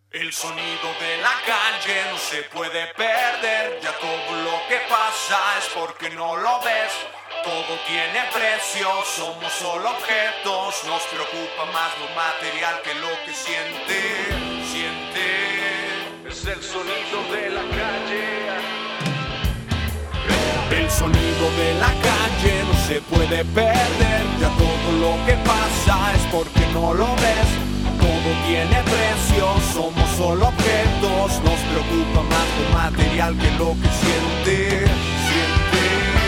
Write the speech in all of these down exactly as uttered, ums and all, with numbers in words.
El sonido de la calle no se puede perder, ya todo lo que pasa es porque no lo ves. Todo tiene precio, somos solo objetos, nos preocupa más lo material que lo que siente, siente. Es el sonido de la calle. El sonido de la calle no se puede perder, ya todo lo que pasa es porque no lo ves. Todo tiene precio, somos solo objetos, nos preocupa más lo material que lo que siente, siente.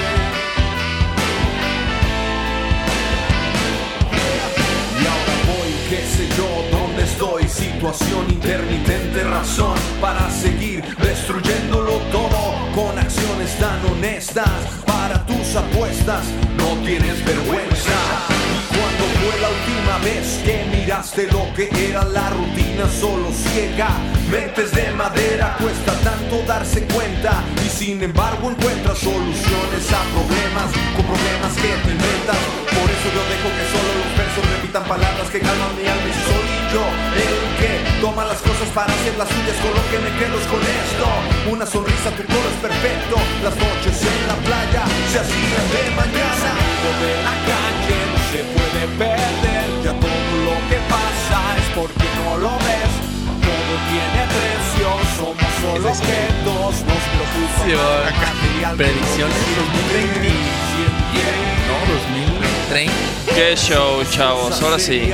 Y ahora voy, qué sé yo, dónde estoy, situación intermitente, razón para seguir destruyéndolo todo con acciones tan honestas. Para tus apuestas no tienes vergüenza. Cuando fue la última vez que miraste lo que era la rutina solo ciega? Mentes de madera, cuesta tanto darse cuenta y sin embargo encuentras soluciones a problemas con problemas que te inventas. Por eso yo dejo que solo los versos repitan palabras que calman mi alma y soy yo el que toma las cosas para hacer las suyas. Con lo que me quedo es con esto, una sonrisa, tu coro es perfecto. Las noches en la playa se hacían de mañana. De la calle no se puede perder, ya todo lo que pasa es porque no lo ves. Todo tiene precio, somos solo objetos, nos preocupa más material. Predicciones dos mil veinte. No, dos mil treinta. Qué show, chavos, ahora sí.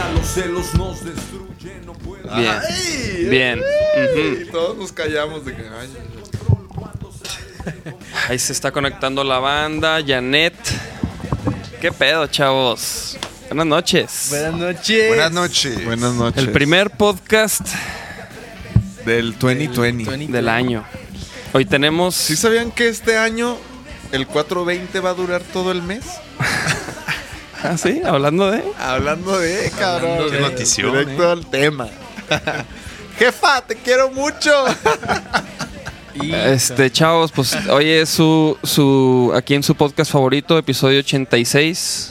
Bien, Ay, bien. ay, Ujú. todos nos callamos de que ay, Ahí se está conectando la banda, Janet. ¿Qué pedo, chavos? Buenas noches. Buenas noches. Buenas noches. Buenas noches. El primer podcast del veinte veinte. del año. Hoy tenemos... ¿Sí sabían que este año el cuatro veinte va a durar todo el mes? Ah, sí, hablando de... Hablando de, cabrón. Hablando Qué de- notición, Directo eh. al tema. Jefa, te quiero mucho. Y- Este, chavos, pues hoy es su, su... Aquí en su podcast favorito, episodio ochenta y seis.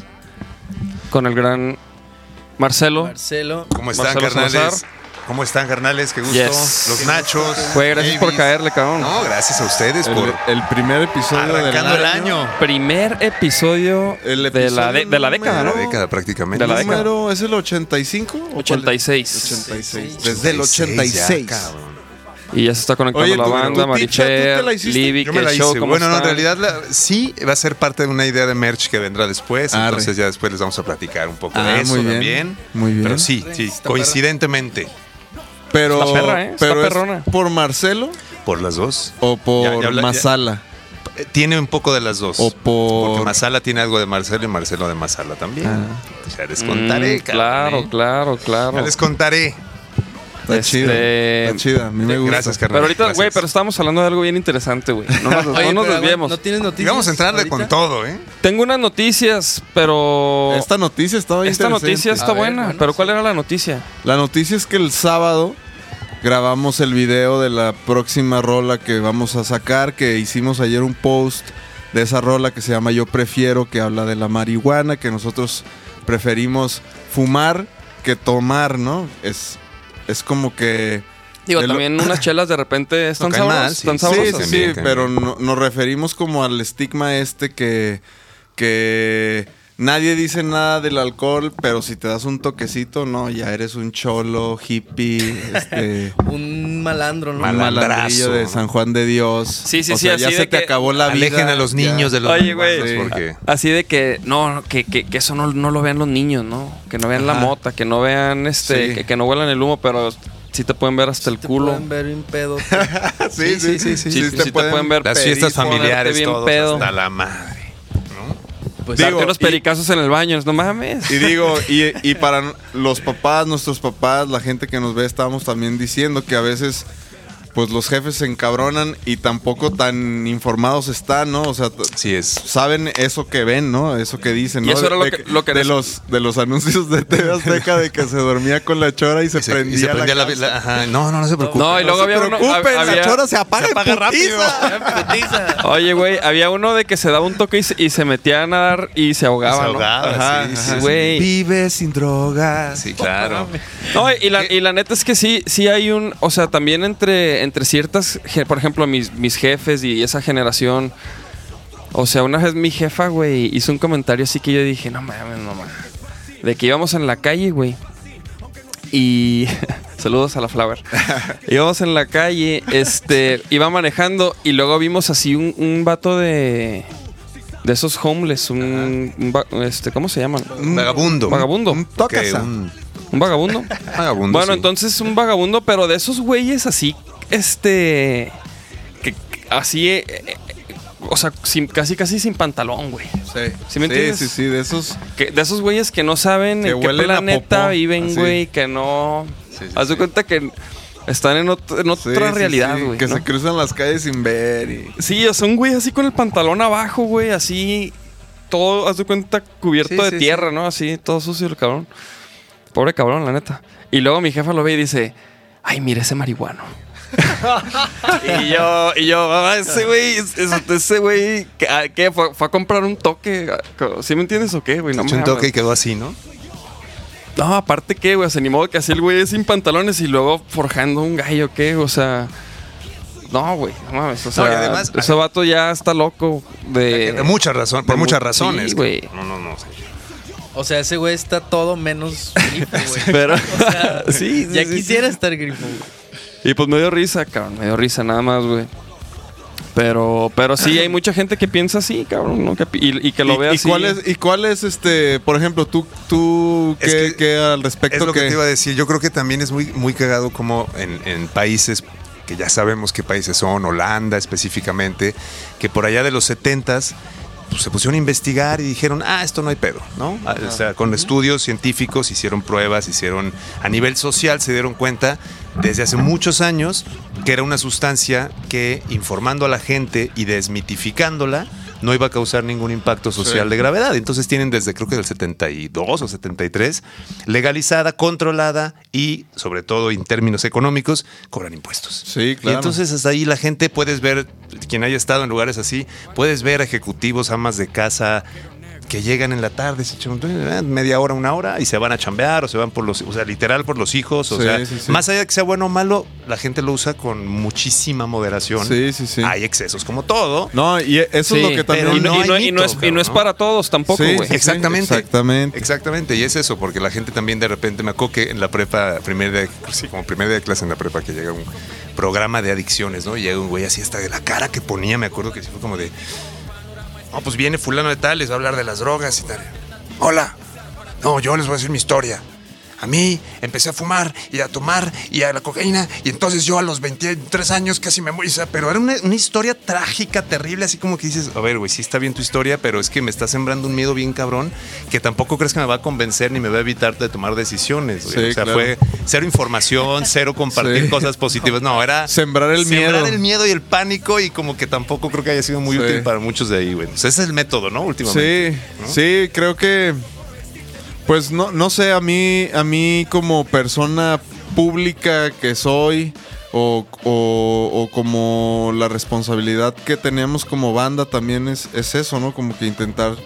Con el gran Marcelo. Marcelo. ¿Cómo están, Marcelo carnales? Salazar. ¿Cómo están, carnales? Qué gusto. Yes. Los nachos. Güey, gracias por babies. caerle, cabrón. No, gracias a ustedes El, por el primer episodio del arrancando el año. Primer episodio, El de, episodio la de, de la década, La ¿no? década prácticamente. De la década. ¿Número es el ochenta y cinco? ¿O cuál es? ochenta y seis. ochenta y seis. ochenta y Desde el ochenta y ya, seis. cabrón. Y ya se está conectando Oye, la tú- banda, tú, Ticha, ¿tú Maricher, te la hiciste? Libby, Yo que me la show, hice. ¿cómo Bueno, no, en están? realidad la- sí va a ser parte de una idea de merch que vendrá después. Arre. Entonces ya después les vamos a platicar un poco Ah, de eso muy bien. también. Muy bien. Pero sí, sí, Está coincidentemente. Pero, Está perra, ¿eh? Está pero perrona. ¿es por Marcelo Por las dos. o por Ya- ya habla- ya- Masala? Eh, Tiene un poco de las dos. O por- Porque Masala tiene algo de Marcelo y Marcelo de Masala también. Ah. Ya les contaré, Mm, cabrón, claro, ¿eh? claro, claro. Ya les contaré. Está Este- chida. Está chida. A mí me gusta. Gracias, carnal. Pero ahorita, Gracias. güey, pero estamos hablando de algo bien interesante, güey. No nos, Oye, no nos pero desviemos. ¿no tienes Y noticias? vamos a entrarle ahorita? con todo, ¿eh? Tengo unas noticias, pero... Esta noticia estaba Esta interesante. noticia está A ver, buena. bueno, pero sí. ¿cuál era la noticia? La noticia es que el sábado grabamos el video de la próxima rola que vamos a sacar, que hicimos ayer un post de esa rola que se llama Yo Prefiero, que habla de la marihuana, que nosotros preferimos fumar que tomar, ¿no? Es, es como que... Digo, de lo- también unas chelas de repente están No caen mal, sabrosas. sí. Están Sí, Sí, sabrosas. sí, También, sí, también. pero no- nos referimos como al estigma este que, que nadie dice nada del alcohol, pero si te das un toquecito, no, ya eres un cholo, hippie, este, Un malandro, ¿no? un Malandrazo. malandrillo de San Juan de Dios. Sí, sí, O sí, sea, así ya de se te que acabó la vida. Alejen a los ya. niños de los Oye, güey. marihuanos, porque Así de que no, que, que, que eso no, no lo vean los niños, ¿no? Que no vean la Ajá. mota, que no vean este, Sí. que, que no huelan el humo, pero sí te pueden ver hasta el Te culo. pueden ver un pedo. Sí, sí, sí, sí, Sí, sí te pueden ver las pedís, fiestas ponerte familiares, bien todos pedo. hasta la madre. ¿no? Pues Darte Digo, unos y- pericazos en el baño, no mames. Y digo, y, y para los papás, nuestros papás, la gente que nos ve, estábamos también diciendo que a veces pues los jefes se encabronan y tampoco tan informados están, ¿no? O sea, t- Sí es. saben eso que ven, ¿no? Eso que dicen, Y ¿no? eso era de, lo que- de- lo que de des- los de los anuncios de T V Azteca de que se dormía con la chora y se Y se, prendía, y se prendía la, la, casa. la- ajá, no, no, no se preocupe. No, y luego No había se uno. preocupen, había- la chora se apaga, Se apaga en rápido. putiza. Putiza. Oye, güey, había uno de que se daba un toque y se, y se metía a nadar y se ahogaba, Se ¿no? ahogaba, Ajá, sí, ajá. sí, sí. Güey. Vive sin drogas. Sí, claro. No, y la, y la neta es que sí, sí hay un, o sea, también entre, entre ciertas, ge- por ejemplo, mis, mis jefes y esa generación. O sea, una vez mi jefa, güey, hizo un comentario así que yo dije, no mames, no mames. De que íbamos en la calle, güey. Y saludos a la Flower. Íbamos en la calle, este, iba manejando y luego vimos así un, un vato de de esos homeless, un, un va- este, ¿cómo se llaman? Un vagabundo. Vagabundo. Un Ok, tócasa. un Un vagabundo. vagabundo. Bueno, sí. entonces un vagabundo, pero de esos güeyes así, este, que, que así, eh, eh, o sea, sin, casi casi sin pantalón, güey. Sí. ¿Sí me entiendes? Sí, sí, de esos. Que, de esos güeyes que no saben Que en qué huelen a planeta popó, viven, así. güey, que no... Sí, sí, Haz de sí. cuenta que están en, ot- en Sí, otra sí, realidad, sí, güey. que ¿no? se cruzan las calles sin ver. Y... Sí, o sea, un güey así con el pantalón abajo, güey, así, todo, haz de cuenta, cubierto Sí, de sí, tierra, ¿no? Así, todo sucio el cabrón. Pobre cabrón, la neta. Y luego mi jefa lo ve y dice, ay, mira ese marihuano. y yo, y yo, ah, ese güey, es- es- ese güey, ¿qué, ah, qué? ¿Fue, fue a comprar un toque? ¿Sí me entiendes o qué, güey? Se No, echó un mames. toque y quedó así, ¿no? No, aparte que, güey, se ni modo que así el güey sin pantalones y luego forjando un gallo, ¿qué? O sea... No, güey, no mames. O sea, No, y además- ese vato ya está loco de... De muchas razones, por de muchas mu- razones. sí, güey. No, no, no. sí. O sea, ese güey está todo menos grifo, güey. Pero... O sea, sí, sí, ya sí, quisiera sí. estar grifo, güey. Y pues me dio risa, cabrón. Me dio risa nada más, güey. Pero, pero sí, hay mucha gente que piensa así, cabrón, ¿no? Que pi- y, y que lo ¿Y, ve y así. cuál es, ¿Y cuál es, este, por ejemplo, tú, tú Es qué, que qué al respecto? Es lo que que te iba a decir. Yo creo que también es muy, muy cagado como en, en países que ya sabemos qué países son, Holanda específicamente, que por allá de los setentas pues, se pusieron a investigar y dijeron, ah, esto no hay pedo, ¿no? Ah, o sea, con estudios científicos hicieron pruebas, hicieron, a nivel social se dieron cuenta desde hace muchos años que era una sustancia que informando a la gente y desmitificándola no iba a causar ningún impacto social Sí. de gravedad. Entonces tienen desde creo que del setenta y dos o setenta y tres legalizada, controlada y sobre todo en términos económicos cobran impuestos. Sí, claro. Y entonces hasta ahí la gente puedes ver, quien haya estado en lugares así, puedes ver ejecutivos, amas de casa que llegan en la tarde, se echan eh, media hora, una hora y se van a chambear o se van por los, o sea, literal por los hijos, o Sí, sea, sí, sí. más allá de que sea bueno o malo, la gente lo usa con muchísima moderación. Sí, sí, sí. Hay excesos como todo. No, y eso Sí, es lo que pero también... y, no, no y hay no- y no mito, es, y no es cabrón, ¿no? para todos tampoco, Sí, güey. sí, Exactamente. Exactamente. Exactamente, y es eso, porque la gente también de repente, me acuerdo que en la prepa, primer día, sí, como primer día de clase en la prepa, que llega un programa de adicciones, ¿no? Y llega un güey así hasta de la cara que ponía, me acuerdo que sí fue como de, no, pues viene fulano de tal, les va a hablar de las drogas y tal. Hola, no, yo les voy a decir mi historia. A mí empecé a fumar y a tomar y a la cocaína y entonces yo a los veintitrés años casi me morí. O sea, pero era una, una historia trágica, terrible, así como que dices, a ver, güey, sí está bien tu historia, pero es que me está sembrando un miedo bien cabrón que tampoco crees que me va a convencer ni me va a evitar de tomar decisiones. Güey. Sí, o sea, claro. fue cero información, cero compartir Sí. cosas positivas. No, era Sembrar el sembrar miedo. el miedo y el pánico y como que tampoco creo que haya sido muy Sí. útil para muchos de ahí, güey. O sea, ese es el método, ¿no? Últimamente. Sí, ¿no? sí, creo que, pues no, no sé, a mí, a mí como persona pública que soy o, o- o como la responsabilidad que tenemos como banda también es, es eso, ¿no? Como que intentar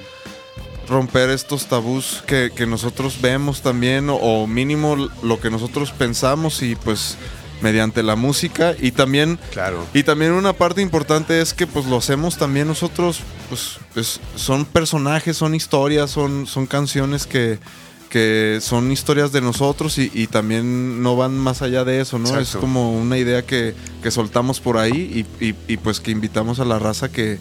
romper estos tabús que, que nosotros vemos también o, o mínimo lo que nosotros pensamos y pues mediante la música y también Claro. y también una parte importante es que pues lo hacemos también nosotros, pues es- son personajes, son historias, son, son canciones que, que son historias de nosotros y, y también no van más allá de eso, ¿no? Exacto. Es como una idea que, que soltamos por ahí y, y- y, pues que invitamos a la raza que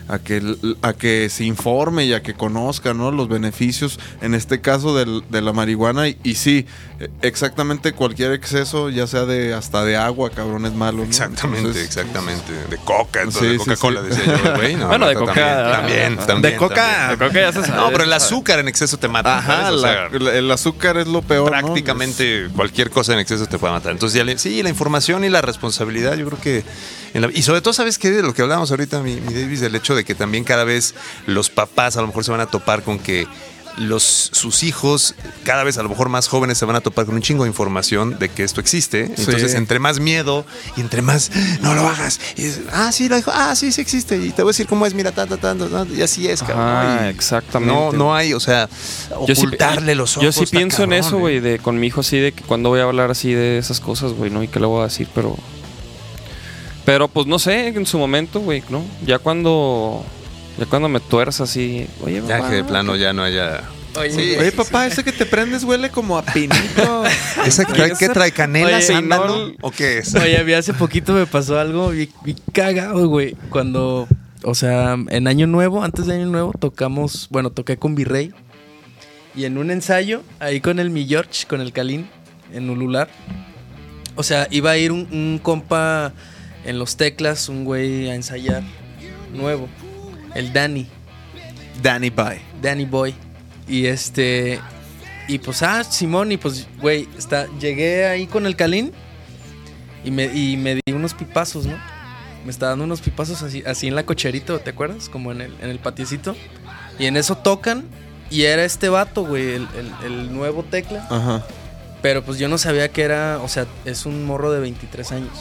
a que, a que se informe y a que conozca, ¿no? Los beneficios, en este caso del, de la marihuana. Y, y sí, exactamente cualquier exceso, ya sea de hasta de agua, cabrón, es malo, ¿no? Exactamente, Entonces, exactamente. De coca, entonces, Sí, de sí, Coca-Cola, sí. decía yo, güey. No, Bueno, de no, coca, También, también, ah, también, de coca. también. Creo que ya se sabe. No, pero el azúcar en exceso te mata. Ajá, ¿sabes? O la- sea, el azúcar es lo peor, ¿no? prácticamente cualquier cosa en exceso te puede matar. Entonces, ya le- sí, la información y la responsabilidad, yo creo que. En la- y sobre todo, ¿sabes qué? De lo que hablábamos ahorita, mi, mi Davis, del hecho de que también cada vez los papás a lo mejor se van a topar con que los, sus hijos, cada vez a lo mejor más jóvenes, se van a topar con un chingo de información de que esto existe. Entonces, Sí. entre más miedo y entre más no lo hagas. Y es, ah, sí, lo dijo, ah, sí, sí existe. Y te voy a decir cómo es, mira, ta, ta, ta, ta, ta, y así es, cabrón. Ajá, Y exactamente. No, no hay, o sea, Yo sí- ocultarle los ojos. Yo sí está pienso en cabrón, eso, ¿eh? güey, de con mi hijo así, de que cuando voy a hablar así de esas cosas, güey, ¿no? Y qué le voy a decir, pero... Pero, pues, no sé, en su momento, güey, ¿no? Ya cuando... Ya cuando me tuerza así... Oye, Ya papá, que de plano ya no haya. Oye, Sí. Oye, papá, ese que te prendes huele como a pinito. ¿Esa que trae, qué trae? ¿Canela, Oye, sándalo? no- ¿O qué es? Oye, a mí hace poquito me pasó algo bien, bien cagado, güey. Cuando, o sea, en Año Nuevo, antes de Año Nuevo, tocamos, bueno, toqué con Virrey. Y en un ensayo, ahí con el Mi George, con el Calín, en Ulular. O sea, iba a ir un, un compa en los teclas, un güey a ensayar nuevo. El Danny, Danny Pie. Danny Boy. Y este... Y pues, ah, Simón, y pues, güey, está, llegué ahí con el Calín y me, y me di unos pipazos, ¿no? Me estaba dando unos pipazos así, así en la cocherita, ¿te acuerdas? Como en el, en el patiecito. Y en eso tocan y era este vato, güey, el, el, el nuevo tecla. Ajá. Pero pues yo no sabía que era, o sea, es un morro de veintitrés años.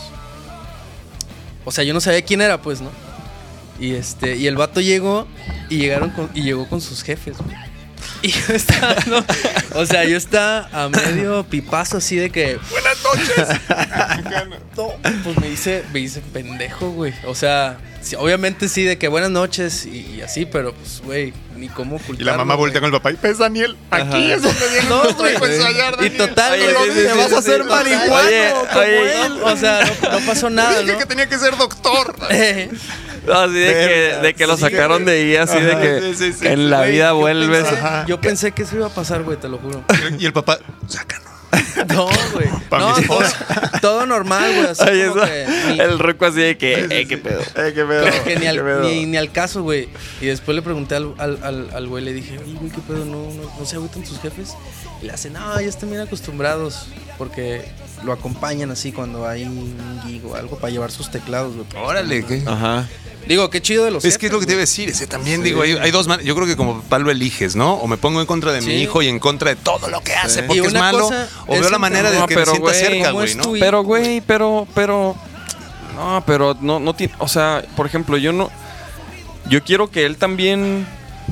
O sea, yo no sabía quién era, pues, ¿no? Y este, y el vato llegó y llegaron con, y llegó con sus jefes, güey. Y yo estaba, no, o sea, yo estaba a medio pipazo así de que buenas noches. No, pues me hice, me hice pendejo, güey. O sea, sí, obviamente sí de que buenas noches y, y así, pero pues, güey, ni cómo ocultarlo. Y la mamá voltea con el papá y pues Daniel, aquí es donde viene No, nuestro güey. hijo a ensayar, Y Daniel. total, Oye, güey, sí, sí, te sí, vas sí, a hacer sí. marihuano Oye, como oye. él. O sea, no, no pasó nada, Dije ¿no? que tenía que ser doctor. Eh, Así de que, de que lo sacaron de ahí, así de que sí, sí, sí. en la güey, vida yo vuelves. pensé- Ajá. Yo pensé que eso iba a pasar, güey, te lo juro. Y el papá, sácanos. No, güey. Pa' No, mi todo, esposa. todo normal, güey. Así Oye, como eso, que ni, el ruco así de que, eh, qué pedo. Eh, qué pedo. como que ni, Qué al, pedo. ni, ni al caso, güey. Y después le pregunté al, al, al, al güey, le dije, oye, güey, qué pedo, no, no, no se agüitan tus jefes. Y le hacen, no, ya están bien acostumbrados. Porque lo acompañan así cuando hay un gig o algo para llevar sus teclados, güey. Órale, ¿qué? Ajá. Digo, qué chido de los Es que es lo que te iba a jefes, decir, ese también digo, hay, hay dos maneras, yo creo que como papá lo eliges, ¿no? O me pongo en contra de mi Sí. hijo y en contra de todo lo que hace Sí. porque Y es una malo, cosa o es veo la entender- manera de No, que me pero, sienta güey, cerca, ¿cómo güey, es ¿no? tu hijo? Pero, güey, pero, pero. No, pero no, no tiene. O sea, por ejemplo, yo no. Yo quiero que él también.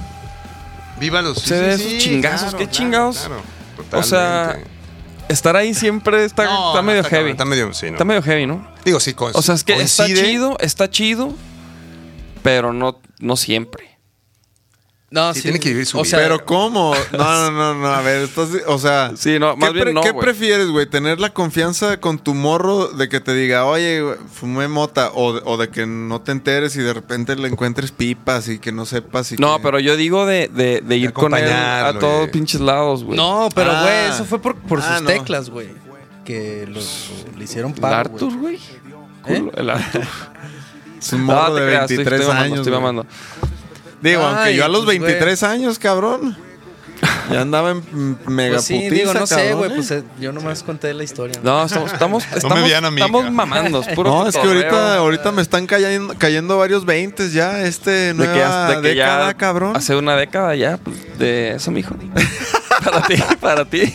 Viva los Se dé esos chingazos, ¿qué chingados? O sea, totalmente. Estar ahí siempre está, No, está no, medio está heavy. cabrón, Está medio, sí, ¿no? Está medio heavy, ¿no? Digo, sí, con- O sea, es que está coincide. chido, está chido. Pero no, no siempre. No, Sí, tiene que vivir su o vida. sea, Pero ¿cómo? No, no, no, no. A ver, estás, o sea, Sí, no, más ¿qué, bien pre- no, ¿qué güey. prefieres, güey? ¿Tener la confianza con tu morro de que te diga, oye, güey, fumé mota? O, de- o de que no te enteres y de repente le encuentres pipas y que no sepas. Y No, que- pero yo digo de, de, de ir con él a acompañarlo, todos güey. pinches lados, güey. No, pero Ah. güey, eso fue por, por Ah, sus no. teclas, güey. Que los, le hicieron El paro, Arthur, güey. güey. ¿Eh? Culo, El Arthur. Es un morro No, te de creas, estoy- veintitrés estoy mamando, años. estoy güey. mamando. Digo, Ay, aunque yo a los pues, veintitrés años, cabrón. Ya andaba en mm, mega Pues sí, putiza, digo, no sé, cabrón, güey, ¿eh? pues eh, yo nomás conté la historia. No, estamos, estamos, estamos, vean a mí, estamos ca. mamando. Es puro No, es que cotorreo. ahorita, ahorita me están cayendo, cayendo varios veintes ya, este De nueva que, ya- de que década, ya cabrón. hace una década ya, pues, de eso, mijo. Para ti, para ti.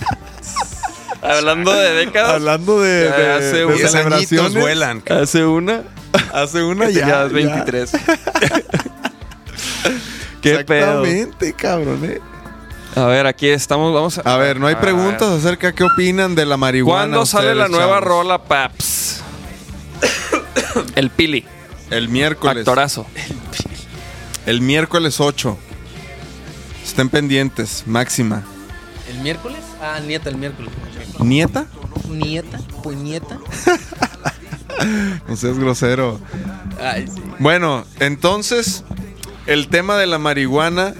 Hablando de décadas, Hablando de, Ya de- hace de un- Diez añitos celebraciones, vuelan. hace una, hace una que ya, ya es ya. veintitrés. Qué pedo. Exactamente, cabrón, eh. A ver, aquí estamos, vamos a... A ver, no hay a- preguntas acerca de qué opinan de la marihuana. ¿Cuándo sale la ustedes, nueva chavos? rola, paps? El Pili, El miércoles. actorazo. El miércoles ocho. Estén pendientes, máxima. ¿El miércoles? Ah, nieta, el miércoles. ¿Nieta? Nieta, pues nieta. No seas grosero. Ay, sí. Bueno, entonces, el tema de la marihuana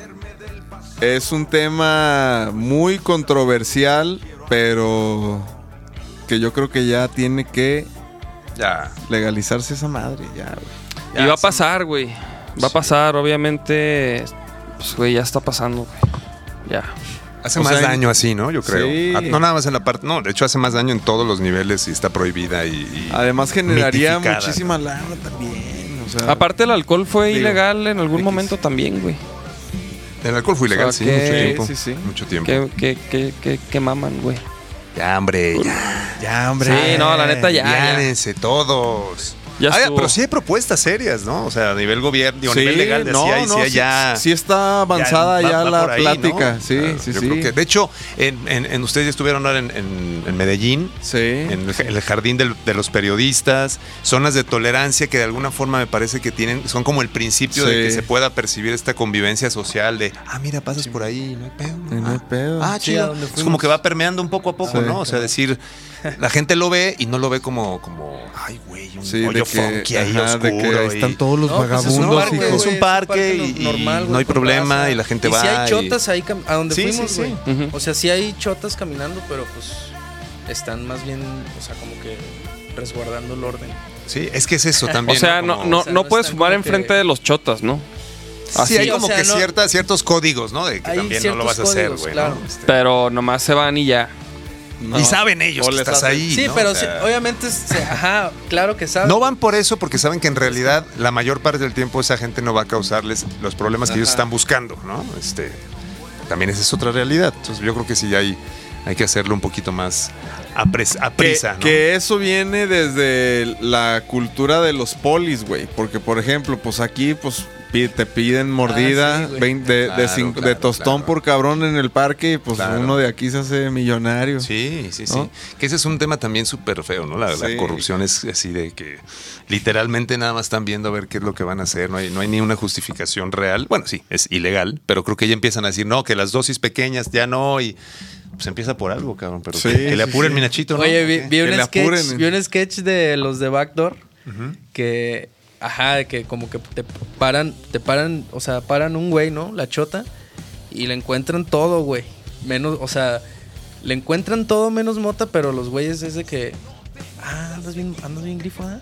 es un tema muy controversial, pero que yo creo que ya tiene que Ya. legalizarse esa madre, ya, güey. Y va a pasar, güey. Va a pasar, obviamente. Pues, güey, ya está pasando, güey. Ya. Hace O más sea, daño así, ¿no? Yo creo. sí. Ah, no nada más en la parte... No, de hecho hace más daño en todos los niveles y está prohibida y... y Además generaría mitificada, muchísima lana también, o sea, Aparte, el alcohol fue Digo, ilegal en algún X. momento también, güey. ¿no? El alcohol fue ilegal, O sea, sí, que- mucho tiempo. sí, sí. Mucho tiempo. Que, que, que, que, que maman, güey. Ya, hombre, ya. ya, hombre. Sí, no, la neta, ya, ya. Llámense todos. Ya Ah, estuvo. pero sí hay propuestas serias, ¿no? O sea, a nivel gobierno, digo, a Sí, nivel legal, de no, sí hay, no, sí hay sí, ya... sí está avanzada va- ya, va la por ahí, plática, ¿no? sí, Ah, sí, yo sí. creo que- de hecho, en, en- en- ustedes ya estuvieron ahora en, en- en Medellín, Sí. en el, en el jardín del- de los periodistas, zonas de tolerancia que de alguna forma me parece que tienen, son como el principio de Sí. que se pueda percibir esta convivencia social de, ah, mira, pasas por ahí, no hay pedo. Y no hay Ah, pedo. Ah, Sí, chido. a donde Es fuimos. como que va permeando un poco a poco, Sí. ¿no? O sea, decir, la gente lo ve y no lo ve como, como ay, güey, un Sí, de hoyo que, funky ahí ajá, oscuro. de que ahí y- están todos los No, pues es un vagabundos. parque, y es todo. güey, un parque no- y- y normal, no güey, hay con problema raza. y la gente y va si hay y- chotas ahí cam- a donde Sí, fuimos, sí, güey. sí. Ujú. O sea, sí hay chotas caminando, pero pues están más bien, o sea, como que resguardando el orden. Sí, es que es eso también. O sea, no, Como- no, o sea, no no puedes están fumar como que- enfrente de los chotas, ¿no? Sí, Así, hay o como sea, que no- cierta- ciertos códigos, ¿no? De que Hay también no lo vas a ciertos hacer, códigos, güey. claro. ¿no? Este, Pero nomás se van y ya. Y saben ellos O que les estás hacen- ahí. Sí, ¿no? pero O sea, sí, obviamente, se- ajá, claro que saben. no van por eso porque saben que en realidad la mayor parte del tiempo esa gente no va a causarles los problemas que ellos Ajá. están buscando, ¿no? Este, también esa es otra realidad. Entonces yo creo que sí hay, hay que hacerlo un poquito más a, pres- a Que, prisa, ¿no? que eso viene desde la cultura de los polis, güey. Porque, por ejemplo, pues aquí, pues pi- te piden mordida Ah, sí, güey. vein- de, de Claro, cinco- de claro, tostón claro. por cabrón en el parque y pues Claro. uno de aquí se hace millonario. Sí, sí, sí. ¿No? Que ese es un tema también súper feo, ¿no? La, la Sí. corrupción es así de que literalmente nada más están viendo a ver qué es lo que van a hacer. No hay, no hay ni una justificación real. Bueno, sí, es ilegal, pero creo que ya empiezan a decir, no, que las dosis pequeñas ya no. Y pues empieza por algo, cabrón. Pero Sí, que, que le sí, apuren sí. mi Nachito, ¿no? Oye, vi, ¿O qué? vi un Que le sketch, apuren. vi un sketch de los de Backdoor Ujú. que, ajá, de que como que te paran, te paran, o sea, paran un güey, ¿no? La chota y le encuentran todo, güey. Menos, o sea, le encuentran todo menos mota, pero los güeyes es de que, ah, andas bien, andas bien grifo, ¿ah?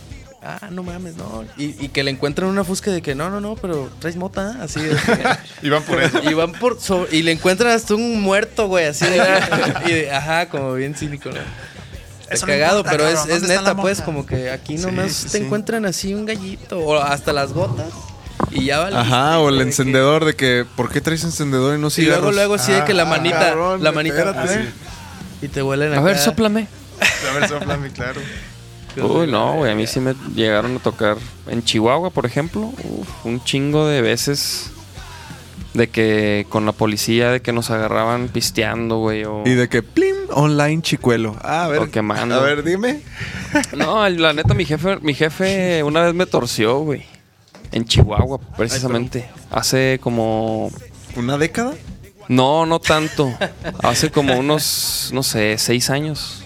Ah, no mames, no. Y, y que le encuentran una fusca de que no, no, no, pero traes mota, ¿ah? Así de que- Y van por eso. y van por so- y le encuentran hasta un muerto, güey, así de, y de- ajá, como bien cínico, ¿no? Está Eso no cagado, importa, pero es, cabrón, es ¿dónde está neta, la pues, mota? como que aquí Sí, nomás sí, te sí. encuentran así un gallito, o hasta las botas, y ya vale. Ajá, o el encendedor de que, ¿por qué traes encendedor y no Y cigarros? luego, luego, así de que la Ah, manita, cabrón, la manita, espérate. a ver, y te huelen A ver, acá. sóplame. A ver, soplame, claro. Uy, no, güey. A mí sí me llegaron a tocar en Chihuahua, por ejemplo. Uf, un chingo de veces. De que con la policía, de que nos agarraban pisteando, güey. O... Y de que, plim, online chicuelo. Ah, a ver. O quemando. A ver, dime. No, la neta, mi jefe, mi jefe una vez me torció, güey. En Chihuahua, precisamente. Hace como. ¿Una década? No, no tanto. Hace como unos, no sé, seis años.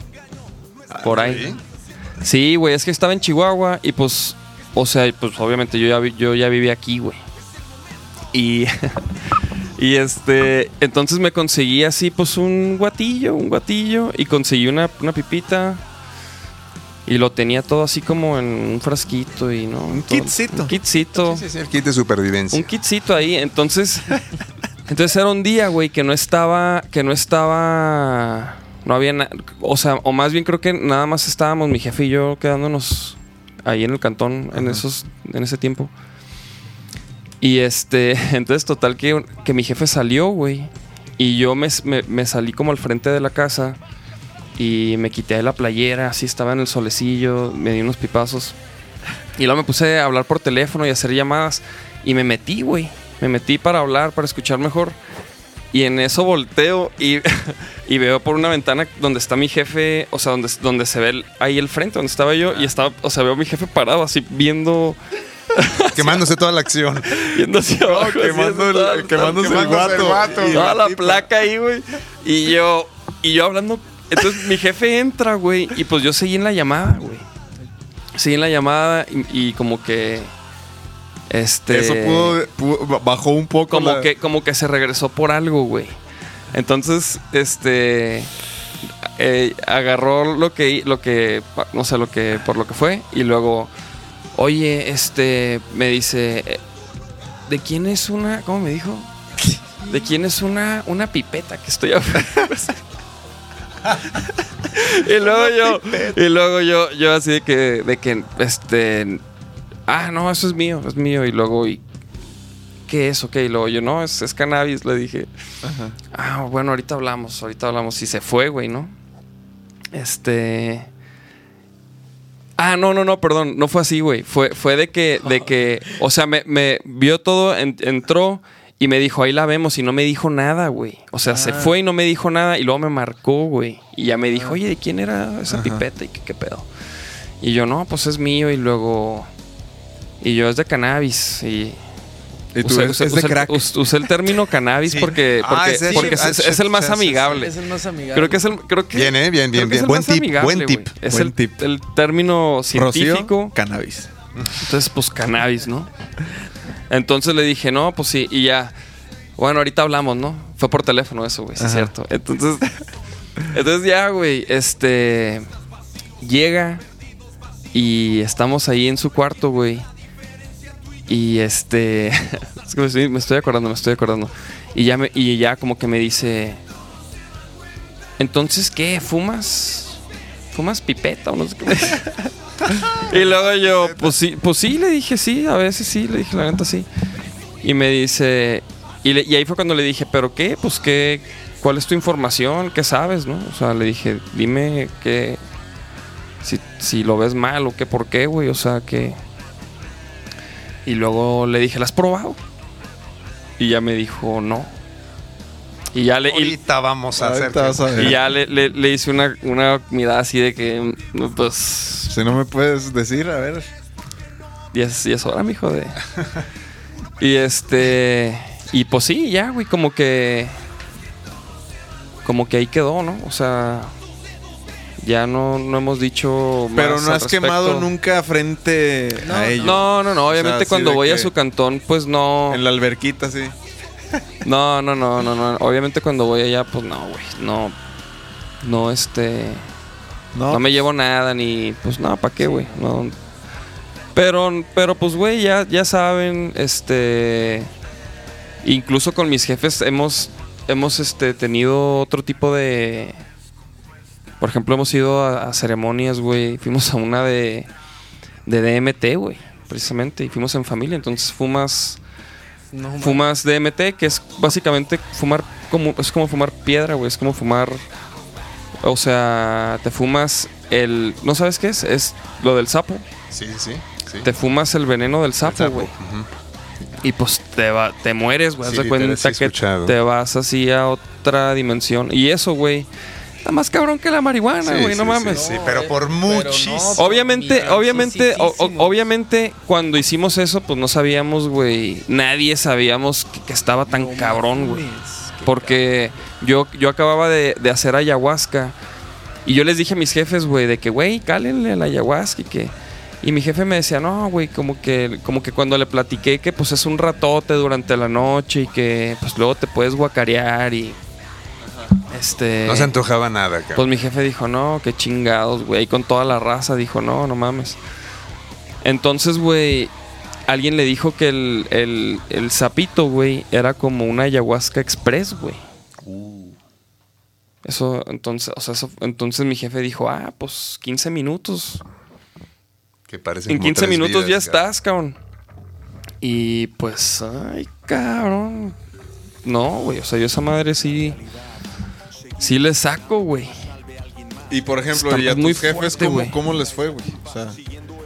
Por ahí. Sí, güey, es que estaba en Chihuahua y pues, o sea, pues obviamente yo ya, vi- yo ya vivía aquí, güey. Y, y este, entonces me conseguí así, pues un guatillo, un guatillo y conseguí una, una pipita y lo tenía todo así como en un frasquito y no. Un todo- kitcito. Un kitcito. Sí, sí, sí, el kit de supervivencia. Un kitcito ahí, entonces. Entonces era un día, güey, que no estaba. Que no estaba. No había nada. O sea, o más bien creo que nada más estábamos mi jefe y yo quedándonos ahí en el cantón en esos. En ese tiempo. Y este. Entonces, total que, que mi jefe salió, güey. Y yo me, me, me salí como al frente de la casa. Y me quité la playera, así estaba en el solecillo, me di unos pipazos. Y luego me puse a hablar por teléfono y a hacer llamadas. Y me metí, güey. Me metí para hablar, para escuchar mejor. Y en eso volteo y, y veo por una ventana donde está mi jefe, o sea, donde, donde se ve el- ahí el frente, donde estaba yo. Y estaba, o sea, veo a mi jefe parado así viendo, Quemándose toda la acción. viendo hacia abajo. así, quemando el- tal, tal, quemándose el quemándose el guato. guato. Y toda la tipa. placa ahí, güey. Y yo, y yo hablando. Entonces mi jefe entra, güey. Y pues yo seguí en la llamada, güey. Sí, en la llamada y, y como que... Este... Eso pudo, pudo- bajó un poco Como la- que, como que se regresó por algo, güey. Entonces, este... eh, agarró lo que... Lo que... No sé, lo que... Por lo que fue. Y luego... Oye, este... Me dice... eh, ¿De quién es una... ¿Cómo me dijo? ¿De quién es una... Una pipeta que estoy afuera? Y luego yo... Y luego yo... Yo así de que... De que... Este... Ah, no, eso es mío. Es mío. Y luego... Y, ¿qué es? Ok, y luego yo... No, es, es cannabis. Le dije... Ajá. Ah, bueno, ahorita hablamos, ahorita hablamos. Y se fue, güey, ¿no? Este... Ah, no, no, no, perdón. No fue así, güey. Fue, fue de que... De que o sea, me, me vio todo, en- entró y me dijo, ahí la vemos. Y no me dijo nada, güey. O sea, Ah. se fue y no me dijo nada. Y luego me marcó, güey. Y ya me dijo, Ah. oye, ¿de quién era esa Ajá. pipeta? ¿Y qué, qué pedo? Y yo, no, pues es mío. Y luego... Y yo, es de cannabis. Y... Y tú Usé, es, usé- es de usé el- crack. us- usé el término cannabis Sí. porque, Ah, porque, es ese. porque Ah, es, es el más sí, sí, sí. amigable. Es el más amigable. Creo que es el. Creo que, Bien, eh, bien, creo bien, que es bien. el Buen más tip, amigable, buen güey. tip. Es Buen el, tip. el término científico. Rocío, cannabis. Entonces, pues cannabis, ¿no? Entonces le dije, no, pues sí. Y ya. Bueno, ahorita hablamos, ¿no? Fue por teléfono eso, güey, sí es Ajá. cierto. Entonces. Entonces ya, güey. Este. Llega. Y estamos ahí en su cuarto, güey. Y este... es que me estoy, me estoy acordando, me estoy acordando. Y ya, me, y ya como que me dice... Entonces, ¿qué? ¿Fumas? ¿Fumas pipeta o no sé qué? me dice? Y luego yo, pues sí, pues sí, le dije sí, a veces sí, le dije la neta sí. Y me dice... Y, le- y ahí fue cuando le dije, ¿pero qué? Pues qué... ¿Cuál es tu información? ¿Qué sabes, no? O sea, le dije, dime qué... Si, si lo ves mal o qué, por qué, güey. O sea, que... Y luego le dije, ¿la has probado? Y ya me dijo, no. Y ya le, y, Ahorita vamos a hacer. Ahorita vas a ver. y ya le, le- le hice una, una mirada así de que, pues, Si no me puedes decir, a ver. ya es, ya es hora, mijo, de... Y este... Y pues sí, ya, güey, como que... Como que ahí quedó, ¿no? O sea... Ya no, no hemos dicho más Pero no al has respecto. quemado nunca frente No, a ellos. No, no, no. O sea, Obviamente así cuando de voy a que su cantón, pues no... En la alberquita, sí. No, no, no, no, no. Obviamente cuando voy allá, pues no, güey. No, no, este... No, No me llevo nada, ni... Pues no, ¿para qué, güey? No. Pero, pero pues, güey, ya, ya saben, este... Incluso con mis jefes hemos, hemos este, tenido otro tipo de... Por ejemplo, hemos ido a, a ceremonias, güey. Fuimos a una de... De D M T, güey. Precisamente. Y fuimos en familia. Entonces fumas... No, man. Fumas D M T, que es básicamente fumar como... Es como fumar piedra, güey. Es como fumar... O sea, te fumas el... ¿No sabes qué es? Es lo del sapo. Sí, sí, sí. Te fumas el veneno del El sapo, sapo. güey. Ujú. Y pues te va, te mueres, güey. Haz Sí, de literal, cuenta sí he que escuchado. te vas así a otra dimensión. Y eso, güey, está más cabrón que la marihuana, Sí, güey. No sí, mames. sí, pero por muchísimo. Obviamente, obviamente, o- o- muchísimo. obviamente, cuando hicimos eso, pues no sabíamos, güey. Nadie sabíamos que, que estaba tan No cabrón, güey. mames, qué Porque yo, yo acababa de, de hacer ayahuasca. Y yo les dije a mis jefes, güey, de que, güey, cálenle la ayahuasca y que... Y mi jefe me decía, no, güey, como que, como que cuando le platiqué que pues es un ratote durante la noche y que pues luego te puedes guacarear y... Este... No se antojaba nada, cabrón. Pues mi jefe dijo, no, qué chingados, güey. Y con toda la raza dijo, no, no mames. Entonces, güey, alguien le dijo que el, el, el sapito, güey, era como una ayahuasca express, güey. Eso, entonces, o sea, eso, entonces mi jefe dijo, ah, pues quince minutos. Que parecen En como quince tres minutos ya vidas, cabrón. estás, cabrón. Y pues, ay, cabrón. No, güey, o sea, yo esa madre sí... Sí le saco, güey. Y por ejemplo, Está ¿y a tus muy jefes fuerte, cómo, güey. cómo les fue, güey? O sea,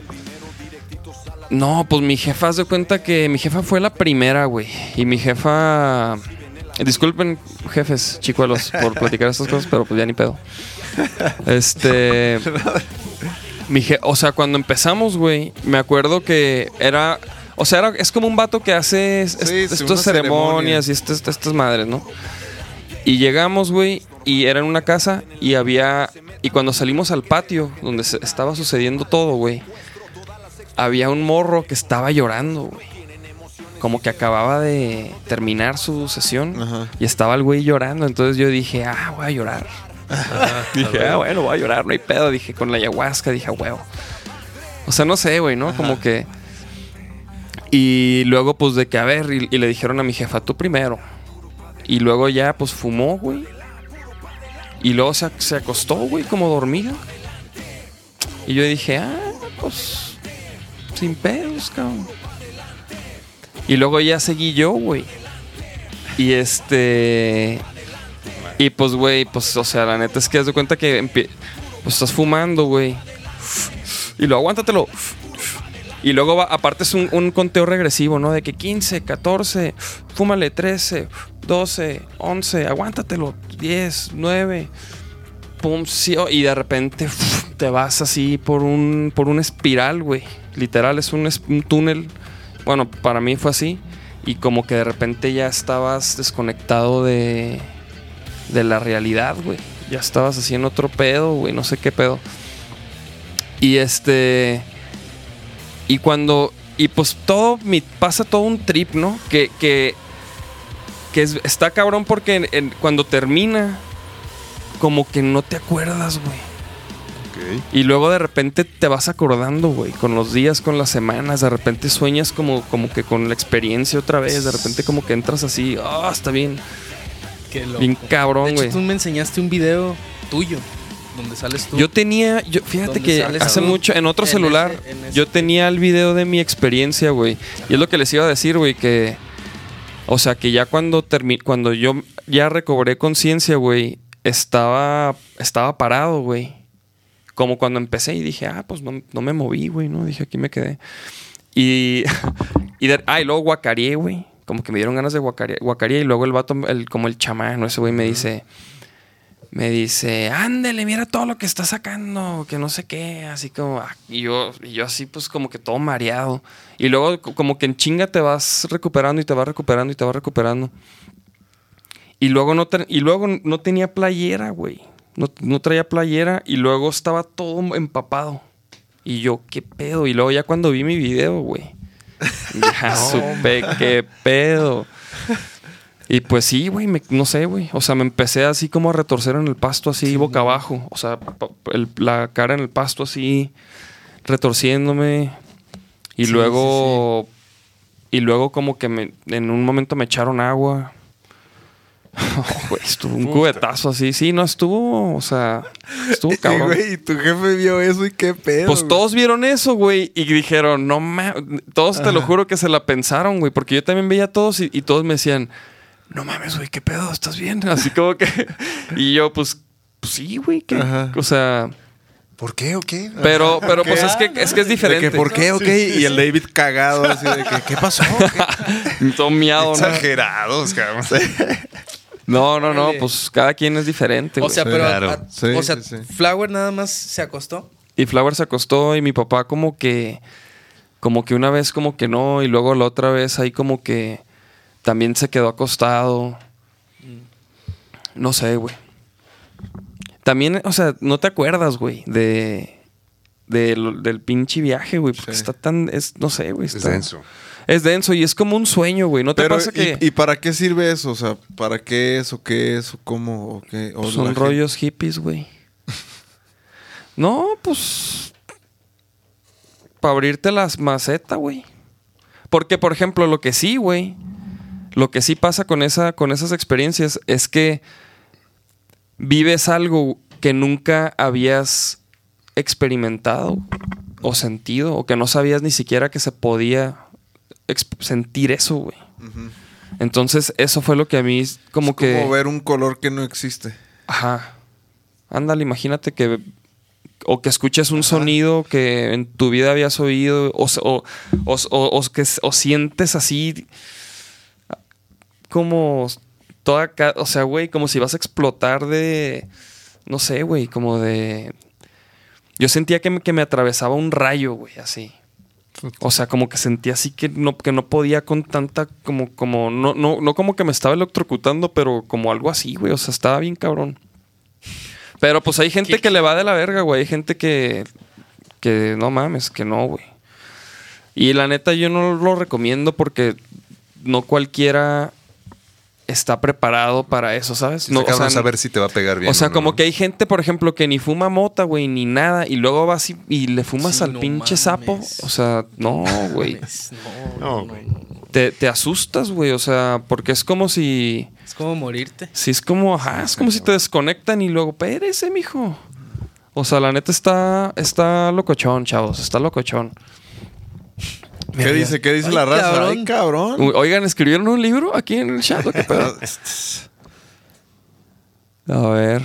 No, pues mi jefa, haz de cuenta que mi jefa fue la primera, güey. Y mi jefa... Disculpen, jefes, chicuelos, por platicar estas cosas, pero pues ya ni pedo. Este... Mi je- o sea, cuando empezamos, güey, me acuerdo que era... O sea, era- es como un vato que hace es- Sí, est- sí, estas una ceremonias ceremonia. y estas, estas madres, ¿no? Y llegamos, güey, y era en una casa y había... Y cuando salimos al patio, donde se estaba sucediendo todo, güey, había un morro que estaba llorando, güey. Como que acababa de terminar su sesión. Ajá. Y estaba el güey llorando. Entonces yo dije, ah, voy a llorar. Ajá, dije, ah, bueno, voy a llorar, no hay pedo. Dije, con la ayahuasca, dije, huevo. O sea, no sé, güey, ¿no? Ajá. Como que... Y luego, pues, de que, a ver, y, y le dijeron a mi jefa, tú primero. Y luego ya, pues, fumó, güey. Y luego se, se acostó, güey, como dormida. Y yo dije, ah, pues, sin pedos, cabrón. Y luego ya seguí yo, güey. Y este... Y pues, güey, pues, o sea, la neta es que haz de cuenta que empie- pues estás fumando, güey. Y luego aguántatelo. Y luego va, aparte es un, un conteo regresivo, ¿no? De que quince, catorce, fúmale trece, doce, once, aguántatelo, diez, nueve, pum, sí, oh, y de repente uf, te vas así por un, por una espiral, güey. Literal, es un, es un túnel. Bueno, para mí fue así. Y como que de repente ya estabas desconectado de, de la realidad, güey. Ya estabas así en otro pedo, güey. No sé qué pedo. Y este... Y cuando... Y pues todo... Mi, pasa todo un trip, ¿no? Que... Que, que es, está cabrón porque en, en, cuando termina... Como que no te acuerdas, güey. Okay. Y luego de repente te vas acordando, güey. Con los días, con las semanas. De repente sueñas como, como que con la experiencia otra vez. De repente como que entras así. Ah, oh, está bien. Qué loco. Bien cabrón, güey. De hecho, tú me enseñaste un video tuyo. Donde sales tú. Yo tenía... Yo, fíjate que hace tú? mucho... En otro en celular... Ese, en ese yo tenía el video de mi experiencia, güey. Y es lo que les iba a decir, güey. Que... O sea, que ya cuando termi- Cuando yo ya recobré conciencia, güey. Estaba... Estaba parado, güey. Como cuando empecé y dije, ah, pues no, no me moví, güey, ¿no? Dije, aquí me quedé. Y, y, de, ah, y luego guacareé, güey. Como que me dieron ganas de guacarear. Guacareé y luego el vato, el, como el chamán, ese güey me dice, me dice, ándele, mira todo lo que está sacando, que no sé qué, así como, ah, y yo, y yo así pues como que todo mareado. Y luego como que en chinga te vas recuperando y te vas recuperando y te vas recuperando. Y luego no, te, y luego no tenía playera, güey. No, no traía playera y luego estaba todo empapado. Y yo, ¿qué pedo? Y luego ya cuando vi mi video, güey, ya supe qué pedo. Y pues sí, güey, no sé, güey. O sea, me empecé así como a retorcer en el pasto, así sí, boca abajo. O sea, el, la cara en el pasto así, retorciéndome. Y sí, luego... Sí, sí. Y luego como que me, en un momento me echaron agua. Oh, güey, estuvo un cubetazo así. Sí, no estuvo, o sea, estuvo cabrón. Y, güey, y tu jefe vio eso y qué pedo. Pues güey. Todos vieron eso, güey, y dijeron, no mames. Todos, Ajá. te lo juro que se la pensaron, güey, porque yo también veía a todos y, y todos me decían, no mames, güey, qué pedo, ¿estás bien? Así como que. Y yo, pues, pues sí, güey, que, o sea. ¿Por qué o qué? Pero, pero pues es que, es que es diferente. ¿De que ¿Por qué o qué? Sí, sí, y el David cagado, así de que, ¿qué pasó? ¿Qué? Todo miado, ¿no? Exagerados, cabrón. No, no, no, pues cada quien es diferente. O sea, güey. pero claro. a, sí, o sea, sí, sí. Flower nada más se acostó. Y Flower se acostó y mi papá como que, como que una vez como que no y luego la otra vez ahí como que también se quedó acostado. No sé, güey. También, o sea, no te acuerdas, güey, de, de del pinche viaje, güey, porque sí. está tan, es, no sé, güey. Es denso. Es denso y es como un sueño, güey. ¿No te Pero, pasa que...? ¿y, ¿Y para qué sirve eso? O sea, ¿para qué es o qué es o cómo o qué? O Son rollos gente... hippies, güey. No, pues... Para abrirte las macetas, güey. Porque, por ejemplo, lo que sí, güey... Lo que sí pasa con, esa, con esas experiencias es que... Vives algo que nunca habías experimentado o sentido. O que no sabías ni siquiera que se podía... sentir eso, güey. Uh-huh. Entonces, eso fue lo que a mí como es que... como ver un color que no existe. Ajá. Ándale, imagínate que... O que escuches un Ajá. sonido que en tu vida habías oído. O, o, o, o, o que o sientes así... Como... Toda... O sea, güey, como si vas a explotar de... No sé, güey, como de... Yo sentía que me, que me atravesaba un rayo, güey, así. O sea, como que sentía así que no, que no podía con tanta... Como, como... No, no, no como que me estaba electrocutando, pero como algo así, güey. O sea, estaba bien cabrón. Pero pues hay gente que le va de la verga, güey. Hay gente que... Que no mames, que no, güey. Y la neta yo no lo recomiendo porque no cualquiera está preparado para eso, ¿sabes? No, No, o sea, saber si te va a pegar bien. o sea, no, como ¿no? que hay gente, por ejemplo, que ni fuma mota, güey, ni nada, y luego vas y, y le fumas Sí, al no pinche mames. sapo. O sea, no, güey. Mames, No, No, no, güey. no. Te, te asustas, güey. O sea, porque es como si. Es como morirte. Sí, es como, ajá, es como si te desconectan y luego, pérese, mijo. O sea, la neta está, está locochón, chavos, está locochón. ¿Qué dice? ¿Qué dice Ay, la raza? cabrón. Ay, cabrón. Uy, oigan, ¿escribieron un libro aquí en el chat? ¿O qué pedo? A ver.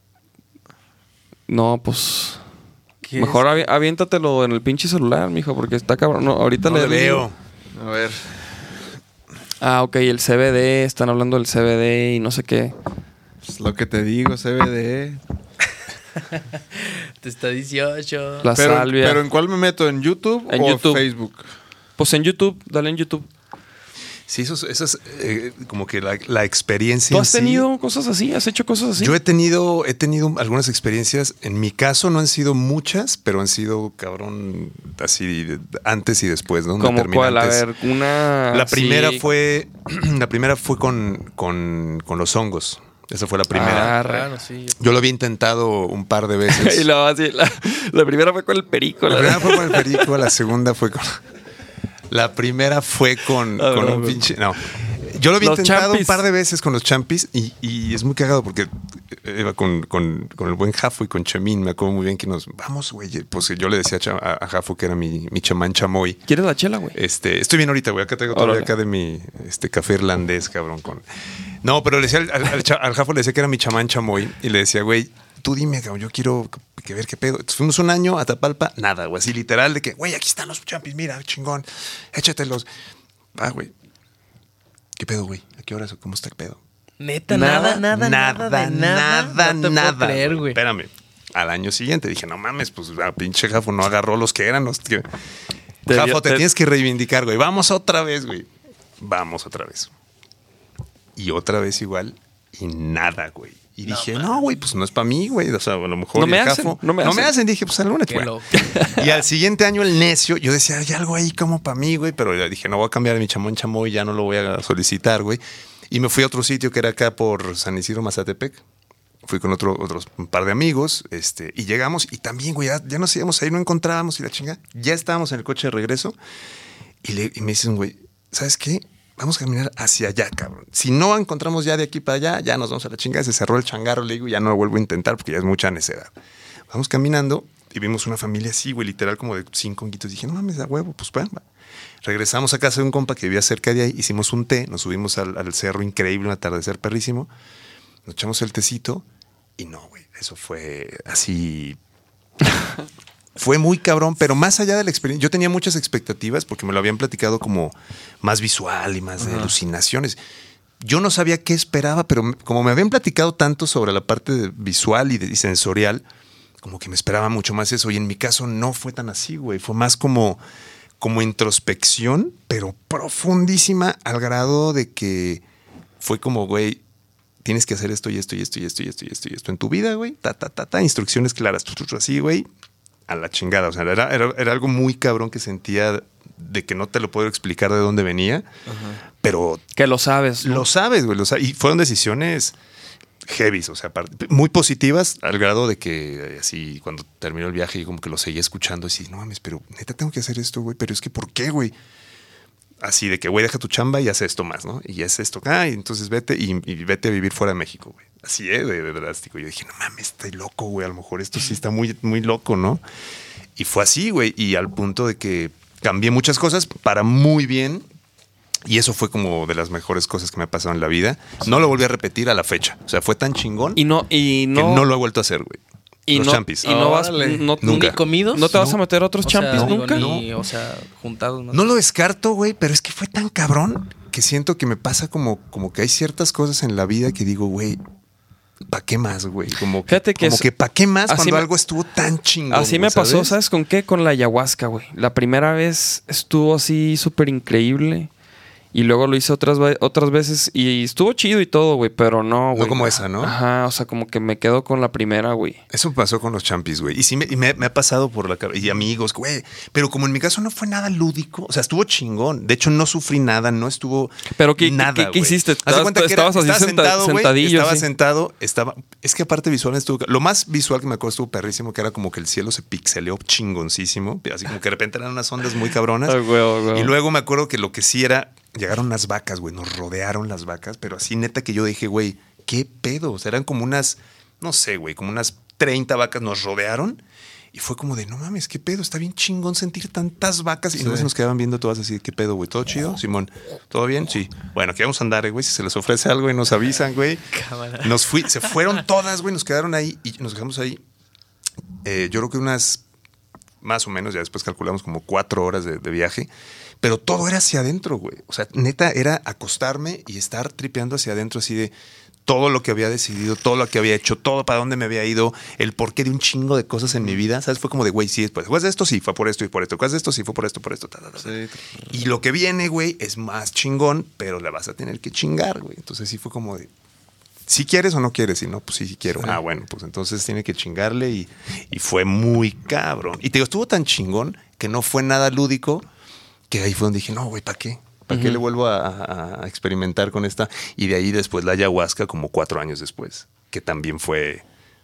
No, pues. ¿Qué Mejor es? avi- aviéntatelo en el pinche celular, mijo, porque está cabrón. No, ahorita No le le veo. A ver. Ah, ok, el C B D, están hablando del C B D y no sé qué. Pues lo que te digo, C B D. Te está dieciocho. La Pero, salvia. pero ¿en cuál me meto? ¿En YouTube En o YouTube. Facebook? Pues en YouTube, dale en YouTube. Sí, eso es, eso es, eh, como que la, la experiencia. ¿Tú en has sí. tenido cosas así? ¿Has hecho cosas así? Yo he tenido, he tenido algunas experiencias. En mi caso no han sido muchas, pero han sido, cabrón, así de- antes y después, ¿no? ¿Como cuál? A Determinantes. ver, una... La primera sí. fue, la primera fue con, con, con los hongos. Esa fue la primera. Ah, Claro, sí. yo- Yo lo había intentado un par de veces. y la, así, la, la primera fue con el perico. La La, primera fue con el perico, la segunda fue con. La primera fue con, A ver, con a un ver. pinche. No. Yo lo había Los intentado champis. un par de veces con los champis y, y es muy cagado porque iba con, con, con el buen Jafo y con Chamín. Me acuerdo muy bien que nos. Vamos, güey. Pues yo le decía a, Cha- a, a Jafo que era mi, mi chamán chamoy. ¿Quieres la chela, güey? Este, estoy bien ahorita, güey. Acá tengo todavía Órale. acá de mi este, café irlandés, cabrón. Con... No, pero le decía al, al, al cha- al Jafo le decía que era mi chamán chamoy y le decía, güey, tú dime, cabrón, yo quiero que, que ver qué pedo. Entonces, fuimos un año a Tapalpa, nada, güey, así literal de que, güey, aquí están los champis, mira, chingón, échatelos. Ah, güey. ¿Qué pedo, güey? ¿A qué horas? ¿Cómo está el pedo? Neta, nada, nada, nada, nada, de nada. nada, no te nada, puedo creer, güey. güey. Espérame. Al año siguiente dije, no mames, pues a pinche Jafo no agarró los que eran. Los que... Te Jafo, dio- te, te- tienes que reivindicar, güey. Vamos otra vez, güey. Vamos otra vez. Y otra vez igual. Y nada, güey. Y dije, no, güey, pues no es para mí, güey. O sea, a lo mejor No y me el hacen, Jafo- no me hacen. Dije, pues alguna Qué fue. loco. Y al siguiente año el necio, yo decía, hay algo ahí como para mí, güey. Pero ya dije, no voy a cambiar mi chamón chamoy, ya no lo voy a solicitar, güey. Y me fui a otro sitio que era acá por San Isidro, Mazatepec. Fui con otro, otros un par de amigos, este, y llegamos, y también, güey, ya, ya nos íbamos ahí, no encontrábamos y la chinga. Ya estábamos en el coche de regreso, y, le, y me dicen, güey, ¿sabes qué? Vamos a caminar hacia allá, cabrón. Si no encontramos ya de aquí para allá, ya nos vamos a la chingada. Se cerró el changarro, le digo, ya no lo vuelvo a intentar porque ya es mucha necedad. Vamos caminando y vimos una familia así, güey, literal como de cinco honguitos. Dije, no mames, da huevo, pues va. va. Regresamos a casa de un compa que vivía cerca de ahí, hicimos un té, nos subimos al, al cerro increíble, un atardecer perrísimo, nos echamos el tecito y no, güey, eso fue así... Fue muy cabrón, pero más allá de la experiencia, yo tenía muchas expectativas porque me lo habían platicado como más visual y más de Ajá. alucinaciones. Yo no sabía qué esperaba, pero me- como me habían platicado tanto sobre la parte de visual y, de, y sensorial, como que me esperaba mucho más eso. Y en mi caso no fue tan así, güey. Fue más como, como introspección, pero profundísima al grado de que fue como, güey, tienes que hacer esto y esto y esto y esto y esto y esto y esto en tu vida, güey. Ta, ta, ta, ta, instrucciones claras, tu, tu, tu, así, güey. A la chingada. O sea, era, era, era algo muy cabrón que sentía de que no te lo puedo explicar de dónde venía, pero Que lo sabes, ¿no? lo sabes, güey. Lo sabes. Y fueron decisiones heavy, o sea, aparte- muy positivas al grado de que eh, así cuando terminó el viaje y como que lo seguía escuchando y así, no mames, pero neta tengo que hacer esto, güey. Pero es que ¿por qué, güey? Así de que, güey, deja tu chamba y haz esto más, ¿no? Y es esto acá, y entonces vete y, y vete a vivir fuera de México, güey. Así, ¿eh? De, de drástico. Yo dije, no mames, estoy loco, güey. A lo mejor esto sí está muy, muy loco, ¿no? Y fue así, güey. Y al punto de que cambié muchas cosas para muy bien. Y eso fue como de las mejores cosas que me ha pasado en la vida. No lo volví a repetir a la fecha. O sea, fue tan chingón Y no, y que no, no lo he vuelto a hacer, güey. y Los no, champis. Y no vas, Órale. no, Nunca. ¿Ni comidos? ¿No te vas No. a meter a otros O sea, champis digo, nunca? ni, o sea, juntados. No lo descarto, güey, pero es que fue tan cabrón que siento que me pasa como, como que hay ciertas cosas en la vida que digo, güey, ¿para qué más, güey? Como, Fíjate que como es- que ¿para qué más así cuando me- algo estuvo tan chingón? Así güey, me pasó, ¿sabes con qué? Con la ayahuasca, güey. La primera vez estuvo así súper increíble. Y luego lo hice otras, otras veces y estuvo chido y todo, güey, pero no, güey. No como esa, ¿no? Ajá, o sea, como que me quedo con la primera, güey. Eso pasó con los champis, güey. Y sí me, y me, me ha pasado por la cabeza. Y amigos, güey. Pero como en mi caso no fue nada lúdico, o sea, estuvo chingón. De hecho, no sufrí nada, no estuvo Pero ¿qué, nada, ¿qué, qué, ¿qué hiciste? Haz de cuenta que era- estabas así estaba senta- sentado, güey, sentadillo. Estaba así. sentado, estaba. Es que aparte visual estuvo. Lo más visual que me acuerdo estuvo perrísimo, que era como que el cielo se pixeleó chingoncísimo. Así como que de repente eran unas ondas muy cabronas. Ay, güey, güey. Y luego me acuerdo que lo que sí era. Llegaron las vacas, güey. Nos rodearon las vacas, pero así neta que yo dije, güey, ¿qué pedo? O sea, eran como unas, no sé, güey, como unas treinta vacas nos rodearon. Y fue como de, no mames, ¿qué pedo? Está bien chingón sentir tantas vacas. Y Sí. luego se nos quedaban viendo todas así, ¿qué pedo, güey? ¿Todo chido, Simón? ¿Todo bien? Sí. Bueno, aquí vamos a andar, eh, güey. Si se les ofrece algo y nos avisan, güey. Cámara. Nos fui, se fueron todas, güey. Nos quedaron ahí y nos dejamos ahí. Eh, yo creo que unas, más o menos, ya después calculamos como cuatro horas de, de viaje. Pero todo era hacia adentro, güey. O sea, neta, era acostarme y estar tripeando hacia adentro así de todo lo que había decidido, todo lo que había hecho, todo para dónde me había ido, el porqué de un chingo de cosas en mi vida. ¿Sabes? Fue como de, güey, sí, después, después de esto sí, fue por esto y por esto. Después de esto sí, fue por esto, por esto. Ta, ta, ta, ta. Sí. Y lo que viene, güey, es más chingón, pero la vas a tener que chingar, güey. Entonces sí fue como de, si quieres o no quieres, y no, pues sí, sí quiero. Ah, bueno, pues entonces tiene que chingarle y, y fue muy cabrón. Y te digo, estuvo tan chingón que no fue nada lúdico, que ahí fue donde dije, no, güey, ¿para qué? ¿Para qué le vuelvo a, a- a experimentar con esta? Y de ahí después la ayahuasca, como cuatro años después, que también fue,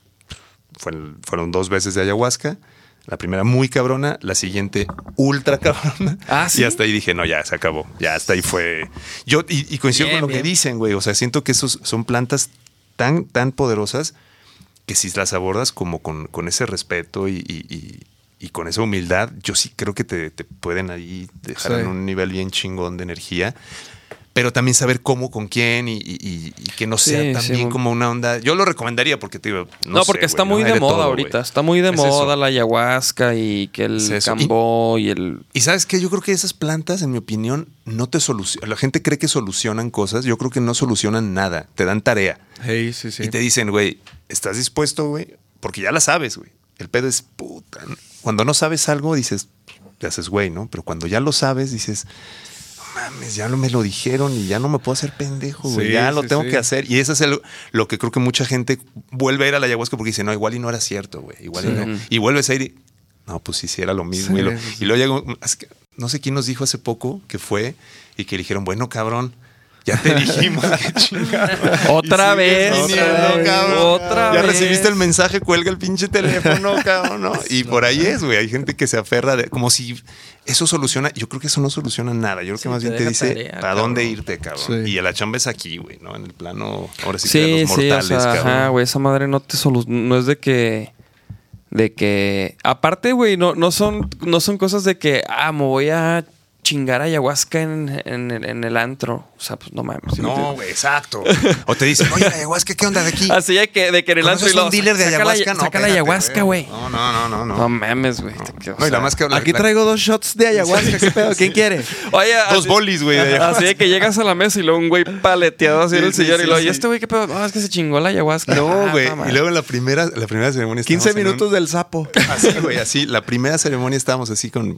fue fueron dos veces de ayahuasca. La primera muy cabrona, la siguiente ultra cabrona. Ah, ¿sí? Y hasta ahí dije, no, ya se acabó. Ya hasta ahí fue. Yo, y, y coincido Bien, con lo bien. que dicen, güey. O sea, siento que esos son plantas tan, tan poderosas que si las abordas como con, con ese respeto y, y- y- y con esa humildad, yo sí creo que te, te pueden ahí dejar Sí. en un nivel bien chingón de energía. Pero también saber cómo, con quién y, y- y- y que no sea Sí, también sí. como una onda. Yo lo recomendaría porque te digo. No, No, sé, porque está güey, ¿no? muy Hay de moda todo, ahorita. güey. Está muy de Es moda eso. la ayahuasca y que el Es eso. cambó y, el... Y sabes qué, yo creo que esas plantas, en mi opinión, no te solucionan. La gente cree que solucionan cosas. Yo creo que no solucionan nada. Te dan tarea. Hey, sí, sí. Y te dicen, güey, ¿estás dispuesto, güey? Porque ya la sabes, güey. El pedo es puta. Cuando no sabes algo, dices, te haces güey, ¿no? Pero cuando ya lo sabes, dices, no mames, ya no me lo dijeron y ya no me puedo hacer pendejo, güey. Sí, ya lo sí, tengo sí. que hacer. Y eso es el- lo que creo que mucha gente vuelve a ir a la ayahuasca porque dice, no, igual y no era cierto, güey. Igual y Sí. no. Y vuelves a ir y, no, pues sí, sí era lo mismo. Sí, y, lo- sí, sí. y luego llegó, es que no sé quién nos dijo hace poco que fue y que le dijeron, bueno, cabrón, ya te dijimos que chingado. Otra Y sigues vez. viniendo, Otra vez. cabrón. Otra ya vez. recibiste el mensaje, cuelga el pinche teléfono, cabrón, ¿no? Y por ahí es, güey. Hay gente que se aferra de, como si eso soluciona. Yo creo que eso no soluciona nada. Yo creo que Sí, más te bien te deja dice tarea, para cabrón. dónde irte, cabrón. Sí. Y la chamba es aquí, güey, ¿no? En el plano, ahora sí, que de Sí, los sí, o mortales, sea, cabrón. ajá, güey, esa madre no te solu no es de que de que aparte, güey, no no son no son cosas de que ah, me voy a chingar ayahuasca en, en, el, en el antro, o sea, pues no mames. ¿sí me No, entiendes? güey, exacto. O te dicen, oye, la ayahuasca, ¿qué onda de aquí? Así de que de que en el antro ¿Conoces y luego un dealer de saca la- ayahuasca? No, saca la espérate, ayahuasca, güey. No, no, no, no, no. No mames, güey. te quedas, No, y o la sea, más que la- Aquí la- traigo dos shots de ayahuasca. ¿Qué pedo? ¿Quién quiere? Oye, dos así- bolis, güey, de ayahuasca. Así de que llegas a la mesa y luego un güey paleteado así en Sí, el sí, sillón sí, y luego, sí. ¿y este güey qué pedo? No, es que se chingó la ayahuasca. No, Ah, güey. mames. Y luego en la primera, la primera ceremonia quince estábamos en un- minutos del sapo. Así, güey, así. La primera ceremonia estábamos así con...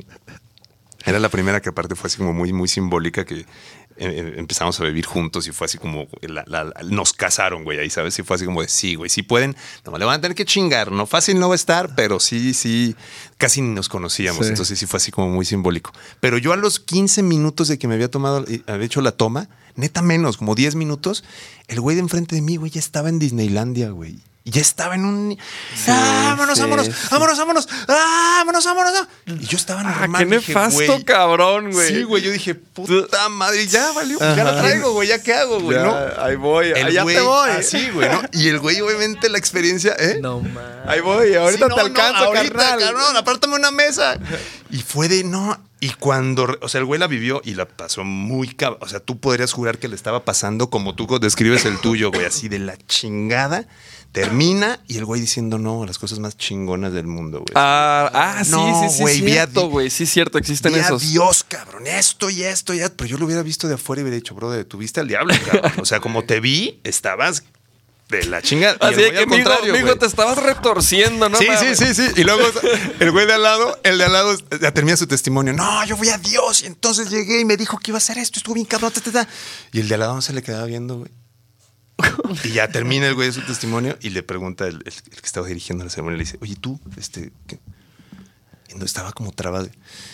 Era la primera que aparte fue así como muy, muy simbólica que eh, eh, empezamos a vivir juntos y fue así como... la- la- la- nos casaron, güey, ahí, ¿sabes? Y fue así como de, sí, güey, sí pueden. No, le van a tener que chingar. No fácil no va a estar, pero sí, sí. Casi ni nos conocíamos. Sí. Entonces sí fue así como muy simbólico. Pero yo a los quince minutos de que me había tomado, eh, había hecho la toma, neta menos, como diez minutos, el güey de enfrente de mí, güey, ya estaba en Disneylandia, güey. Y ya estaba en un... ¡Ah, vámonos, sí, vámonos! sí. ¡Vámonos, vámonos! ¡Ah, vámonos, vámonos! Y yo estaba Ah, normal. qué dije, nefasto, güey, cabrón, güey. Sí, güey, yo dije, puta madre, ya valió, ya la Ajá. traigo, güey, ya qué hago, güey, ¿no? ahí voy. El allá güey, te voy. así, güey, ¿no? Y el güey, obviamente, la experiencia, ¿eh? No mames. Ahí voy. Ahorita Sí, no, te no, alcanzo, ahorita, carnal. cabrón, apártame una mesa. Y fue de, no... Y cuando, o sea, el güey la vivió y la pasó muy cabrón. O sea, tú podrías jurar que le estaba pasando como tú describes el tuyo, güey, así de la chingada. Termina y el güey diciendo, no, las cosas más chingonas del mundo, güey. Ah, ah, sí, No, sí, sí, güey, vi a cierto, Di- güey. Sí, cierto, existen Vi a esos. Dios, cabrón, esto y esto y esto. Pero yo lo hubiera visto de afuera y hubiera dicho, bro, tuviste al diablo, cabrón. O sea, como te vi, estabas de la chingada. Y Así el de güey que, al mijo, contrario, mijo, güey. te estabas retorciendo, ¿no? Sí, mames? sí, sí, sí. Y luego el güey de al lado, el de al lado ya termina su testimonio. No, yo fui a Dios y entonces llegué y me dijo que iba a hacer esto. Estuvo bien cabrón. Ta, ta, ta. Y el de al lado no se le quedaba viendo, güey. Y ya termina el güey de su testimonio y le pregunta el, el- el que estaba dirigiendo la ceremonia. Le dice, oye, tú, este, ¿qué? Y no estaba como trabado.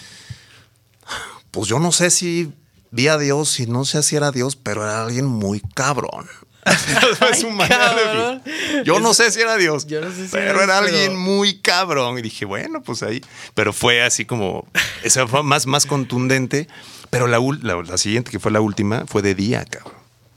Pues yo no sé si vi a Dios y no sé si era Dios, pero era alguien muy cabrón. Es su manera de- cabrón. Yo no sé si era Dios, Yo no sé si pero era, era pero- alguien muy cabrón. Y dije, bueno, pues ahí. Pero fue así como, esa fue más, más contundente. Pero la, ul- la, la siguiente, que fue la última, fue de día, cabrón.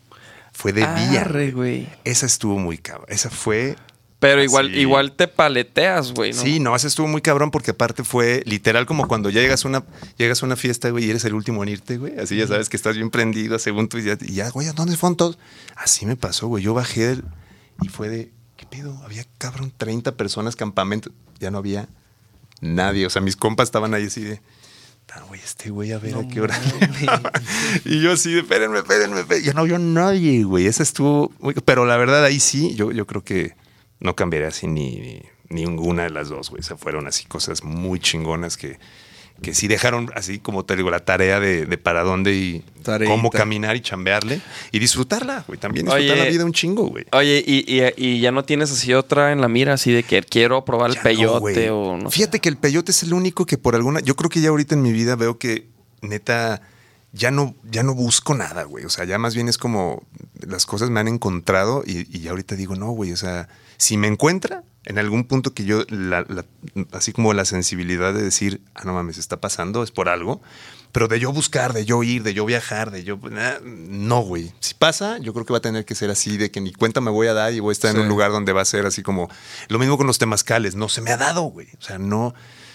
Fue de día. Arre, güey. Esa estuvo muy cabrón. Esa fue... Pero igual, así. igual te paleteas, güey, ¿no? Sí, no, esa estuvo muy cabrón porque aparte fue literal como cuando ya llegas a una, llegas a una fiesta, güey, y eres el último en irte, güey. Así ya sabes que estás bien prendido, según tú, y ya, y ya, güey, ¿a dónde fueron todos? Así me pasó, güey. Yo bajé del, y fue de, ¿qué pedo? Había, cabrón, treinta personas, campamento. Ya no había nadie. O sea, mis compas estaban ahí así de, ah, güey, este güey, a ver No a qué hora. mames. Y yo así de, espérenme, espérenme, espérenme. Ya no vio nadie, güey. Esa estuvo muy... Pero la verdad, ahí sí, yo, yo creo que no cambiaría así ni, ni ninguna de las dos, güey. O sea, fueron así cosas muy chingonas que, que sí dejaron así, como te digo, la tarea de, de para dónde y Tareita. cómo caminar y chambearle y disfrutarla, güey. También disfrutar Oye, la vida un chingo, güey. Oye, y, y, y ya no tienes así otra en la mira, así de que quiero probar el Ya no, peyote güey. o no sé. Fíjate que el peyote es el único que por alguna... Yo creo que ya ahorita en mi vida veo que, neta, ya no, ya no busco nada, güey. O sea, ya más bien es como las cosas me han encontrado y, y ya ahorita digo, no, güey. O sea, si me encuentra en algún punto que yo, la- la- así como la sensibilidad de decir, ah, no mames, está pasando, es por algo. Pero de yo buscar, de yo ir, de yo viajar, de yo... nah, no, güey. Si pasa, yo creo que va a tener que ser así, de que ni cuenta me voy a dar y voy a estar Sí. en un lugar donde va a ser así como... Lo mismo con los temazcales. No se me ha dado, güey. O sea, no...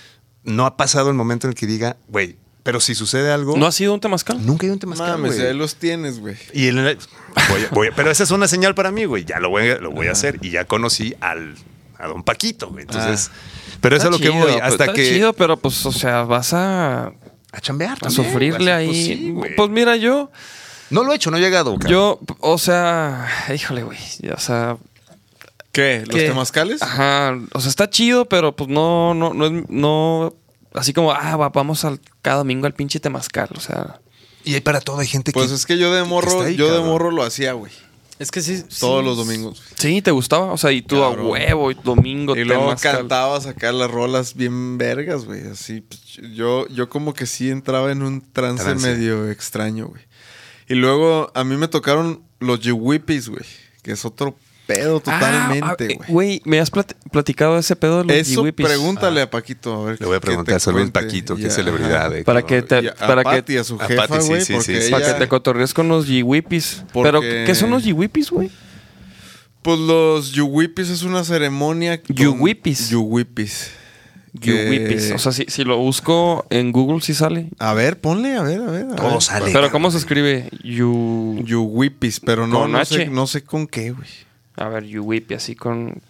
No ha pasado el momento en el que diga, güey, pero si sucede algo... ¿No ha sido un temazcal? Nunca hay un temazcal, Mames, güey. ahí los tienes, güey. Y el- voy a- voy a- pero esa es una señal para mí, güey. Ya lo voy, a- lo voy a hacer. Y ya conocí al, a don Paquito, güey. Entonces, pero eso es lo que voy. Hasta está que... chido, pero pues, o sea, vas a, A chambear a también, sufrirle güey. ahí. Pues sí, güey. Pues mira, yo, No lo he hecho, no he llegado, cabrón. yo, o sea, híjole, güey. O sea, ¿Qué? ¿Los ¿Qué? temazcales? ajá. O sea, está chido, pero pues no, no, no es, no. Así como, ah, va- vamos al, cada domingo al pinche temazcal. O sea, Y hay para todo. Hay gente Pues que... es que yo de que morro, está ahí, yo de cabrón. morro lo hacía, güey. Es que sí. Todos sí. los domingos. sí, ¿te gustaba? O sea, y tú Cabrón. a huevo, y domingo, Y luego temazcal. cantaba sacar las rolas bien vergas, güey. Así, pues, yo, yo como que sí entraba en un trance, Trance. medio extraño, güey. Y luego a mí me tocaron los Yiwipis, güey. Que es otro pedo Ah, totalmente, ah, eh, güey. Güey, me has plat- platicado ese pedo de los Eso Yiwipis? pregúntale a Paquito, a ver. Le voy a qué preguntar te sobre el cuente. Paquito, Y que es a- celebridad. ajá. eh, Para cabrón. que te- Y a, para a que- Pati, a su a jefa, Pati, sí, güey, sí, porque sí, sí. ella... Para que te cotorrees con los Yiwipis. Porque- Pero, ¿qué son los Yiwipis, güey? Pues los Yuwipis es una ceremonia... con- Yuwipis. Yuwipis. Que- Yiwipis. O sea, si, si lo busco en Google, sí sale. A ver, ponle, a ver, a ver. a Todo ver. sale. Pero, cabrón. ¿cómo se escribe? Yu... Yuwipis, pero no, Con no, H. sé, no sé con qué, güey. A ver, Yuwipi, así con...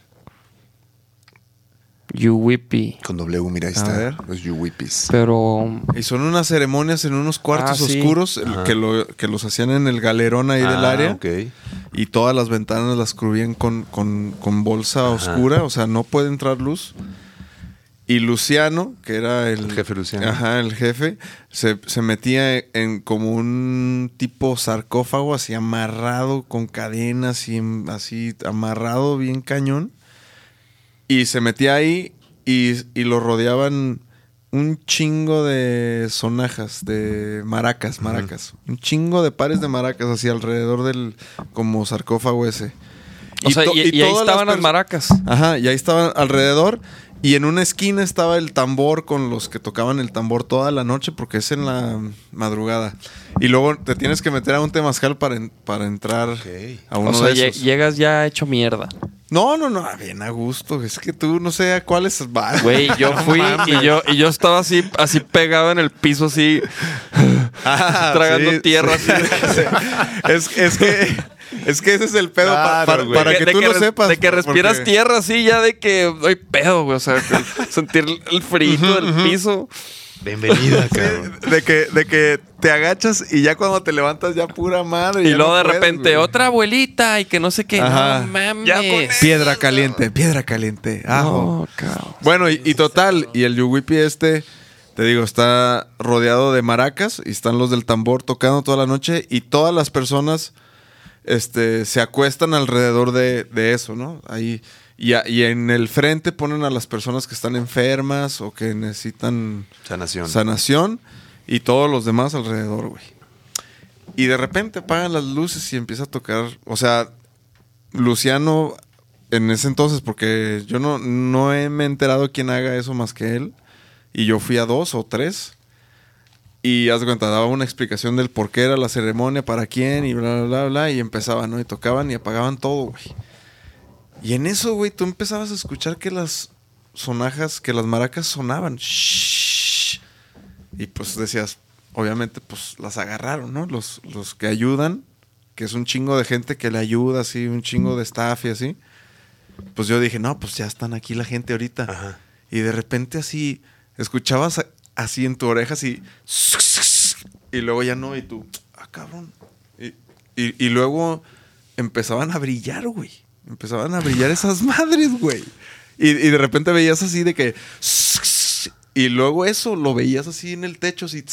Yuwipi. Con W, mira, ahí A está. ver. Los Yuwipis. Pero... Y son unas ceremonias en unos cuartos Ah, sí. oscuros el- Ajá. que, lo- que los hacían en el galerón ahí del Ah, área. ok. Y todas las ventanas las cubrían con, con, con bolsa oscura, o sea, no puede entrar luz. Y Luciano, que era el, El jefe Luciano. Ajá, el jefe, se, se metía en como un tipo sarcófago así amarrado con cadenas y en- así amarrado bien cañón. Y se metía ahí y, y lo rodeaban un chingo de sonajas, de maracas, maracas. Un chingo de pares de maracas así alrededor del como sarcófago ese. O sea, to- y, y ahí todas estaban las perso- maracas. Ajá, y ahí estaban alrededor. Y en una esquina estaba el tambor con los que tocaban el tambor toda la noche porque es en la madrugada. Y luego te tienes que meter a un temazcal para, en- para entrar a uno O sea, de lle- esos. llegas ya hecho mierda. No, no, no, bien a gusto. Es que tú no sé a cuáles vas. Güey, yo fui y yo, y yo estaba así, así pegado en el piso, así, Ah, tragando sí, tierra. sí. así. es, es que es que ese es el pedo pa- Claro, para, güey. para De que de tú lo res- sepas. De que respiras porque- tierra así, ya de que doy pedo, güey. O sea, que sentir el frito del piso. Bienvenida, cabrón. De que, de que te agachas y ya cuando te levantas ya pura madre. Y ya luego no de puedes, repente, güey. otra abuelita y que no sé qué. Ajá. No mames. Ya con Piedra caliente, piedra caliente. Ajo. No, cabrón. Bueno, y, y total, y el yuwipi este, te digo, está rodeado de maracas y están los del tambor tocando toda la noche y todas las personas este, se acuestan alrededor de, de eso, ¿no? Ahí, y, a- y en el frente ponen a las personas que están enfermas o que necesitan Sanación. sanación y todos los demás alrededor, güey. Y de repente apagan las luces y empieza a tocar, o sea, Luciano en ese entonces, porque yo no, no he, me he enterado quién haga eso más que él, y yo fui a dos o tres, y haz de cuenta, daba una explicación del por qué era la ceremonia, para quién, y bla, bla, bla, bla, y empezaban, ¿no? Y tocaban y apagaban todo, güey. Y en eso, güey, tú empezabas a escuchar que las sonajas, que las maracas sonaban. Shhh. Y pues decías, obviamente, pues las agarraron, ¿no? Los, los que ayudan, que es un chingo de gente que le ayuda, así, un chingo de staff y así. Pues yo dije, no, pues ya están aquí la gente ahorita. Ajá. Y de repente así, escuchabas a- así en tu oreja, así. Y luego ya no, y tú, ah, cabrón. Y, y, y luego empezaban a brillar, güey. Empezaban a brillar esas madres, güey. Y, y de repente veías así de que... Y luego eso lo veías así en el techo, así...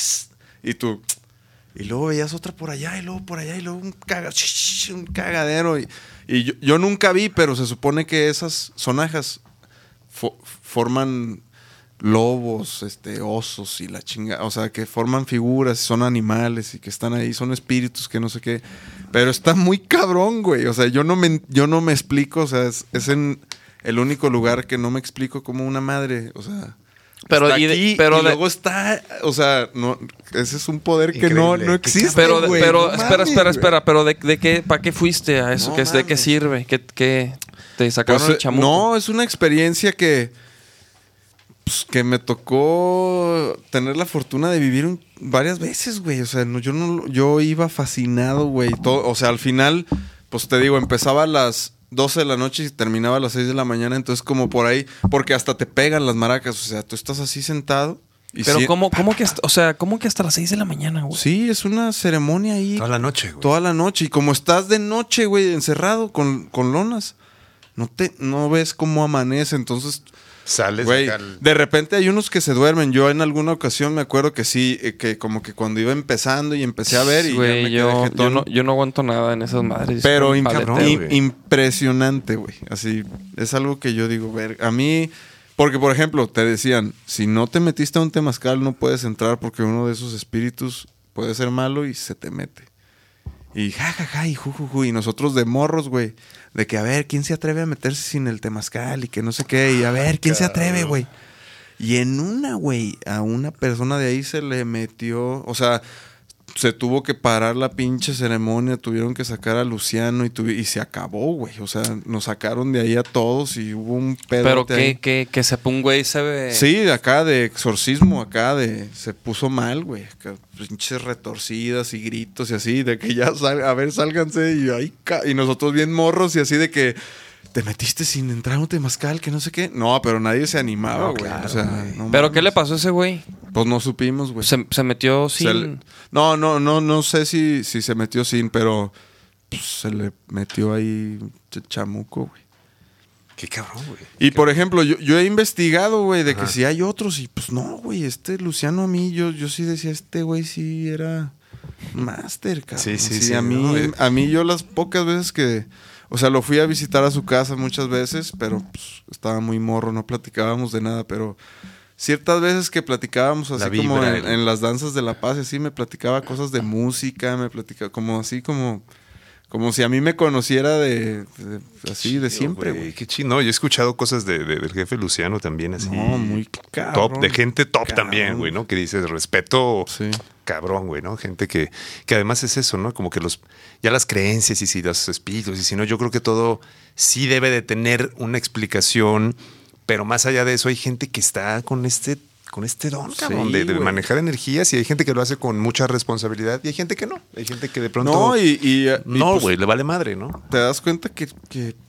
Y tú... Y luego veías otra por allá, y luego por allá, y luego un, caga, un cagadero. Y, y yo, yo nunca vi, pero se supone que esas sonajas fo- forman lobos, este, osos y la chinga. O sea, que forman figuras, son animales y que están ahí, son espíritus que no sé qué. Pero está muy cabrón, güey. O sea, yo no me, yo no me explico. O sea, es, es en el único lugar que no me explico como una madre. O sea, Pero está y de- aquí pero y de- luego está, o sea, no, ese es un poder que no, Increíble. no Qué existe. Pero, de- güey. pero No espera, mames, espera, güey. espera. Pero de, de qué, ¿para qué fuiste a eso? No ¿Qué, ¿De qué mames. sirve? ¿Qué, qué te sacaron Pues, el chamuco? no, es una experiencia que, pues, que me tocó tener la fortuna de vivir un- varias veces, güey. O sea, no, yo no, yo iba fascinado, güey. Todo- O sea, al final, pues te digo, empezaba a las doce de la noche y terminaba a las seis de la mañana. Entonces, como por ahí, porque hasta te pegan las maracas. O sea, tú estás así sentado. Y Pero sí- ¿cómo, cómo que, hasta- o sea, ¿cómo que hasta las seis de la mañana, güey? Sí, es una ceremonia ahí. Toda la noche, güey. Toda la noche. Y como estás de noche, güey, encerrado con, con lonas, no te, no ves cómo amanece. Entonces, Sales güey, acá al- de repente hay unos que se duermen. Yo en alguna ocasión me acuerdo que sí, eh, que como que cuando iba empezando y empecé a ver y ya Güey, me quedé yo, yo, jetón. no, yo no aguanto nada en esas madres. Pero Un im- paleteo, im- güey. impresionante, güey. Así, es algo que yo digo, ver, a mí... Porque, por ejemplo, te decían, si no te metiste a un temazcal no puedes entrar porque uno de esos espíritus puede ser malo y se te mete. Y jajaja, ja, ja, y jujuju. Y nosotros de morros, güey, de que a ver, ¿quién se atreve a meterse sin el temazcal? Y que no sé qué. Y a ver, ¿quién se atreve, güey? Y en una, güey, a una persona de ahí se le metió, o sea, se tuvo que parar la pinche ceremonia, tuvieron que sacar a Luciano y, tuvi- y se acabó, güey. O sea, nos sacaron de ahí a todos y hubo un pedo. Pero que, que, que se ponga güey se ve... Sí, de acá de exorcismo, acá de... Se puso mal, güey. Acá, pinches retorcidas y gritos y así, de que ya salga, a ver, sálganse y ahí... ca- Y nosotros bien morros y así de que... Te metiste sin entrar a un temazcal, que no sé qué. No, pero nadie se animaba, No, güey. claro, o sea, güey. no ¿Pero mames. qué le pasó a ese güey? Pues no supimos, güey. Se, se metió Se sin... le- No, no, no, no sé si, si se metió sin, pero pues, se le metió ahí ch- chamuco, güey. Qué cabrón, güey. Y por ejemplo, yo, yo he investigado, güey, de que Ajá. si hay otros, y pues no, güey, este Luciano a mí, yo, yo sí decía, este güey sí era máster, cabrón. Sí, sí, sí, A mí, no, eh. a mí yo las pocas veces que, o sea, lo fui a visitar a su casa muchas veces, pero pues, estaba muy morro, no platicábamos de nada, pero ciertas veces que platicábamos así La como vibra, en, el- en las danzas de la paz, y así me platicaba cosas de música, me platicaba como así como... Como si a mí me conociera de, de- así de Chido, siempre, güey. güey. Qué chido. No, yo he escuchado cosas de, de- del jefe Luciano también, así. No, muy cabrón. top, de gente top Cabrón. también, güey, ¿no? Que dices respeto, Sí. cabrón, güey, ¿no? Gente que, que además es eso, ¿no? Como que los, ya las creencias y si los espíritus, y si no, yo creo que todo sí debe de tener una explicación, pero más allá de eso hay gente que está con este, con este don, cabrón, Sí, de, de güey. manejar energías y hay gente que lo hace con mucha responsabilidad y hay gente que no, hay gente que de pronto... No, y, y- y, no, pues, güey, le vale madre, ¿no? te das cuenta que, que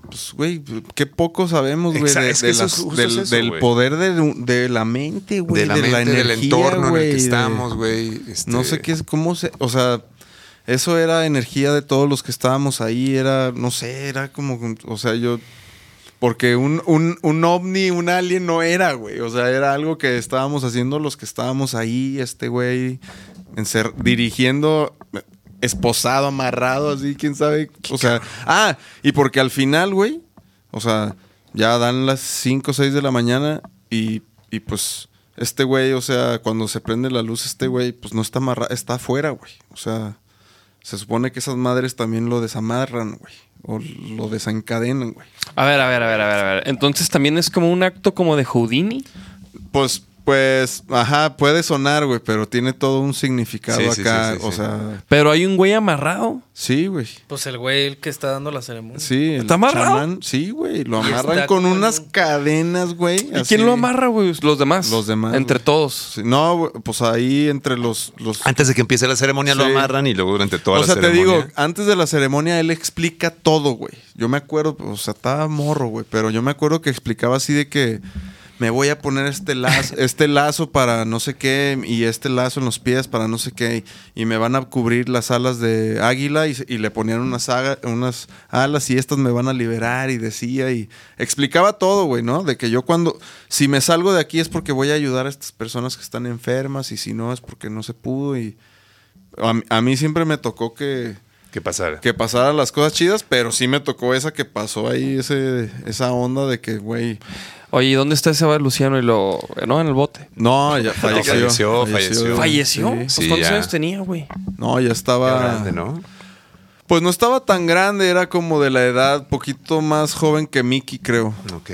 pues, güey, qué poco sabemos, güey, de, Es que de eso las- es justo del, eso, del güey. poder de, de la mente, güey, De la de mente, la energía, del entorno en güey, el que de- estamos, güey. este, No sé qué es, cómo se, o sea, eso era energía de todos los que estábamos ahí, era, no sé, era como, o sea, yo, porque un, un, un ovni, un alien no era, güey, o sea, era algo que estábamos haciendo los que estábamos ahí, este güey, encer- dirigiendo, esposado, amarrado, así, quién sabe, o sea, ah, y porque al final, güey, o sea, ya dan las cinco o seis de la mañana y, y pues... Este güey, o sea, cuando se prende la luz, este güey, pues no está amarrado, está afuera, güey. O sea, se supone que esas madres también lo desamarran, güey. O lo desencadenan, güey. A ver, a ver, a ver, a ver, a ver. Entonces también es como un acto como de Houdini. Pues, pues, ajá, puede sonar, güey, pero tiene todo un significado Sí, sí, acá. sí, sí, o sí. sea, Pero hay un güey amarrado. sí, güey. Pues el güey el que está dando la ceremonia. Sí, el ¿Está amarrado? chamán, sí, güey. Lo Y amarran está con como en unas un- cadenas, güey. ¿Y así. quién lo amarra, güey? Los demás. Los demás. Entre güey. todos. Sí, no, güey, pues ahí entre los... los Antes de que empiece la ceremonia lo Sí. amarran y luego durante toda o la sea, te ceremonia. digo, antes de la ceremonia él explica todo, güey. Yo me acuerdo, o sea, estaba morro, güey, pero yo me acuerdo que explicaba así de que me voy a poner este lazo, este lazo para no sé qué y este lazo en los pies para no sé qué y me van a cubrir las alas de águila y, y le ponían unas, aga- unas alas y estas me van a liberar y decía y explicaba todo, güey, ¿no? De que yo cuando, si me salgo de aquí es porque voy a ayudar a estas personas que están enfermas y si no es porque no se pudo y a, mí- a mí siempre me tocó que ¿Qué pasara? que pasaran las cosas chidas, pero sí me tocó esa que pasó ahí, ese, esa onda de que, güey... Oye, ¿y dónde está ese Luciano y lo... No, en el bote. No, ya falleció. falleció, falleció. ¿Falleció? Sí. Pues, Sí, ¿cuántos ya. años tenía, güey? No, ya Qué estaba... grande, ¿no? Pues no estaba tan grande, era como de la edad, poquito más joven que Mickey, creo. Ok.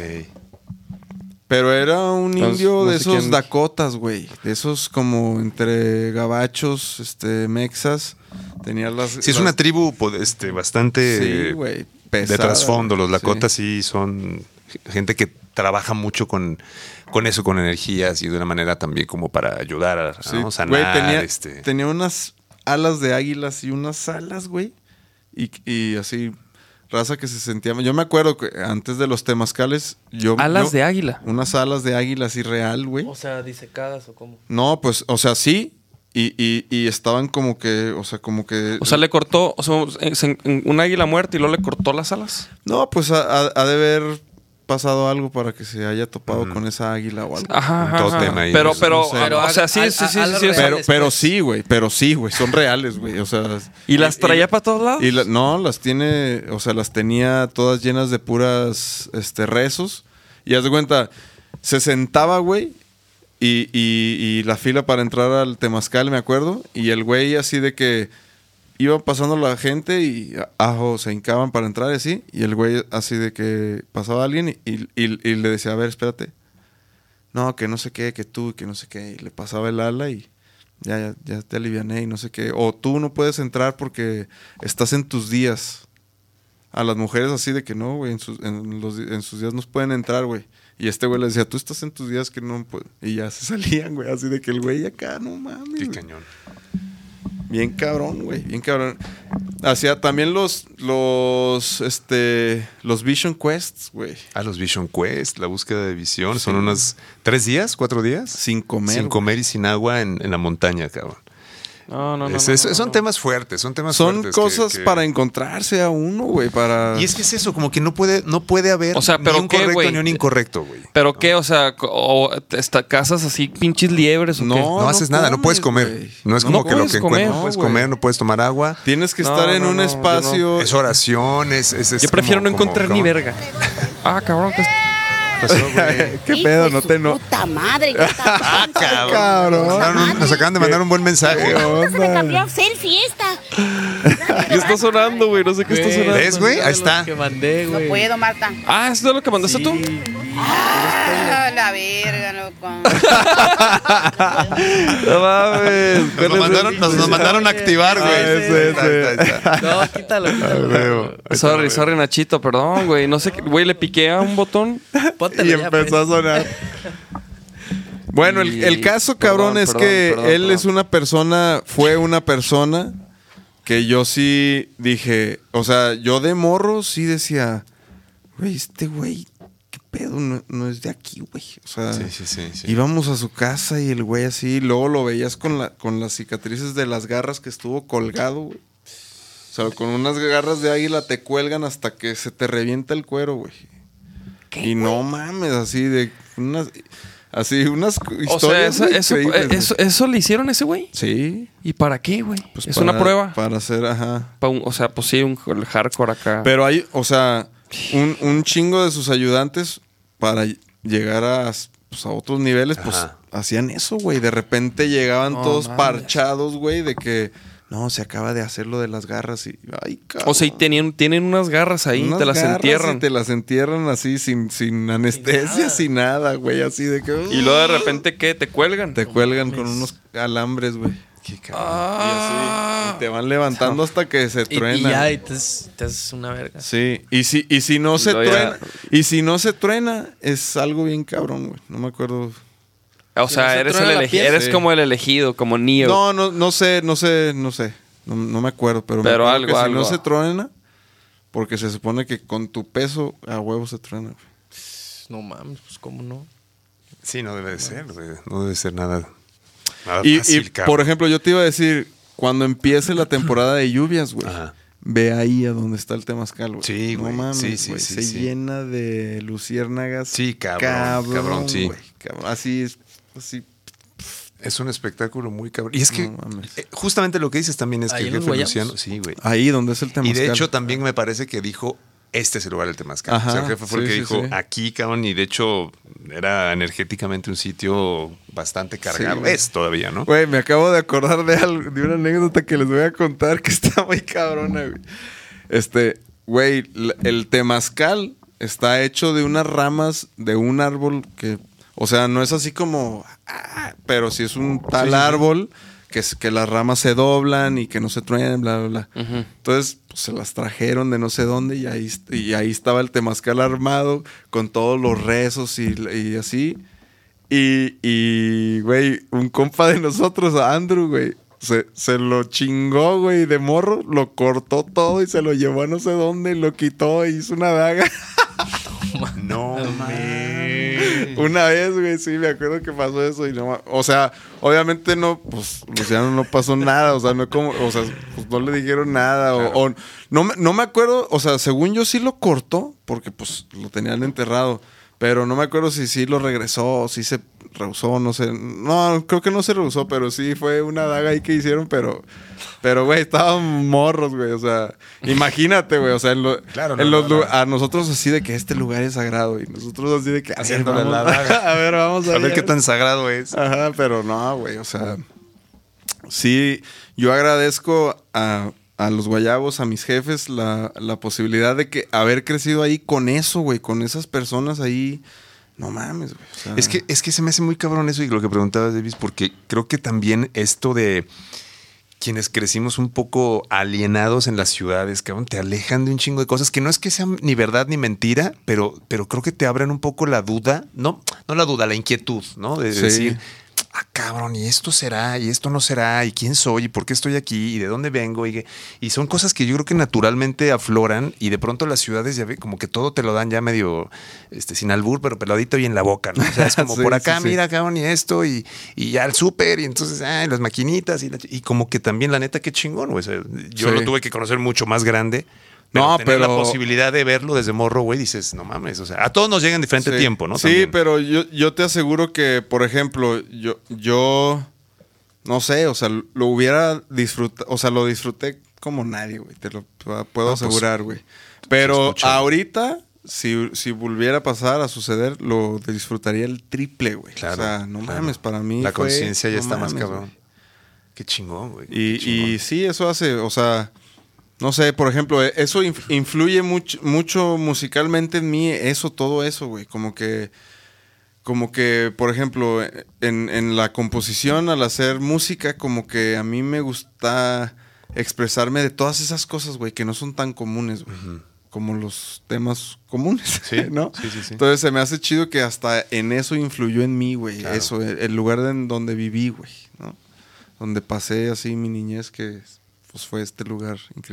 Pero era un Entonces, indio no de sé esos quién- Dakotas, güey. De esos como entre gabachos, este, mexas. Tenía las... Sí, es las- una tribu pues, este, bastante Sí, güey. de pesada, trasfondo. Los sí. Lakotas sí. son gente que trabaja mucho con, con eso, con energías y de una manera también como para ayudar a Sí, ¿no? sanar. güey, tenía, este. tenía unas alas de águilas y unas alas, güey. Y, y así, raza que se sentía... Yo me acuerdo que antes de los temazcales, yo... Alas yo- de águila. Unas alas de águila así real, güey. O sea, disecadas o cómo. No, pues, o sea, sí. Y, y, y estaban como que, o sea, como que... O sea, le cortó... O sea, en- en- un águila muerta y luego le cortó las alas. No, pues ha, ha- ha de haber pasado algo para que se haya topado Ujú. con esa águila o algo. Ajá, Un ajá, tótem ajá. ahí, Pero, no sé. pero... No sé. Pero o sea, sí, a- sí, a- sí, a- sí, a- sí. a- Pero, después. pero sí, güey, pero sí, güey, son reales, güey, o sea... ¿Y las traía para todos lados? Y la- no, las tiene, o sea, las tenía todas llenas de puras este, rezos. Y haz de cuenta, se sentaba, güey, y, y, y la fila para entrar al temazcal, me acuerdo. Y el güey así de que iba pasando la gente y ajo, se hincaban para entrar y así. Y el güey así de que pasaba alguien y, y, y- y le decía, a ver, espérate. No, que no sé qué, que tú, que no sé qué. Y le pasaba el ala y ya, ya, ya te aliviané y no sé qué. O tú no puedes entrar porque estás en tus días. A las mujeres así de que no, güey, en sus, en, los, en sus días no pueden entrar, güey. Y este güey le decía, tú estás en tus días que no puedes. Y ya se salían, güey, así de que el güey acá, no mames. Qué güey. cañón. Bien cabrón, güey, bien cabrón. Hacía también los, los, este, los Vision Quests, güey. Ah, los Vision Quest, la búsqueda de visión. Son Sí. unos tres días, cuatro días. Sin comer. Sin güey. comer y sin agua en, en la montaña, cabrón. No, no, no. Es- no, es- no, son no. temas fuertes, son temas Son fuertes. que- cosas que- para encontrarse a uno, güey, para... Y es que es eso, como que no puede, no puede haber O sea, pero ni un ¿qué, correcto güey? ni un incorrecto, güey. ¿Pero qué? O sea, co- o está, ¿cazas así pinches liebres o No. qué? No, no haces nada, no puedes comes, comer. güey. No es No como que lo puedes que comer, encuentras. No puedes no, güey. comer, no puedes tomar agua. Tienes que No, estar en no, un no, yo espacio... Es oración, es. es, es Yo prefiero como- no encontrar como- ni como- verga. Ah, cabrón. que- pasó, güey? ¿Qué Hijo pedo? de No su te no... puta madre, ya está pasando. Cabrón. Mandaron- Nos acaban de mandar un buen mensaje. ¿Qué Se me onda? cambió selfie esta. ¿Qué está sonando, güey? No sé qué está Güey, sonando. ¿Ves, güey? Ahí de los está. Que mandé, No güey. puedo, Marta. Ah, ¿eso es lo que mandaste tú? Sí. Ah, la verga, loco. No mames. Nos, lo mandaron, nos, nos mandaron a activar, güey. Ah, ese, Ahí está, ese. ahí está, ahí está. No, quítalo, quítalo. Huevo. Sorry, sorry, Nachito, perdón, güey. No sé, qué- güey, le piqué a un botón. Póntelo Y ya, empezó pues. a sonar. Bueno, el, el caso, Perdón, cabrón, es perdón, que perdón, él perdón. es una persona, fue una persona que yo sí dije, o sea, yo de morro sí decía, güey, este güey, qué pedo, no, no es de aquí, güey. O sea, Sí, sí, sí, sí. íbamos a su casa y el güey así, luego lo veías con, la, con las cicatrices de las garras que estuvo colgado, güey. O sea, con unas garras de águila te cuelgan hasta que se te revienta el cuero, güey. Y no mames, así de unas... Así, unas O sea, historias eso, eso, increíbles, güey. eso, eso le hicieron a ese güey. Sí. ¿Y para qué, güey? Pues es para- una prueba. Para hacer, ajá. Pa un- o sea, pues sí, un el hardcore acá. Pero hay, o sea, un, un chingo de sus ayudantes para llegar a, pues, a otros niveles, pues Ajá. hacían eso, güey. De repente llegaban No todos mames. parchados, güey, de que no, se acaba de hacer lo de las garras y ay, cabrón. o sea, y tenían, tienen unas garras ahí, Unas te las garras entierran. y te las entierran así sin, sin anestesia, sin nada, güey, así de que Y luego de repente, ¿qué? ¿Te cuelgan? te cuelgan con unos alambres, güey. Qué cabrón. Y así, y te van levantando hasta que se Y, truena. y ya, y te, haces- te haces una verga. Sí, y si, y si no Y se luego ya- truena, y si no se truena, es algo bien cabrón, güey. No me acuerdo. O sea, no se eres truena el la elegido. piel. Eres Sí. como el elegido, como Neo. No, no, no sé, no sé, no sé. No, no me acuerdo, pero, me Pero acuerdo algo, que si algo. no se truena, porque se supone que con tu peso a huevo se truena, güey. No mames, pues cómo no. Sí, no debe de ser, güey. No debe ser nada, nada Y, fácil, y, cabrón. por ejemplo, yo te iba a decir, cuando empiece la temporada de lluvias, güey, Ajá. ve ahí a donde está el temazcal, güey. Sí, no güey. mames, Sí, sí, güey. sí, se sí. llena de luciérnagas. Sí, cabrón, cabrón, sí. güey, cabrón. Así es, así. Es un espectáculo muy cabrón. Y es que No mames. eh, justamente lo que dices también es que ¿Ahí el en los jefe Guayabos? Luciano, sí, güey. Ahí donde es el Y temazcal. de hecho también me parece que dijo, este es el lugar del Temazcal. Ajá, O sea, el jefe fue el sí, que sí, dijo, sí. aquí, cabrón, y de hecho era energéticamente un sitio bastante cargado. güey. Es todavía, ¿no? Güey, me acabo de acordar de, algo, de una anécdota que les voy a contar que está muy cabrona, güey. Este, güey, l- el temazcal está hecho de unas ramas de un árbol que, o sea, no es así como, ah, pero sí es un tal árbol que, es, que las ramas se doblan y que no se truenan, bla, bla, bla. Ujú. Entonces, pues, se las trajeron de no sé dónde y ahí, y ahí estaba el temazcal armado con todos los rezos y, y así. Y, y, güey, un compa de nosotros, Andrew, güey, se, se lo chingó, güey, de morro, lo cortó todo y se lo llevó a no sé dónde, y lo quitó y hizo una daga. No, mames. Una vez, güey, sí, me acuerdo que pasó eso y no, ma- o sea, obviamente no, pues, Luciano no pasó nada, o sea, no como, o sea, pues no le dijeron nada, o, o no, me- no me acuerdo, o sea, según yo sí lo cortó, porque pues lo tenían enterrado, pero no me acuerdo si sí lo regresó, o si se rehusó, no sé, no, creo que no se rehusó, pero sí fue una daga ahí que hicieron, pero, pero, güey, estaban morros, güey, o sea, imagínate, güey, o sea, en, lo- Claro, no, en los no, no. lu- a nosotros así de que este lugar es sagrado, y nosotros así de que a ver, Haciéndole vamos- la daga. a ver, vamos a, A ver qué tan sagrado es. Ajá, pero no, güey, o sea, sí, yo agradezco a, a los guayabos, a mis jefes, la, la posibilidad de que haber crecido ahí con eso, güey, con esas personas ahí, no mames, güey. o sea, Es que, es que se me hace muy cabrón eso y lo que preguntabas, Davis, porque creo que también esto de quienes crecimos un poco alienados en las ciudades, cabrón, te alejan de un chingo de cosas que no es que sean ni verdad ni mentira, pero, pero creo que te abren un poco la duda, no, no la duda, la inquietud, ¿no? De Sí. decir, ah, cabrón, y esto será, y esto no será, y quién soy, y por qué estoy aquí, y de dónde vengo, y, que- y son cosas que yo creo que naturalmente afloran, y de pronto las ciudades ya ve, como que todo te lo dan ya medio, este, sin albur, pero peladito y en la boca, ¿no? O sea, es como Sí, por acá, sí, sí. mira, cabrón, y esto, y, y ya el súper, y entonces, ah, las maquinitas, y, la ch- y como que también, la neta, qué chingón, güey. O sea, yo Sí. lo tuve que conocer mucho más grande. Pero No, tener la pero- posibilidad de verlo desde morro, güey, dices, no mames, o sea, a todos nos llega en diferente sí. tiempo, ¿no? Sí, También. pero yo, yo te aseguro que, por ejemplo, yo, yo, no sé, o sea, lo hubiera disfrutado, o sea, lo disfruté como nadie, güey, te lo puedo pues, asegurar, güey. Pero escucha. ahorita, si, si volviera a pasar, a suceder, lo disfrutaría el triple, güey. Claro, o sea, no claro. mames, para mí La fue- conciencia ya no está más mames, cabrón. güey. Qué chingón, güey. Y, Qué chingón. y sí, eso hace, o sea, no sé, por ejemplo, eh, eso inf- influye mucho, mucho musicalmente en mí, eso, todo eso, güey. Como que, como que, por ejemplo, en, en la composición, al hacer música, como que a mí me gusta expresarme de todas esas cosas, güey, que no son tan comunes, güey. Como los temas comunes, Sí, ¿no? sí, sí, sí. Entonces se me hace chido que hasta en eso influyó en mí, güey. Claro. Eso, el, el lugar en donde viví, güey, ¿no? Donde pasé así mi niñez, que pues fue este lugar increíble.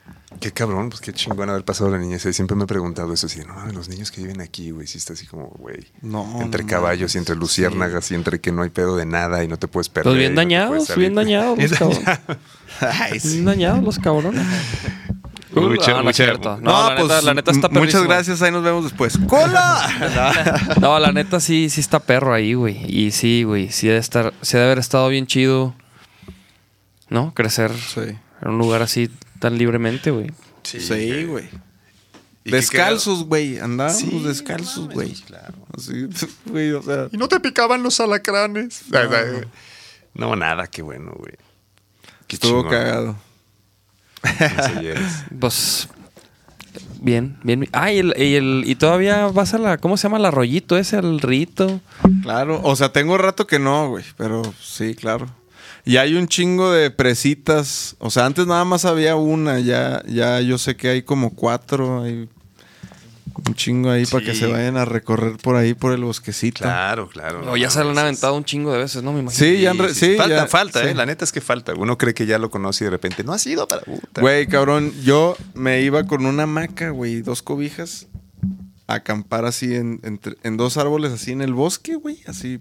Qué cabrón, pues qué chingón haber pasado la niñez. Siempre me he preguntado eso así, no, los niños que viven aquí, güey, sí está así como, güey. No, entre no caballos mames, y entre luciérnagas y entre que no hay pedo de nada y no te puedes perder. Pues bien y no te dañados, puedes salir. bien dañados los cabrones. Ay, sí. Bien dañados los cabrones. Mucha- no, no es mucha- cierto. No, No, la, pues neta, la neta está m- muchas perrísimo. gracias, ahí nos vemos después. ¡Cola! No, la neta sí, sí está perro ahí, güey. Y sí, güey, sí debe estar, sí debe haber estado bien chido, ¿no? Crecer Sí. en un lugar así tan libremente, güey. Sí, güey. Y qué Descalzos, güey. Andábamos Sí, descalzos, no güey. mames, claro. Así, güey, o sea. Y no te picaban los alacranes. No, no nada, qué bueno, güey. Qué Estuvo chingón. cagado. Eso ya es. Pues bien, bien. Ah, y, el, y, el, y todavía vas a la, ¿cómo se llama? El arroyito ese, el rito. Claro. O sea, tengo rato que no, güey. Pero sí, claro. Y hay un chingo de presitas. O sea, antes nada más había una. Ya, ya yo sé que hay como cuatro. Hay un chingo ahí para Sí. que se vayan a recorrer por ahí, por el bosquecito. Claro, claro. O ya se lo han no, aventado un chingo de veces, ¿no? Me imagino. Sí, ya han re- sí, falta, ya- falta, sí. eh. La neta es que falta. Uno cree que ya lo conoce y de repente no ha sido para puta. Güey, cabrón, yo me iba con una hamaca, güey, y dos cobijas a acampar así en, entre- en dos árboles, así en el bosque, güey, así.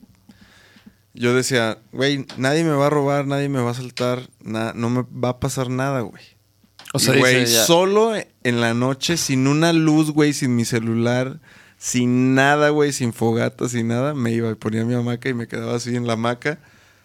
Yo decía, güey, nadie me va a robar, nadie me va a asaltar, na- no me va a pasar nada, güey. O sea, Y, güey, dice ya- solo en la noche, sin una luz, güey, sin mi celular, sin nada, güey, sin fogata, sin nada, me iba y ponía mi hamaca y me quedaba así en la hamaca.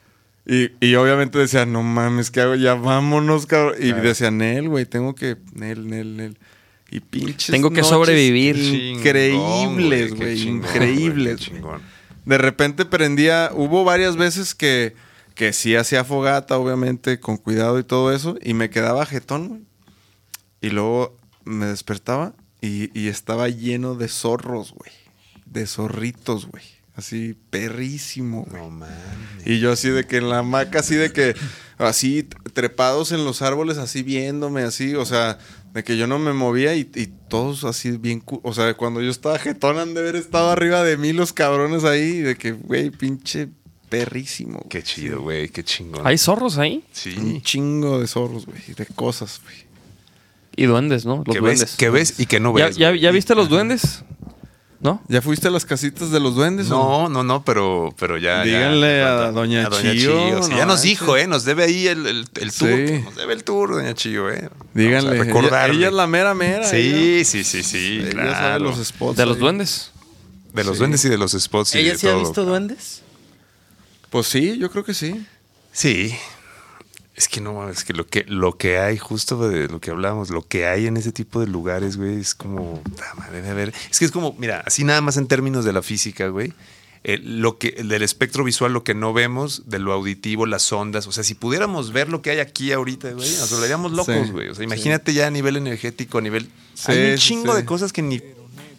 Y, y obviamente decía, no mames, ¿qué hago? Ya vámonos, cabrón. Y Claro. decía, Nel, güey, tengo que... Nel, Nel, Nel. Y pinches Tengo que noches sobrevivir. Increíbles, Chingón, qué güey, chingón, increíbles. güey, qué güey. chingón. De repente prendía... Hubo varias veces que, que sí hacía fogata, obviamente, con cuidado y todo eso. Y me quedaba jetón, güey. Y luego me despertaba y, y estaba lleno de zorros, güey. De zorritos, güey. Así, perrísimo, güey. No mames. Y yo así de que en la hamaca, así de que, así trepados en los árboles, así viéndome, así, o sea, de que yo no me movía y, y todos así bien, cu- o sea, cuando yo estaba jetón han de haber estado arriba de mí los cabrones ahí, de que, güey, pinche perrísimo. Qué chido, güey, qué chingón. ¿Hay zorros ahí? Sí. Un chingo de zorros, güey, de cosas, güey. Y duendes, ¿no? Los que duendes. ves, que ves y que no ¿Ya, ves. ya, güey. ya viste los duendes? ¿No? ¿Ya fuiste a las casitas de los duendes? o No, no, no, pero, pero ya. Díganle ya, a Doña Chío, Sí, no ya nos manches. dijo, ¿eh? Nos debe ahí el, el, el tour. Sí. Nos debe el tour, Doña Chío, ¿eh? Díganle, Vamos a ella, recordarle. ella es la mera mera. Sí, ella, sí, sí, sí, ella claro. sabe los spots. De los ahí. duendes. De los Sí. duendes y de los spots. y ¿Ella de sí ha todo. visto duendes? Pues sí, yo creo que sí. Sí. Es que no, es que lo que lo que hay, justo de lo que hablábamos, lo que hay en ese tipo de lugares, güey, es como, ah, madre, debe haber. Es que es como, mira, así nada más en términos de la física, güey. eh, lo que, del espectro visual, lo que no vemos, de lo auditivo, las ondas. O sea, si pudiéramos ver lo que hay aquí ahorita, güey, nos volveríamos locos, Sí, güey. O sea, imagínate ya a nivel energético, a nivel. Sí, hay un sí, chingo sí. de cosas que ni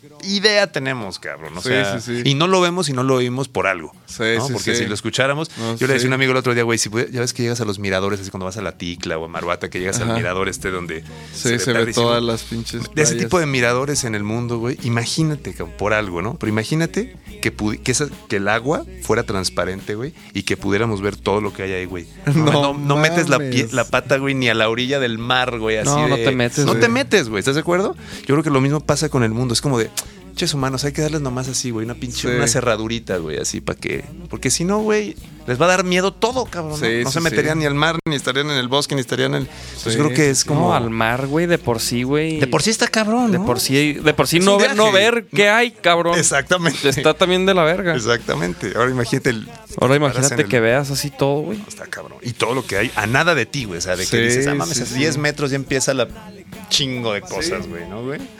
idea tenemos, cabrón. O Sí, sea, sí, sí. y no lo vemos y no lo oímos por algo. Sí, ¿no? sí, Porque sí. si lo escucháramos, No, yo le decía sí. a un amigo el otro día, güey, si puede- ya ves que llegas a los miradores, así cuando vas a la Ticla o a Maruata, que llegas Ajá. al mirador este donde Sí, se, ve perrísimo. todas las pinches De ese playas. tipo de miradores en el mundo, güey, imagínate, cabrón, por algo, ¿no? Pero imagínate que, pudi- que, esa- que el agua fuera transparente, güey, y que pudiéramos ver todo lo que hay ahí, güey. No, No no- no metes la, mames. pie- la pata, güey, ni a la orilla del mar, güey, así No, no de- te metes, No güey. te metes, güey, ¿estás de acuerdo? Yo creo que lo mismo pasa con el mundo. Es como de, ches humanos, hay que darles nomás así, güey, una pinche, Sí. una cerradurita, güey, así para que... Porque si no, güey, les va a dar miedo todo, cabrón. ¿no? Sí, no sí, se meterían sí. ni al mar, ni estarían en el bosque, ni estarían en... Pues Sí, yo creo que sí, es sí. como... No, al mar, güey, de por sí, güey. De por sí está cabrón, De ¿no? por sí, de por sí Es no un ver, no viaje. ver qué hay, cabrón. Exactamente. Está también de la verga. Exactamente. Ahora imagínate el... Ahora paras imagínate en el- que veas así todo, güey. Está cabrón. Y todo lo que hay, a nada de ti, güey. O sea, de que Sí, dices, ah, mames, sí, a sí. diez metros ya empieza la chingo de cosas, güey, ¿no, güey?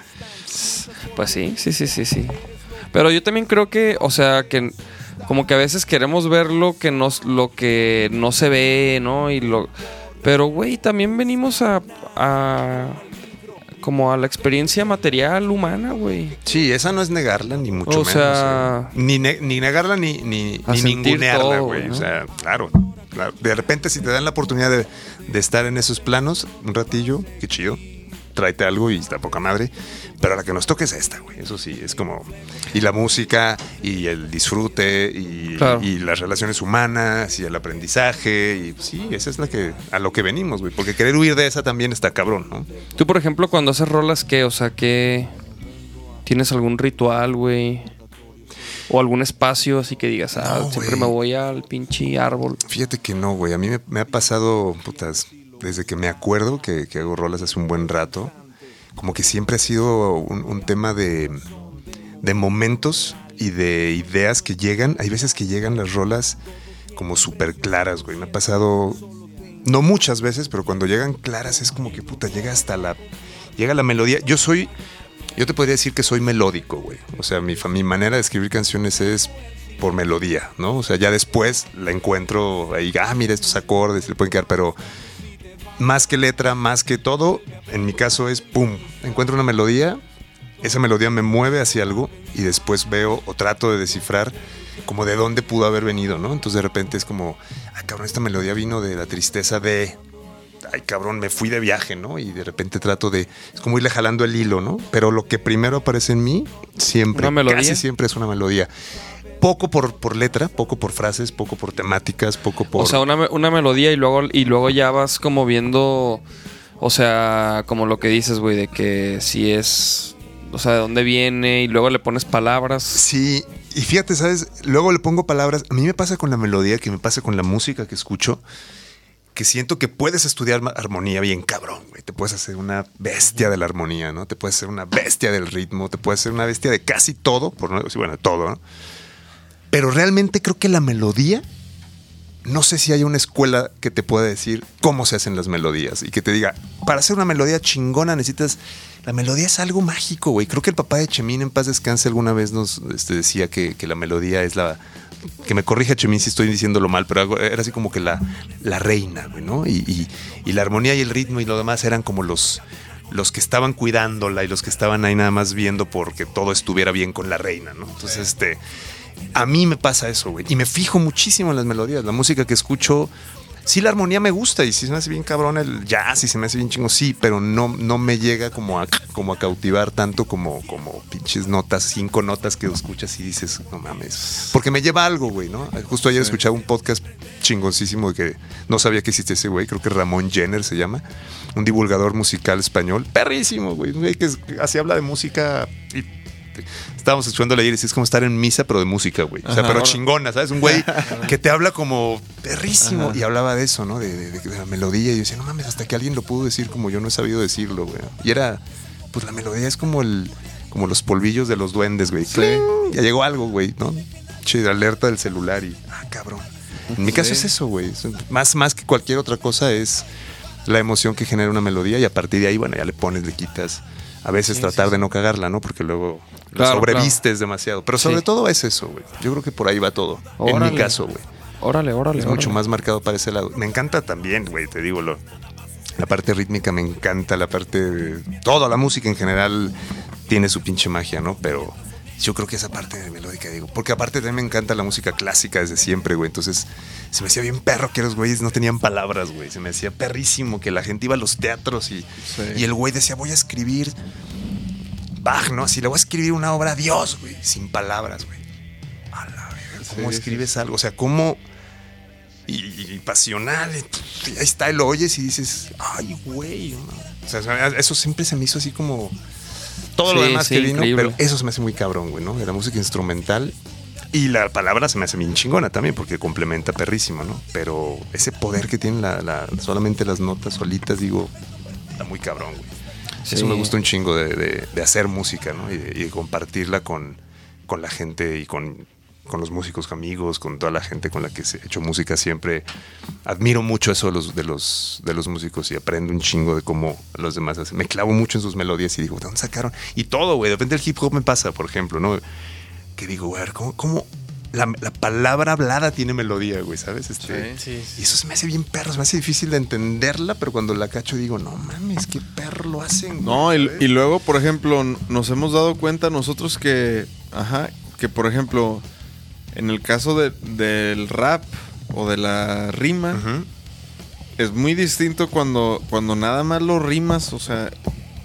Pues sí, sí, sí, sí, sí. Pero yo también creo que, o sea, que como que a veces queremos ver lo que nos, lo que no se ve, ¿no? Y lo, pero güey, también venimos a, a como a la experiencia material humana, güey. Sí, esa no es negarla, ni mucho O menos. sea- güey. Ni, ne- ni negarla ni, ni, A ni sentir ningunearla, todo, güey. ¿no? O sea, claro, claro. De repente, si te dan la oportunidad de, de estar en esos planos un ratillo, qué chido. tráete algo y está poca madre. Pero la que nos toque es esta, güey. Eso sí, es como... Y la música, y el disfrute, y, Claro. y las relaciones humanas, y el aprendizaje. Y pues, sí, esa es la que a lo que venimos, güey. Porque querer huir de esa también está cabrón, ¿no? Tú, por ejemplo, cuando haces rolas, ¿qué? O sea, ¿qué? ¿Tienes algún ritual, güey? O algún espacio así que digas, ah, No, siempre güey. me voy al pinche árbol. Fíjate que no, güey. A mí me, me ha pasado, putas, desde que me acuerdo que, que hago rolas hace un buen rato. Como que siempre ha sido un, un tema de, de momentos y de ideas que llegan. Hay veces que llegan las rolas como súper claras, güey. Me ha pasado, no muchas veces, pero cuando llegan claras es como que, puta, llega hasta la... Llega la melodía. Yo soy... Yo te podría decir que soy melódico, güey. O sea, mi, fa- mi manera de escribir canciones es por melodía, ¿no? O sea, ya después la encuentro ahí, ah, mira estos acordes, le pueden quedar, pero más que letra, más que todo, en mi caso es, pum, encuentro una melodía, esa melodía me mueve hacia algo y después veo o trato de descifrar como de dónde pudo haber venido, ¿no? Entonces de repente es como, ah, cabrón, esta melodía vino de la tristeza de... Ay, cabrón, me fui de viaje, ¿no? Y de repente trato de... Es como irle jalando el hilo, ¿no? Pero lo que primero aparece en mí, siempre, ¿Una melodía? casi siempre es una melodía. Poco por, por letra, poco por frases, poco por temáticas, poco por... O sea, una, me- una melodía y luego, y luego ya vas como viendo, o sea, como lo que dices, güey, de que si es, o sea, de dónde viene y luego le pones palabras. Sí, y fíjate, ¿sabes? Luego le pongo palabras. A mí me pasa con la melodía, que me pasa con la música que escucho, que siento que puedes estudiar ma- armonía bien cabrón, güey. Te puedes hacer una bestia de la armonía, ¿no? Te puedes hacer una bestia del ritmo, te puedes hacer una bestia de casi todo, por no decir, bueno, de todo, ¿no? Pero realmente creo que la melodía, no sé si hay una escuela que te pueda decir cómo se hacen las melodías y que te diga, para hacer una melodía chingona necesitas... La melodía es algo mágico, güey. Creo que el papá de Chemín, en paz descanse, alguna vez nos este, decía que, que la melodía es la... Que me corrija Chemín si estoy diciéndolo mal, pero algo- era así como que la, la reina, güey, ¿no? Y, y, y la armonía y el ritmo y lo demás eran como los... los que estaban cuidándola y los que estaban ahí nada más viendo porque todo estuviera bien con la reina, ¿no? Entonces, este... A mí me pasa eso, güey. Y me fijo muchísimo en las melodías. La música que escucho, sí, la armonía me gusta. Y sí se me hace bien cabrón el jazz y se me hace bien chingo, sí. Pero no, no me llega como a, como a cautivar tanto como, como pinches notas, cinco notas que escuchas y dices, no mames. Porque me lleva a algo, güey, ¿no? Justo ayer escuchaba un podcast chingoncísimo que no sabía que existía ese güey. Creo que Ramón Jenner se llama. Un divulgador musical español. Perrísimo, güey. Un güey que es- así habla de música y... Estábamos escuchándole ayer y es como estar en misa, pero de música, güey. O sea, Ajá. pero chingona, ¿sabes? Un güey que te habla como perrísimo. Y hablaba de eso, ¿no? De, de- de- de la melodía. Y yo decía, no mames, hasta que alguien lo pudo decir como yo no he sabido decirlo, güey. Y era, pues la melodía es como el, como los polvillos de los duendes, güey. ¡Cling! Ya llegó algo, güey, ¿no? Che, alerta del celular y, ah, cabrón. En mi caso es eso, güey. Es- Más, más que cualquier otra cosa es la emoción que genera una melodía y a partir de ahí, bueno, ya le pones, le quitas. A veces Sí, tratar sí, de sí. no cagarla, ¿no? Porque luego lo Claro, sobrevistes demasiado. Pero sobre Sí. todo es eso, güey. Yo creo que por ahí va todo. En Órale. mi caso, güey. Órale, órale. Es órale. mucho más marcado para ese lado. Me encanta también, güey, te digo, lo, la parte rítmica me encanta, la parte de... Toda la música en general tiene su pinche magia, ¿no? Pero yo creo que esa parte de melódica, digo, porque aparte también me encanta la música clásica desde siempre, güey. Entonces se me hacía bien perro que los güeyes no tenían palabras, güey. Se me hacía perrísimo que la gente iba a los teatros y, Sí. y el güey decía, voy a escribir Bach, ¿no? Así le voy a escribir una obra a Dios, güey, sin palabras, güey. A la verga, ¿cómo Sí, escribes algo? O sea, ¿cómo...? Y, y pasional, y ahí está, y lo oyes y dices, ay, güey. ¿no? O sea, eso siempre se me hizo así como todo lo Sí, demás sí, que vino, increíble. pero eso se me hace muy cabrón, güey, ¿no? De la música instrumental. Y la palabra se me hace bien chingona también, porque complementa perrísimo, ¿no? Pero ese poder que tienen la, la- solamente las notas solitas, digo, está muy cabrón, güey. Sí. Eso me gusta un chingo de, de- de hacer música, ¿no? Y de, y de compartirla con, con la gente y con, con los músicos amigos, con toda la gente con la que he hecho música siempre. Admiro mucho eso de los, de los, de los músicos y aprendo un chingo de cómo los demás hacen. Me clavo mucho en sus melodías y digo, ¿de dónde sacaron? Y todo, güey. De repente el hip hop me pasa, por ejemplo, ¿no? Que digo, güey, a ver, ¿cómo, cómo la, la palabra hablada tiene melodía, güey, ¿sabes? Este, Sí, sí. y eso se me hace bien perro, se me hace difícil de entenderla, pero cuando la cacho digo, no mames, qué perro lo hacen. No, güey, y, ¿sabes? y luego, por ejemplo, n- nos hemos dado cuenta nosotros que, ajá, que por ejemplo, en el caso de- del rap o de la rima, Ujú. es muy distinto cuando, cuando nada más lo rimas, o sea,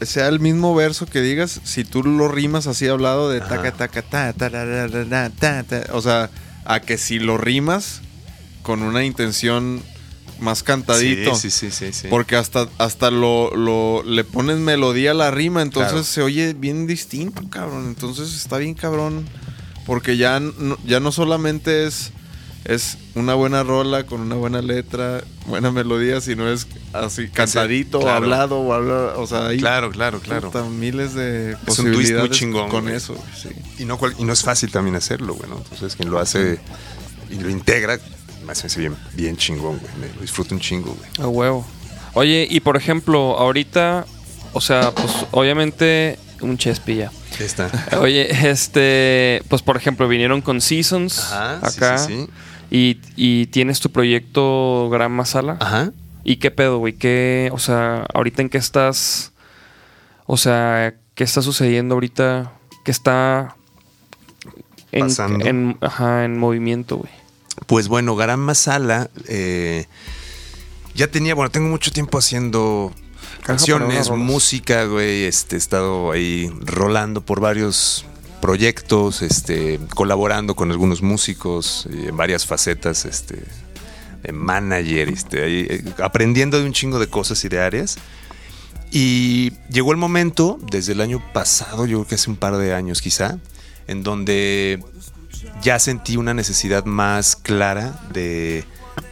sea el mismo verso que digas, si tú lo rimas así hablado de taca, taca, ta, ta, ta, ta, ta, ta, ta, o sea, a que si lo rimas con una intención más cantadito. Sí, sí, sí, sí, sí. Porque hasta, hasta lo, lo le pones melodía a la rima, entonces Claro. se oye bien distinto, cabrón. Entonces está bien cabrón. Porque ya no, ya no solamente es, es una buena rola con una buena letra, buena melodía, sino es así cantadito, claro. hablado, o habla, o sea, hay Claro, claro, claro. puta, miles de Es un posibilidades twist muy chingón, con güey. eso. Sí. Y no, cual- y no es fácil también hacerlo, güey, ¿no? Entonces, quien lo hace y lo integra, me hace bien, bien chingón, güey. Me lo disfruto un chingo, güey. A huevo. Oye, y por ejemplo, ahorita, o sea, pues obviamente un Chespi ya. Ya está. Oye, este, pues por ejemplo, vinieron con Seasons Ajá, sí, acá sí, sí. Y, y tienes tu proyecto Gran Masala. Ajá. ¿Y qué pedo, güey? ¿Qué, o sea, ahorita en qué estás? O sea, ¿qué está sucediendo ahorita? ¿Qué está en, Pasando. en, ajá, en movimiento, güey? Pues bueno, Garam Masala, eh, ya tenía, bueno, tengo mucho tiempo haciendo canciones, unas rolas. música, güey. Este, he estado ahí rolando por varios proyectos, este, colaborando con algunos músicos eh, en varias facetas, este, de manager, este, ahí, eh, aprendiendo de un chingo de cosas y de áreas. Y llegó el momento, desde el año pasado, yo creo que hace un par de años quizá, en donde ya sentí una necesidad más clara de...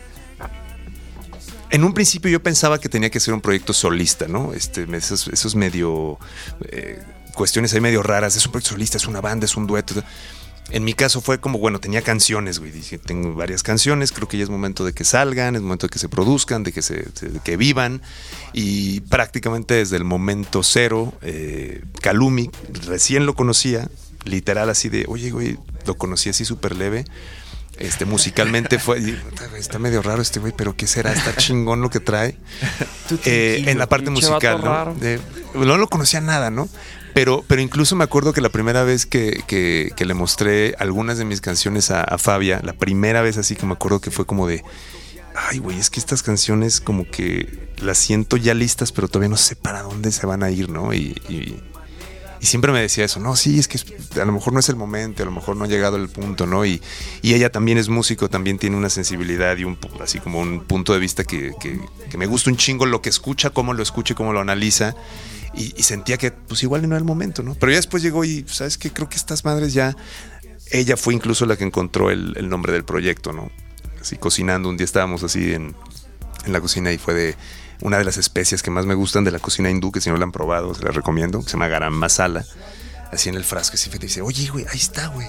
En un principio yo pensaba que tenía que ser un proyecto solista, ¿no? Este, esos, esos medio... Eh, cuestiones ahí medio raras. Es un proyecto solista, es una banda, es un dueto. En mi caso fue como, bueno, tenía canciones, güey. Dije, tengo varias canciones, creo que ya es momento de que salgan, es momento de que se produzcan, de que, se, de que vivan. Y prácticamente desde el momento cero, eh, Calumi, recién lo conocía, literal así de, oye, güey, lo conocí así súper leve. Este, musicalmente fue, y, está medio raro este güey, pero ¿qué será? Está chingón lo que trae. Eh, en la parte pinche musical, vato ¿no? raro. De- no lo conocía nada, ¿no? Pero, pero incluso me acuerdo que la primera vez que, que, que le mostré algunas de mis canciones a, a Fabia, la primera vez así que me acuerdo que fue como de, ay, güey, es que estas canciones como que las siento ya listas, pero todavía no sé para dónde se van a ir, ¿no? Y, y, y siempre me decía eso, no, sí, es que a lo mejor no es el momento, a lo mejor no ha llegado el punto, ¿no? Y, y ella también es músico, también tiene una sensibilidad y un así como un punto de vista que, que, que me gusta un chingo lo que escucha, cómo lo escucha y cómo lo analiza. Y, y sentía que pues igual no era el momento, ¿no? Pero ya después llegó y, ¿sabes qué? Creo que estas madres ya... Ella fue incluso la que encontró el, el nombre del proyecto, ¿no? Así cocinando, un día estábamos así en, en la cocina y fue de una de las especias que más me gustan de la cocina hindú, que si no la han probado, se la recomiendo, que se llama Garam Masala. Así en el frasco, así te dice, oye, güey, ahí está, güey.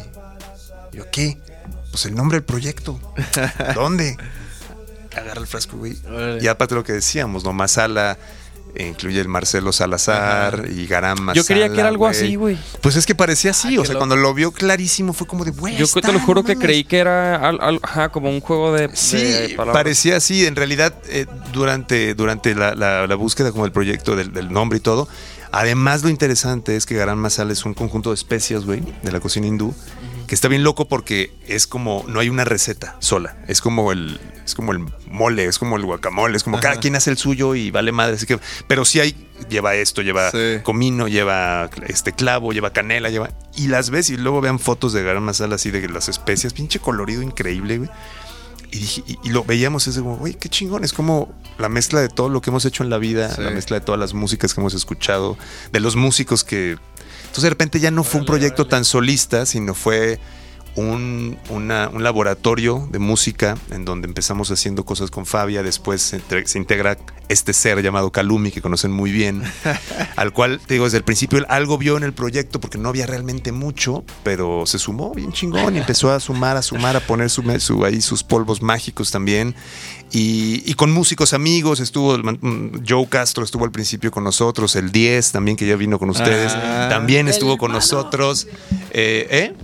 Yo, ¿qué? Pues el nombre del proyecto. ¿Dónde? Agarra el frasco, güey. Órale. Y aparte lo que decíamos, ¿no? Masala... eh, incluye el Marcelo Salazar. Ajá. Y Garam Masala. Yo creía que era algo así, güey. Pues es que parecía así, Ah, o sea, loco. cuando lo vio clarísimo fue como de, güey, Yo está, te lo juro no que mames". creí que era al- al- ajá, como un juego de, Sí, de palabras. parecía así. En realidad, eh, durante, durante la, la- la búsqueda como el proyecto del, del nombre y todo, además lo interesante es que Garam Masala es un conjunto de especias, güey, de la cocina hindú, que está bien loco porque es como, no hay una receta sola, es como el, es como el mole, es como el guacamole, es como Ajá. cada quien hace el suyo y vale madre, así que, pero sí hay, lleva esto, lleva Sí. comino, lleva este clavo, lleva canela, lleva, y las ves y luego vean fotos de Garam Masala así de las especias, pinche colorido increíble, güey. Y, dije, y, y lo veíamos, es como, güey, qué chingón. Es como la mezcla de todo lo que hemos hecho en la vida, Sí. la mezcla de todas las músicas que hemos escuchado, de los músicos que. Entonces, de repente ya no fue un proyecto tan solista, sino fue un, una- un laboratorio de música en donde empezamos haciendo cosas con Fabia. Después se, entre- se integra este ser llamado Calumi, que conocen muy bien, al cual, te digo, desde el principio él algo vio en el proyecto porque no había realmente mucho, pero se sumó bien chingón y empezó a sumar, a sumar, a poner su, su- ahí sus polvos mágicos también. Y, y con músicos amigos, estuvo el man- mm, Joe Castro, estuvo al principio con nosotros, el diez también, que ya vino con ustedes, Ah. también estuvo El con mano. nosotros. Eh, ¿eh?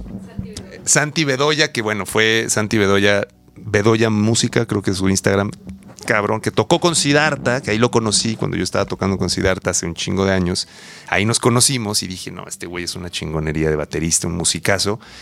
Santi Bedoya, que bueno, fue Santi Bedoya, Bedoya Música, creo que es su Instagram, cabrón, que tocó con Siddhartha, que ahí lo conocí cuando yo estaba tocando con Siddhartha hace un chingo de años. Ahí nos conocimos y dije, no, este güey es una chingonería de baterista, un musicazo.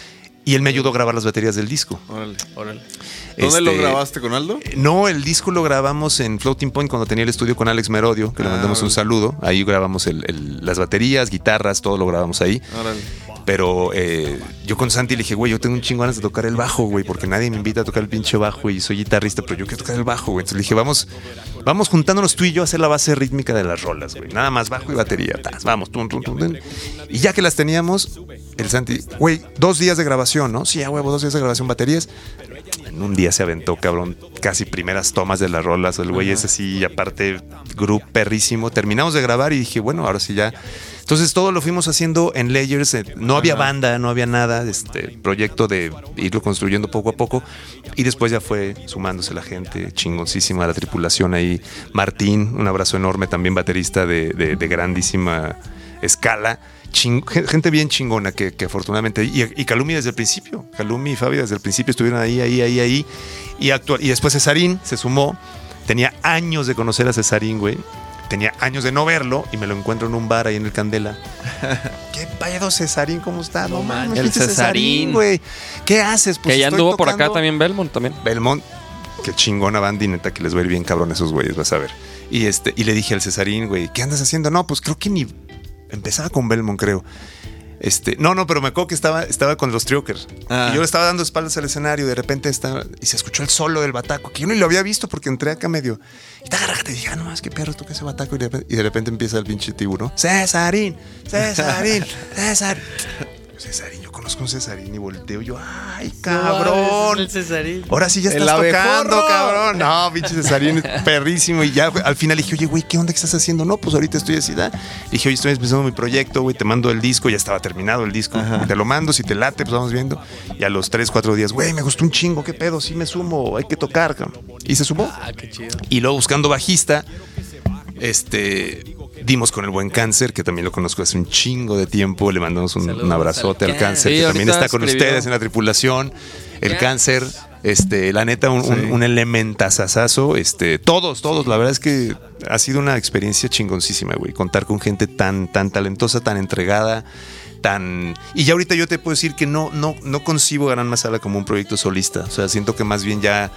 Y él me ayudó a grabar las baterías del disco. Órale. Órale. ¿Dónde Este, lo grabaste, con Aldo? No, el disco lo grabamos en Floating Point cuando tenía el estudio con Alex Merodio, que le Ah, mandamos un órale. saludo. Ahí grabamos el- el- las baterías, guitarras, todo lo grabamos ahí. Órale. Pero eh, yo con Santi le dije, güey, yo tengo un chingo ganas de tocar el bajo, güey, porque nadie me invita a tocar el pinche bajo y soy guitarrista, pero yo quiero tocar el bajo, güey. Entonces le dije, vamos, vamos juntándonos tú y yo a hacer la base rítmica de las rolas, güey. Nada más bajo y batería. Tas, vamos, tum, tum, tum, tum. Y ya que las teníamos, el Santi, güey, dos días de grabación, ¿no? Sí, a huevo, dos días de grabación, baterías. En un día se aventó, cabrón, casi primeras tomas de las rolas. El güey es así, y aparte, grupo perrísimo. Terminamos de grabar y dije, bueno, ahora sí ya. Entonces todo lo fuimos haciendo en layers. eh, No había banda, no había nada. Este proyecto de irlo construyendo poco a poco. Y después ya fue sumándose la gente, chingoncísima la tripulación ahí. Martín, un abrazo enorme, también baterista de, de, de grandísima escala. Ching- gente bien chingona que, que afortunadamente y, y Calumi desde el principio, Calumi y Fabi desde el principio estuvieron ahí, ahí, ahí, ahí y actual, y después Cesarín se sumó. Tenía años de conocer a Cesarín, güey. Tenía años de no verlo y me lo encuentro en un bar ahí en el Candela. ¿Qué pedo, Cesarín? ¿Cómo está? No mames, el pinche Cesarín. güey. ¿Qué haces? Pues que ya estoy anduvo por tocando acá también Belmont también. Belmont. Qué chingona banda y neta que les va a ir bien cabrón a esos güeyes, vas a ver. Y este y le dije al Cesarín, güey, ¿qué andas haciendo? No, pues creo que ni empezaba con Belmont, creo. Este, no, no, pero me acuerdo que estaba, estaba con los Triokers. Ah. Y yo le estaba dando espaldas al escenario y de repente estaba, y se escuchó el solo del bataco, que yo ni lo había visto porque entré acá medio. Y te agarraste y dije, ah, no más, qué perro toca ese bataco. Y de repente, y de repente empieza el pinche tiburón. Cesarín, Cesarín, César. Cesarín, yo conozco un Cesarín y volteo yo, ay, cabrón. El Cesarín. Ahora sí ya El estás abejorro. tocando, cabrón. No, pinche Cesarín, perrísimo. Y ya al final dije, oye, güey, ¿qué onda que estás haciendo? No, pues ahorita estoy así, ¿da? Dije, oye, estoy empezando mi proyecto, güey, te mando el disco. Ya estaba terminado el disco. Te lo mando, si te late, pues vamos viendo. Y a los tres, cuatro días, güey, me gustó un chingo, ¿qué pedo? Sí me sumo, hay que tocar, cabrón. Y se sumó. Ah, qué chido. Y luego buscando bajista, este... dimos con el buen Cáncer, que también lo conozco hace un chingo de tiempo. Le mandamos un, Saludos un abrazote al al Cáncer, Sí, que también ahorita está con escribió. ustedes en la tripulación. El Ya. Cáncer, este, la neta, un, un, Sí. un elementazazazo. Este, todos, todos. La verdad es que ha sido una experiencia chingoncísima, güey. Contar con gente tan, tan talentosa, tan entregada, tan. Y ya ahorita yo te puedo decir que no, no, no concibo Gran Masala como un proyecto solista. O sea, siento que más bien ya.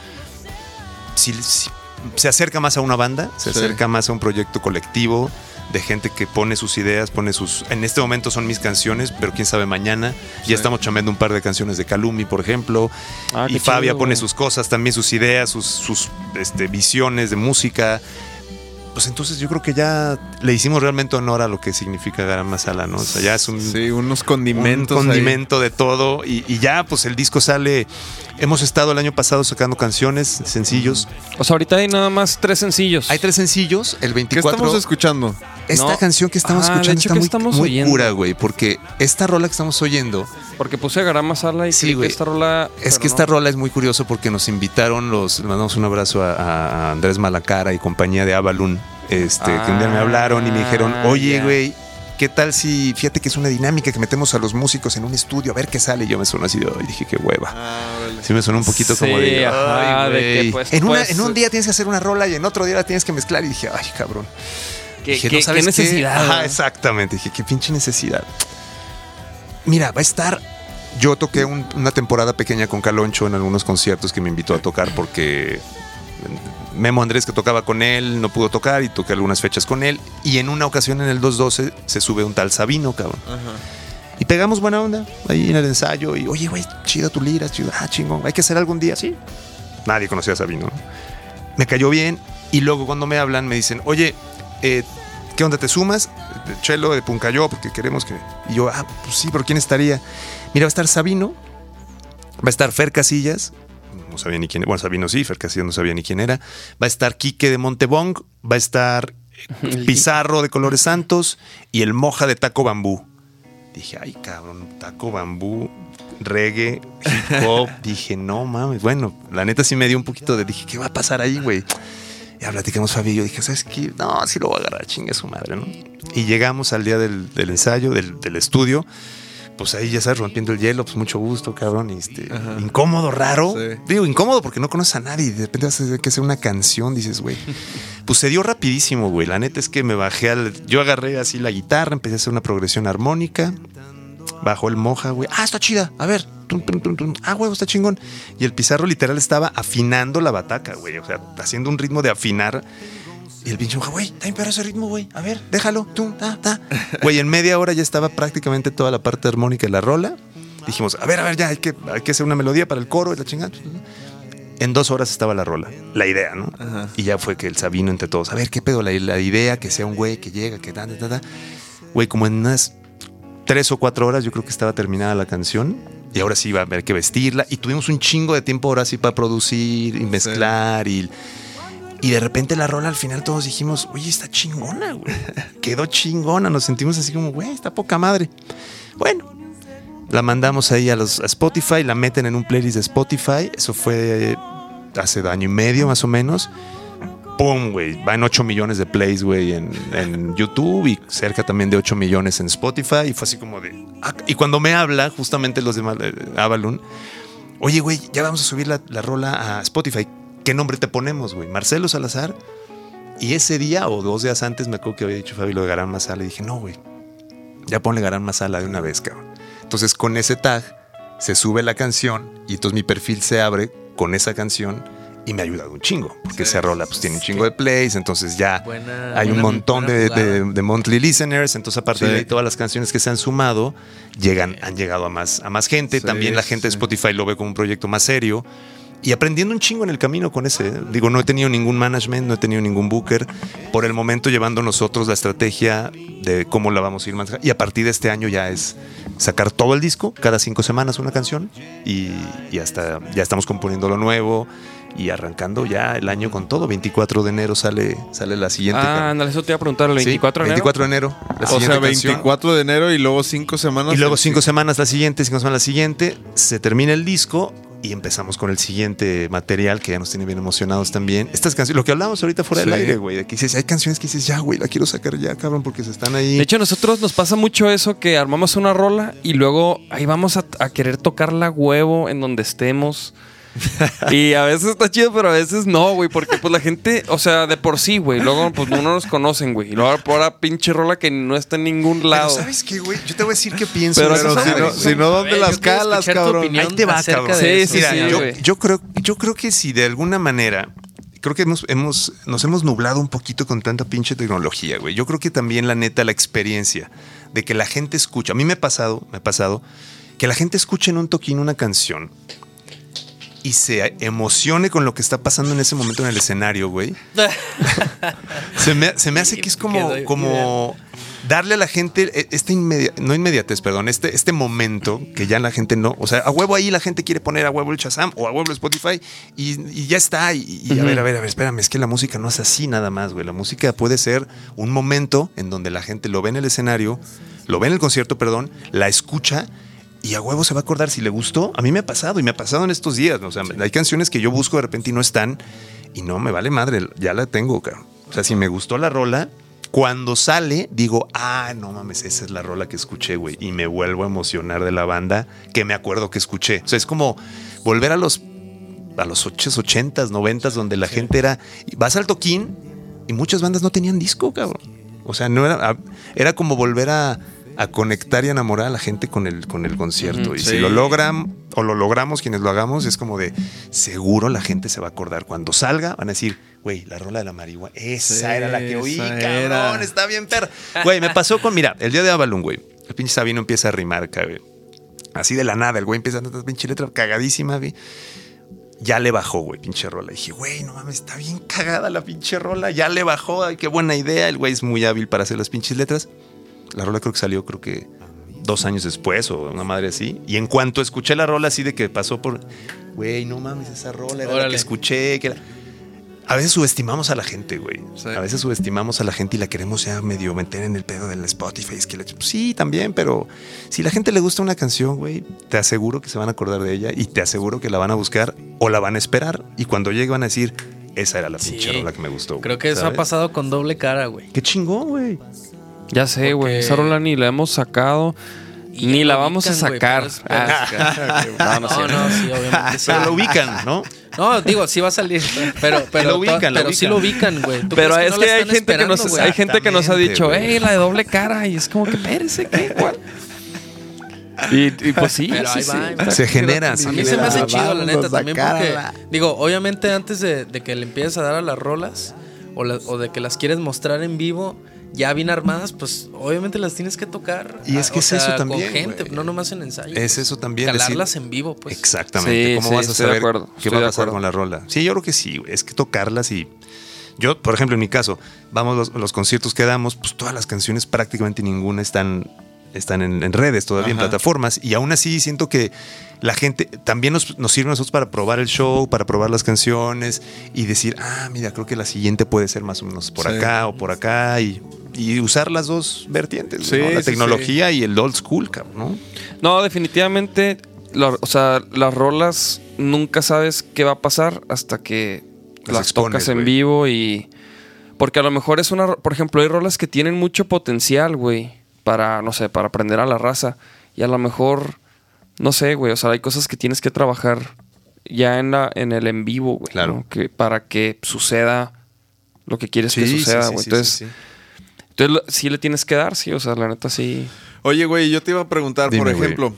Si, si- se acerca más a una banda, se Sí. acerca más a un proyecto colectivo de gente que pone sus ideas, pone sus... En este momento son mis canciones, pero quién sabe mañana. Sí. Ya estamos chambeando un par de canciones de Calumi, por ejemplo. Ah, y qué Fabia chido, pone güey. sus cosas, también sus ideas, sus, sus este, visiones de música. Pues entonces yo creo que ya le hicimos realmente honor a lo que significa Gran Masala, ¿no? O sea, ya es un... Sí, unos condimentos. un ahí. condimento de todo y, y ya pues el disco sale. Hemos estado el año pasado sacando canciones, sencillos. O sea, ahorita hay nada más tres sencillos. Hay tres sencillos, el ¿Qué veinticuatro. estamos escuchando? Esta No. canción que estamos Ah, de escuchando hecho, está ¿qué muy, estamos muy oyendo? pura, güey, porque esta rola que estamos oyendo, Porque puse Garama Sala y Sí, creí que güey. esta rola. es pero que esta no. rola es muy curioso porque nos invitaron los, le mandamos un abrazo a, a Andrés Malacara y compañía de Avalon, este, que un día me hablaron y me dijeron, Ah, oye, ya. güey, ¿qué tal si, fíjate que es una dinámica que metemos a los músicos en un estudio a ver qué sale? Y yo me sonó así de, ay, dije, qué hueva. Ah, órale. Sí me sonó un poquito como Sí, de, ajá, ay, de que, güey. pues, en, una- pues, en un día tienes que hacer una rola y en otro día la tienes que mezclar y dije, ay, cabrón. ¿Qué, Dije, qué- ¿no sabes qué necesidad? Ajá, ¿verdad? exactamente. Dije, qué pinche necesidad. Mira, va a estar. Yo toqué un- una temporada pequeña con Caloncho en algunos conciertos que me invitó a tocar porque Memo Andrés, que tocaba con él, no pudo tocar y toqué algunas fechas con él. Y en una ocasión en el dos doce se sube un tal Sabino, cabrón. Ajá. Y pegamos buena onda ahí en el ensayo. Y oye, güey, chido tu lira, chido. Ah, chingón. Hay que hacer algún día, sí. Nadie conocía a Sabino, ¿no? Me cayó bien. Y luego cuando me hablan me dicen, oye, eh, ¿qué onda? ¿Te sumas? De Chelo, de Puncayó, porque queremos que... Y yo, ah, pues sí, pero ¿quién estaría? Mira, va a estar Sabino, va a estar Fer Casillas, no sabía ni quién, bueno, Sabino sí, Fer Casillas no sabía ni quién era, va a estar Quique de Montebong, va a estar Pizarro de Colores Santos y el Moja de Taco Bambú. Dije, ay, cabrón, Taco Bambú, reggae, hip hop. Dije, no mames, bueno, la neta sí me dio un poquito de, dije, ¿qué va a pasar ahí, güey? Ya platicamos Fabi y yo, dije, ¿sabes qué? No, sí lo voy a agarrar, chingue su madre, ¿no? Y llegamos al día del, del ensayo, del, del estudio, pues ahí ya sabes, rompiendo el hielo, pues mucho gusto, cabrón, y este, Ajá. incómodo, raro. Sí. Digo, incómodo porque no conoces a nadie y de repente vas a tener que hacer una canción, dices, güey. Pues se dio rapidísimo, güey. La neta es que me bajé al... Yo agarré así la guitarra, empecé a hacer una progresión armónica, bajó el Moja, güey. Ah, está chida, a ver, tum, tum, tum, tum. Ah, huevo, está chingón. Y el Pizarro literal estaba afinando la bataca, güey. O sea, haciendo un ritmo de afinar. Y el pinche monja, güey, está bien perro ese ritmo, güey. A ver, déjalo. Tum, ta, ta. Güey, en media hora ya estaba prácticamente toda la parte armónica de la rola. Dijimos, a ver, a ver, ya, hay que, hay que hacer una melodía para el coro y la chingada. En dos horas estaba la rola, la idea, ¿no? Ajá. Y ya fue que el Sabino entre todos, a ver, ¿qué pedo? La, la idea, que sea un güey que llega, que da, da, da. Güey, como en unas tres o cuatro horas yo creo que estaba terminada la canción. Y ahora sí iba a haber que vestirla. Y tuvimos un chingo de tiempo ahora sí para producir y mezclar. Sí. Y, y de repente la rola al final todos dijimos, oye, está chingona, güey. Quedó chingona. Nos sentimos así como, güey, está poca madre. Bueno. La mandamos ahí a, los, a Spotify, la meten en un playlist de Spotify. Eso fue hace año y medio más o menos. ¡Pum, güey! Va en ocho millones de plays, güey, en, en YouTube y cerca también de ocho millones en Spotify. Y fue así como de... Ah, y cuando me habla, justamente los de Avalon, oye, güey, ya vamos a subir la, la rola a Spotify. ¿Qué nombre te ponemos, güey? Marcelo Salazar. Y ese día o dos días antes me acuerdo que había dicho Fabi lo de Garán Masala. Y dije, no, güey, ya ponle Garán Masala de una vez, cabrón. Entonces con ese tag se sube la canción y entonces mi perfil se abre con esa canción y me ha ayudado un chingo. Porque sí, esa rola pues tiene un chingo de plays, entonces ya buena, hay un buena, montón buena de, de, de monthly listeners. Entonces a partir sí. de ahí todas las canciones que se han sumado llegan, han llegado a más, a más gente. Sí, También la gente sí. de Spotify lo ve como un proyecto más serio. Y aprendiendo un chingo en el camino con ese. Digo, no he tenido ningún management, no he tenido ningún booker. Por el momento llevando nosotros la estrategia de cómo la vamos a ir manejando. Y a partir de este año ya es sacar todo el disco, cada cinco semanas una canción. Y, y hasta ya estamos componiendo lo nuevo y arrancando ya el año con todo. veinticuatro de enero sale, sale la siguiente. Ah, ándale, eso te iba a preguntar, el veinticuatro de enero. veinticuatro de enero. La o sea, veinticuatro canción. De enero y luego cinco semanas. Y luego cinco semanas la siguiente, cinco semanas la siguiente. Se termina el disco. Y empezamos con el siguiente material que ya nos tiene bien emocionados también. Estas canciones, lo que hablábamos ahorita fuera sí. del aire, güey. De que dices, hay canciones que dices, ya, güey, la quiero sacar ya, cabrón, porque se están ahí. De hecho, a nosotros nos pasa mucho eso que armamos una rola y luego ahí vamos a, a querer tocarla huevo en donde estemos. Y a veces está chido, pero a veces no, güey, porque pues la gente, o sea, de por sí, güey, luego pues no nos conocen, güey. Y luego por la pinche rola que no está en ningún lado. Pero ¿sabes qué, güey? Yo te voy a decir qué pienso. Pero, pero si, no, si no, ¿dónde las calas, cabrón? Ahí te va, cabrón. Sí, sí, Mira, sí, yo, güey. yo creo, yo creo que si de alguna manera, creo que hemos, hemos, nos hemos nublado un poquito con tanta pinche tecnología, güey. Yo creo que también la neta, la experiencia de que la gente escucha. A mí me ha pasado, me ha pasado que la gente escuche en un toquín una canción y se emocione con lo que está pasando en ese momento en el escenario, güey. se, me, se me hace que es como, como darle a la gente este inmedi- no inmediatez, perdón, este, este momento que ya la gente no, o sea, a huevo ahí la gente quiere poner a huevo el Shazam o a huevo el Spotify y, y ya está. Y, y uh-huh. a ver, a ver, a ver, espérame, es que la música no es así nada más, güey. La música puede ser un momento en donde la gente lo ve en el escenario, lo ve en el concierto, perdón, la escucha. Y a huevo se va a acordar si le gustó. A mí me ha pasado y me ha pasado en estos días. O sea, hay canciones que yo busco de repente y no están. Y no, me vale madre, ya la tengo, cabrón. O sea, si me gustó la rola, cuando sale, digo, ah, no mames, esa es la rola que escuché, güey. Y me vuelvo a emocionar de la banda que me acuerdo que escuché. O sea, es como volver a los a los ochentas, noventas, donde la sí. gente era... Vas al toquín y muchas bandas no tenían disco, cabrón. O sea, no era... Era como volver a... a conectar y enamorar a la gente con el, con el concierto. Uh-huh, y sí. si lo logran o lo logramos quienes lo hagamos, es como de seguro la gente se va a acordar. Cuando salga van a decir, güey, la rola de la marihuana, esa sí, era la que oí, cabrón, era. Está bien perra. Güey, me pasó con, mira, el día de Avalon, güey, el pinche Sabino empieza a rimar, güey. Así de la nada, el güey empieza a dar pinche letra cagadísima, güey. Ya le bajó, güey, pinche rola. Dije, güey, no mames, está bien cagada la pinche rola. Ya le bajó, ay, qué buena idea. El güey es muy hábil para hacer las pinches letras. La rola creo que salió, creo que dos años después o una madre así. Y en cuanto escuché la rola así de que pasó por... Güey, no mames, esa rola era Órale. la que escuché. Que era... A veces subestimamos a la gente, güey. Sí. A veces subestimamos a la gente y la queremos ya medio meter en el pedo del Spotify. Es que la... pues sí, también, pero si a la gente le gusta una canción, güey, te aseguro que se van a acordar de ella y te aseguro que la van a buscar o la van a esperar. Y cuando llegue van a decir, esa era la pinche sí. rola que me gustó. Güey. Creo que eso ¿sabes? ha pasado con Doble Cara, güey. Qué chingón, güey. Ya sé, güey. Porque... esa rola ni la hemos sacado. Y ni la vamos ubican, a sacar. Wey, ah, no, no, no, no, sí, obviamente. Sí. Pero lo ubican, ¿no? No, digo, sí va a salir. Pero, pero, lo ubican, pero lo ubican. sí lo ubican, güey. Pero es que, que no hay, gente que nos, hay gente que nos ha dicho, güey. hey, la de Doble Cara. Y es como que, espérese, ¿qué? ¿Cuál? Y, y pues sí, Pero sí, ahí sí. va, ahí va. Se genera, se A mí se me hace Vamos chido, la neta, a también porque, sacarla. digo, obviamente antes de, de que le empieces a dar a las rolas o, la- o de que las quieres mostrar en vivo, ya bien armadas, pues obviamente las tienes que tocar. Y es ah, que o es sea, eso también, con gente, güey. no nomás en ensayo. Es eso también. Calarlas decir- en vivo, pues. Exactamente. Sí, ¿Cómo sí, vas a estoy de saber acuerdo, qué estoy va a de pasar acuerdo. con la rola? Sí, yo creo que sí, güey. Es que tocarlas y... Yo, por ejemplo, en mi caso, vamos los, los conciertos que damos, pues todas las canciones, prácticamente ninguna están, están en, en redes, todavía en Ajá. plataformas. Y aún así siento que la gente también nos, nos sirve a nosotros para probar el show, para probar las canciones y decir, ah, mira, creo que la siguiente puede ser más o menos por Sí. acá o por acá y, y usar las dos vertientes, Sí, ¿no? La sí, tecnología y el old school, cabrón, ¿no? No, definitivamente, la- o sea, las rolas nunca sabes qué va a pasar hasta que Las las, expones, tocas en güey. vivo y... Porque a lo mejor es una... ro- Por ejemplo, hay rolas que tienen mucho potencial, güey, para, no sé, para aprender a la raza. Y a lo mejor, no sé, güey, o sea, hay cosas que tienes que trabajar ya en, la, en el en vivo, güey. Claro. ¿no? Que, para que suceda lo que quieres que suceda, güey. Entonces, sí. entonces lo- sí le tienes que dar, sí, o sea, la neta sí... Oye, güey, yo te iba a preguntar, Dime, por güey. ejemplo,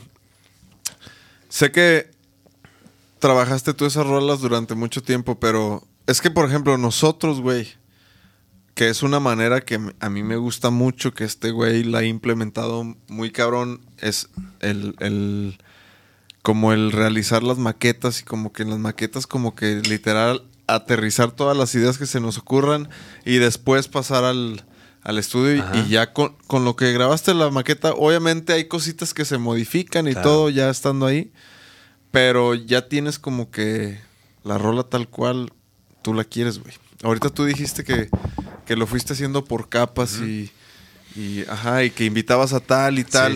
sé que trabajaste tú esas rolas durante mucho tiempo, pero es que, por ejemplo, nosotros, güey, que es una manera que m- a mí me gusta mucho, que este güey la ha implementado muy cabrón, es el, el como el realizar las maquetas y como que en las maquetas como que literal aterrizar todas las ideas que se nos ocurran y después pasar al, al estudio y- Ajá. y ya con, con lo que grabaste la maqueta, obviamente hay cositas que se modifican y Claro. todo ya estando ahí, pero ya tienes como que la rola tal cual tú la quieres, güey. Ahorita tú dijiste que, que lo fuiste haciendo por capas y, y, ajá, y que invitabas a tal y tal. Sí.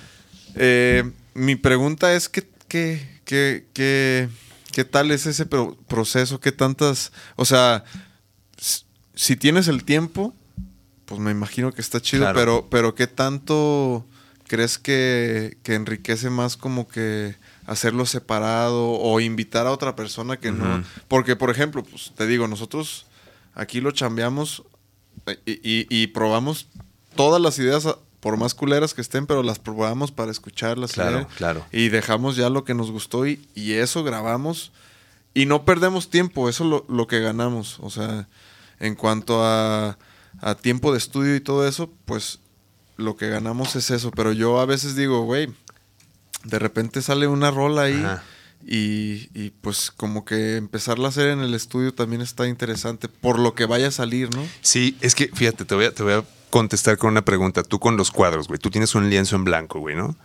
Eh, mi pregunta es ¿qué, qué, qué, qué, qué tal es ese pro- proceso? ¿Qué tantas...? O sea, s- si tienes el tiempo, pues me imagino que está chido, Claro. pero, pero ¿qué tanto crees que, que enriquece más como que hacerlo separado o invitar a otra persona que no? Ujú. Porque, por ejemplo, pues te digo, nosotros aquí lo chambeamos y, y- y probamos todas las ideas, por más culeras que estén, pero las probamos para escucharlas. Claro, ¿eh? claro. Y dejamos ya lo que nos gustó y, y eso grabamos. Y no perdemos tiempo, eso es lo, lo que ganamos. O sea, en cuanto a, a tiempo de estudio y todo eso, pues lo que ganamos es eso. Pero yo a veces digo, güey, de repente sale una rola ahí Ajá. y, y pues como que empezarla a hacer en el estudio también está interesante por lo que vaya a salir, ¿no? Sí, es que fíjate, te voy a, te voy a contestar con una pregunta. Tú con los cuadros, güey. Tú tienes un lienzo en blanco, güey, ¿no?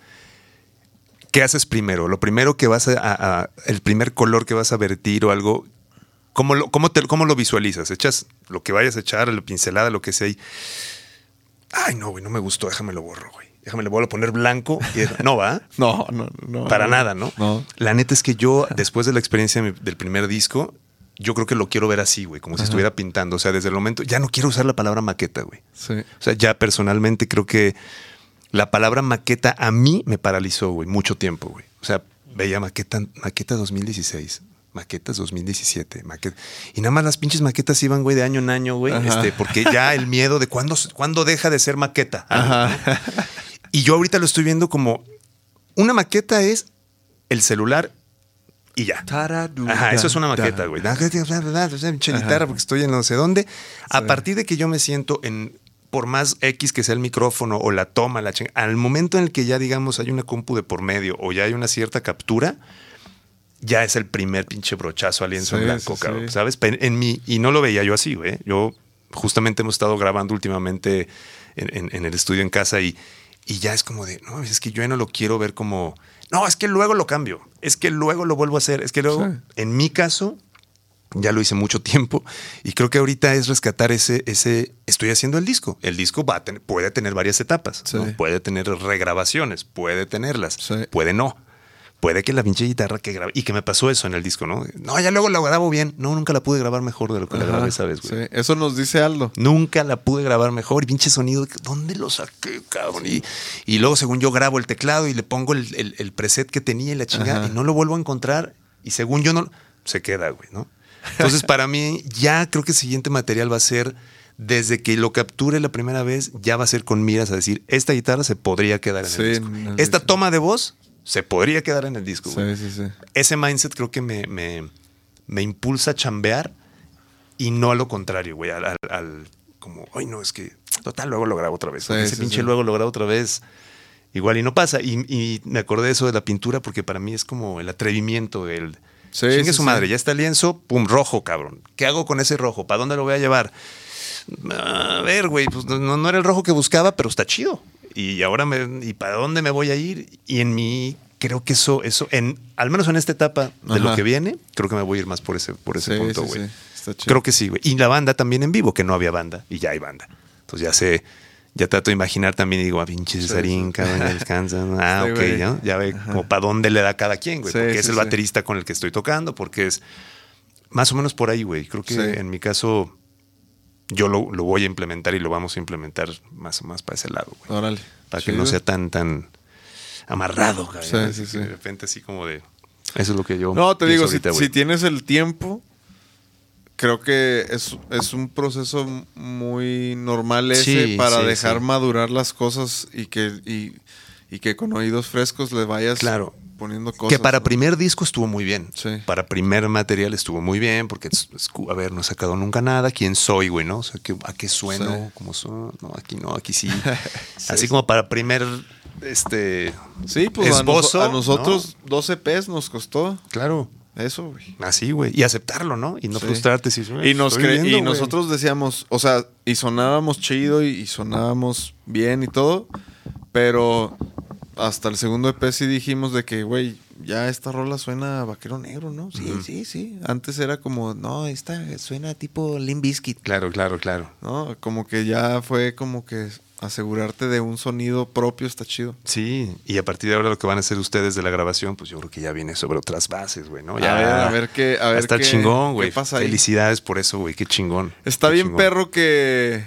¿Qué haces primero? Lo primero que vas a, a- a- el primer color que vas a vertir o algo, ¿cómo lo, cómo te, cómo lo visualizas? ¿Echas lo que vayas a echar, la pincelada, lo que sea? Y, ay, no, güey, no me gustó, déjame lo borro, güey. Déjame le vuelvo a poner blanco. Y deja- no, ¿va? No, no, no. Para no, nada, ¿no? No. La neta es que yo, después de la experiencia de mi- del primer disco, yo creo que lo quiero ver así, güey, como si Ajá. estuviera pintando. O sea, desde el momento, ya no quiero usar la palabra maqueta, güey. Sí. O sea, ya personalmente creo que la palabra maqueta a mí me paralizó, güey, mucho tiempo, güey. O sea, veía maqueta, maqueta dos mil dieciséis, maquetas dos mil diecisiete, maqueta. Y nada más las pinches maquetas iban, güey, de año en año, güey. Ajá. Este, porque ya el miedo de cuándo, cuándo deja de ser maqueta. Ajá. Y yo ahorita lo estoy viendo como una maqueta es el celular y ya. Ajá, eso es una maqueta, güey. Pinche guitarra porque estoy en no sé dónde. A partir de que yo me siento en, por más X que sea el micrófono o la toma, la ching- al momento en el que ya, digamos, hay una compu de por medio o ya hay una cierta captura, ya es el primer pinche brochazo al lienzo Sí, en blanco, sí, cabrón. sí. ¿Sabes? Pe- En mí, y no lo veía yo así, güey. Yo justamente hemos estado grabando últimamente en, en- en el estudio en casa y, y ya es como de, no, es que yo ya no lo quiero ver como, no, es que luego lo cambio, es que luego lo vuelvo a hacer, es que luego, Sí. en mi caso, ya lo hice mucho tiempo y creo que ahorita es rescatar ese, ese, estoy haciendo el disco. El disco va a tener, puede tener varias etapas, Sí. ¿no? Puede tener regrabaciones, puede tenerlas, Sí. puede no. Puede que la pinche guitarra que grabé, y que me pasó eso en el disco, ¿no? No, ya luego la grabo bien. No, nunca la pude grabar mejor de lo que la Ajá, grabé, ¿sabes, güey? sí. Eso nos dice Aldo. Nunca la pude grabar mejor. Y pinche sonido, ¿dónde lo saqué, cabrón? Y, y luego, según yo, grabo el teclado y le pongo el, el- el preset que tenía y la chingada, Ajá. y no lo vuelvo a encontrar. Y según yo, no se queda, güey, ¿no? Entonces, para mí, ya creo que el siguiente material va a ser desde que lo capture la primera vez, ya va a ser con miras a decir, esta guitarra se podría quedar en Sí, el disco. en el Esta disco. toma de voz se podría quedar en el disco, güey. Sí, sí, sí. Ese mindset creo que me, me, me impulsa a chambear y no a lo contrario, güey, al, al, al- como, ay no, es que total, luego lo grabo otra vez. Sí, Ese sí, pinche sí. luego lo grabo otra vez. Igual y no pasa. Y, y me acordé de eso de la pintura porque para mí es como el atrevimiento, el Sí, chingue sí, su sí. madre, ya está el lienzo, pum, rojo, cabrón. ¿Qué hago con ese rojo? ¿Para dónde lo voy a llevar? A ver, güey, pues no, no era el rojo que buscaba, pero está chido. Y ahora me, ¿y para dónde me voy a ir? Y en mí creo que eso, eso, en, al menos en esta etapa de lo Ajá. que viene, creo que me voy a ir más por ese, por ese Sí, punto, sí, güey. sí. Está chido. Creo que sí, güey. Y la banda también en vivo, que no había banda, y ya hay banda. Entonces ya sé, ya trato de imaginar también y digo, ah, pinche Cesarín, cabrón, ya descansa. ¿no? Ah, Sí, ok, güey. ¿no? Ya ve Ajá. como para dónde le da cada quien, güey. Sí, porque sí, es el sí. baterista con el que estoy tocando, porque es más o menos por ahí, güey. Creo que Sí. en mi caso yo lo, lo voy a implementar y lo vamos a implementar más o más para ese lado, güey. Órale. Para que Chido. no sea tan, tan amarrado, cabrón. Sí, Así sí, que sí. De repente así como de... Eso es lo que yo No, te pienso digo, si, ahorita, güey. si tienes el tiempo, creo que es, es un proceso muy normal ese Sí, para sí, dejar sí. madurar las cosas y que, y, y que con oídos frescos le vayas Claro. poniendo cosas. Que para ¿no? primer disco estuvo muy bien. Sí. Para primer material estuvo muy bien, porque, es- es- a ver, no he sacado nunca nada. ¿Quién soy, güey, no? O sea, ¿qué- ¿a qué sueno? Sí. ¿Cómo sueno? No, aquí no, aquí sí. Así como para primer, este... Sí, pues a, esbozo, noso- a nosotros doce P's nos costó Claro. eso, güey. Así, güey. Y aceptarlo, ¿no? Y no Sí. frustrarte. Si, Y, nos estoy cre- viviendo, y güey. nosotros decíamos, o sea, y sonábamos chido y, y sonábamos bien y todo, pero hasta el segundo E P sí dijimos de que, güey, ya esta rola suena a Vaquero Negro, ¿no? Sí, Ujú. sí, sí. Antes era como, no, esta suena tipo Limp Bizkit, Claro, claro, claro. ¿no? Como que ya fue como que asegurarte de un sonido propio está chido. Sí, y a partir de ahora lo que van a hacer ustedes de la grabación, pues yo creo que ya viene sobre otras bases, güey, ¿no? A Ya, ver, a ver qué- a ver está qué- chingón, qué güey. pasa ahí. Felicidades por eso, güey. Qué chingón. Está Qué bien chingón. perro que,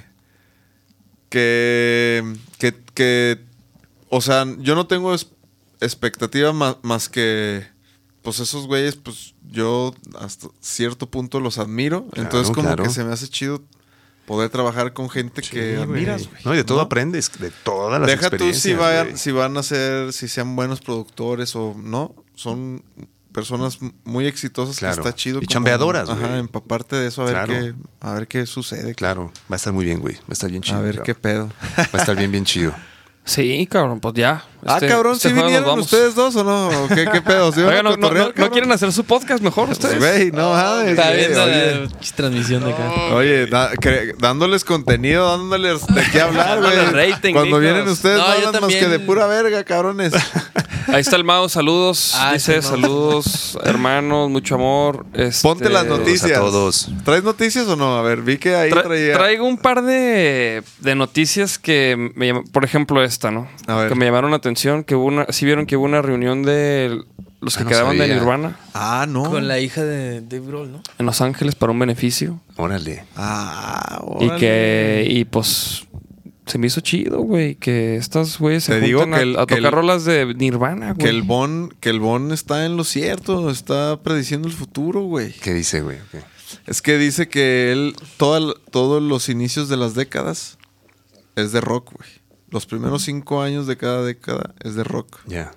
que, que, que, o sea, yo no tengo es- expectativa más, más que, pues esos güeyes, pues yo hasta cierto punto los admiro. Claro, Entonces como claro. que se me hace chido poder trabajar con gente Sí, que güey. admiras, güey. No, y de todo ¿no? aprendes, de todas las Deja tú experiencias. si vayan, güey. si van a ser, si sean buenos productores o no, son personas muy exitosas Claro. que está chido. Y como- chambeadoras, Ajá, güey. empaparte de eso a ver Claro. qué, a ver qué sucede. Claro, va a estar muy bien, güey. Va a estar bien chido. A ver cabrón. qué pedo. Va a estar bien, bien chido. Sí, cabrón, pues ya. Ah, Este- cabrón, este ¿sí jueves nos vinieron vamos. ustedes dos o no? ¿O ¿Qué, qué pedo? ¿Sí van a Oigan, no, no, cotorrear, no- no cabrón? quieren hacer su podcast mejor ustedes. Güey, no mames. Está güey, viendo oye. la transmisión de acá. Oye, da- cre- dándoles contenido, dándoles de qué hablar, güey. Dándoles rating, Cuando mijos. vienen ustedes No, no, yo hablan más también. que de pura verga, cabrones. Ahí está el Mao, saludos. Ah, Dice está el Mao. saludos, hermanos, mucho amor. Este, Ponte las Saludos noticias. a todos. ¿Traes noticias o no? A ver, vi que ahí Tra- traía. Traigo un par de, de noticias que me llaman, por ejemplo esta, ¿no? A ver. Que me llamaron la atención, que hubo una, sí vieron que hubo una reunión de los que Ah, no quedaban de sabía. Nirvana Ah, no. Con la hija de Dave Grohl, ¿no? en Los Ángeles para un beneficio. Órale. Ah, Y órale. que, y pues se me hizo chido, güey, que estas güeyes se Te digo juntan que a, el- a que tocar el- rolas de Nirvana, güey. Que el Bon, que el Bon está en lo cierto, está prediciendo el futuro, güey. ¿Qué dice, güey? Ok. Es que dice que él, toda- todos los inicios de las décadas es de rock, güey. Los primeros cinco años de cada década es de rock. Ya.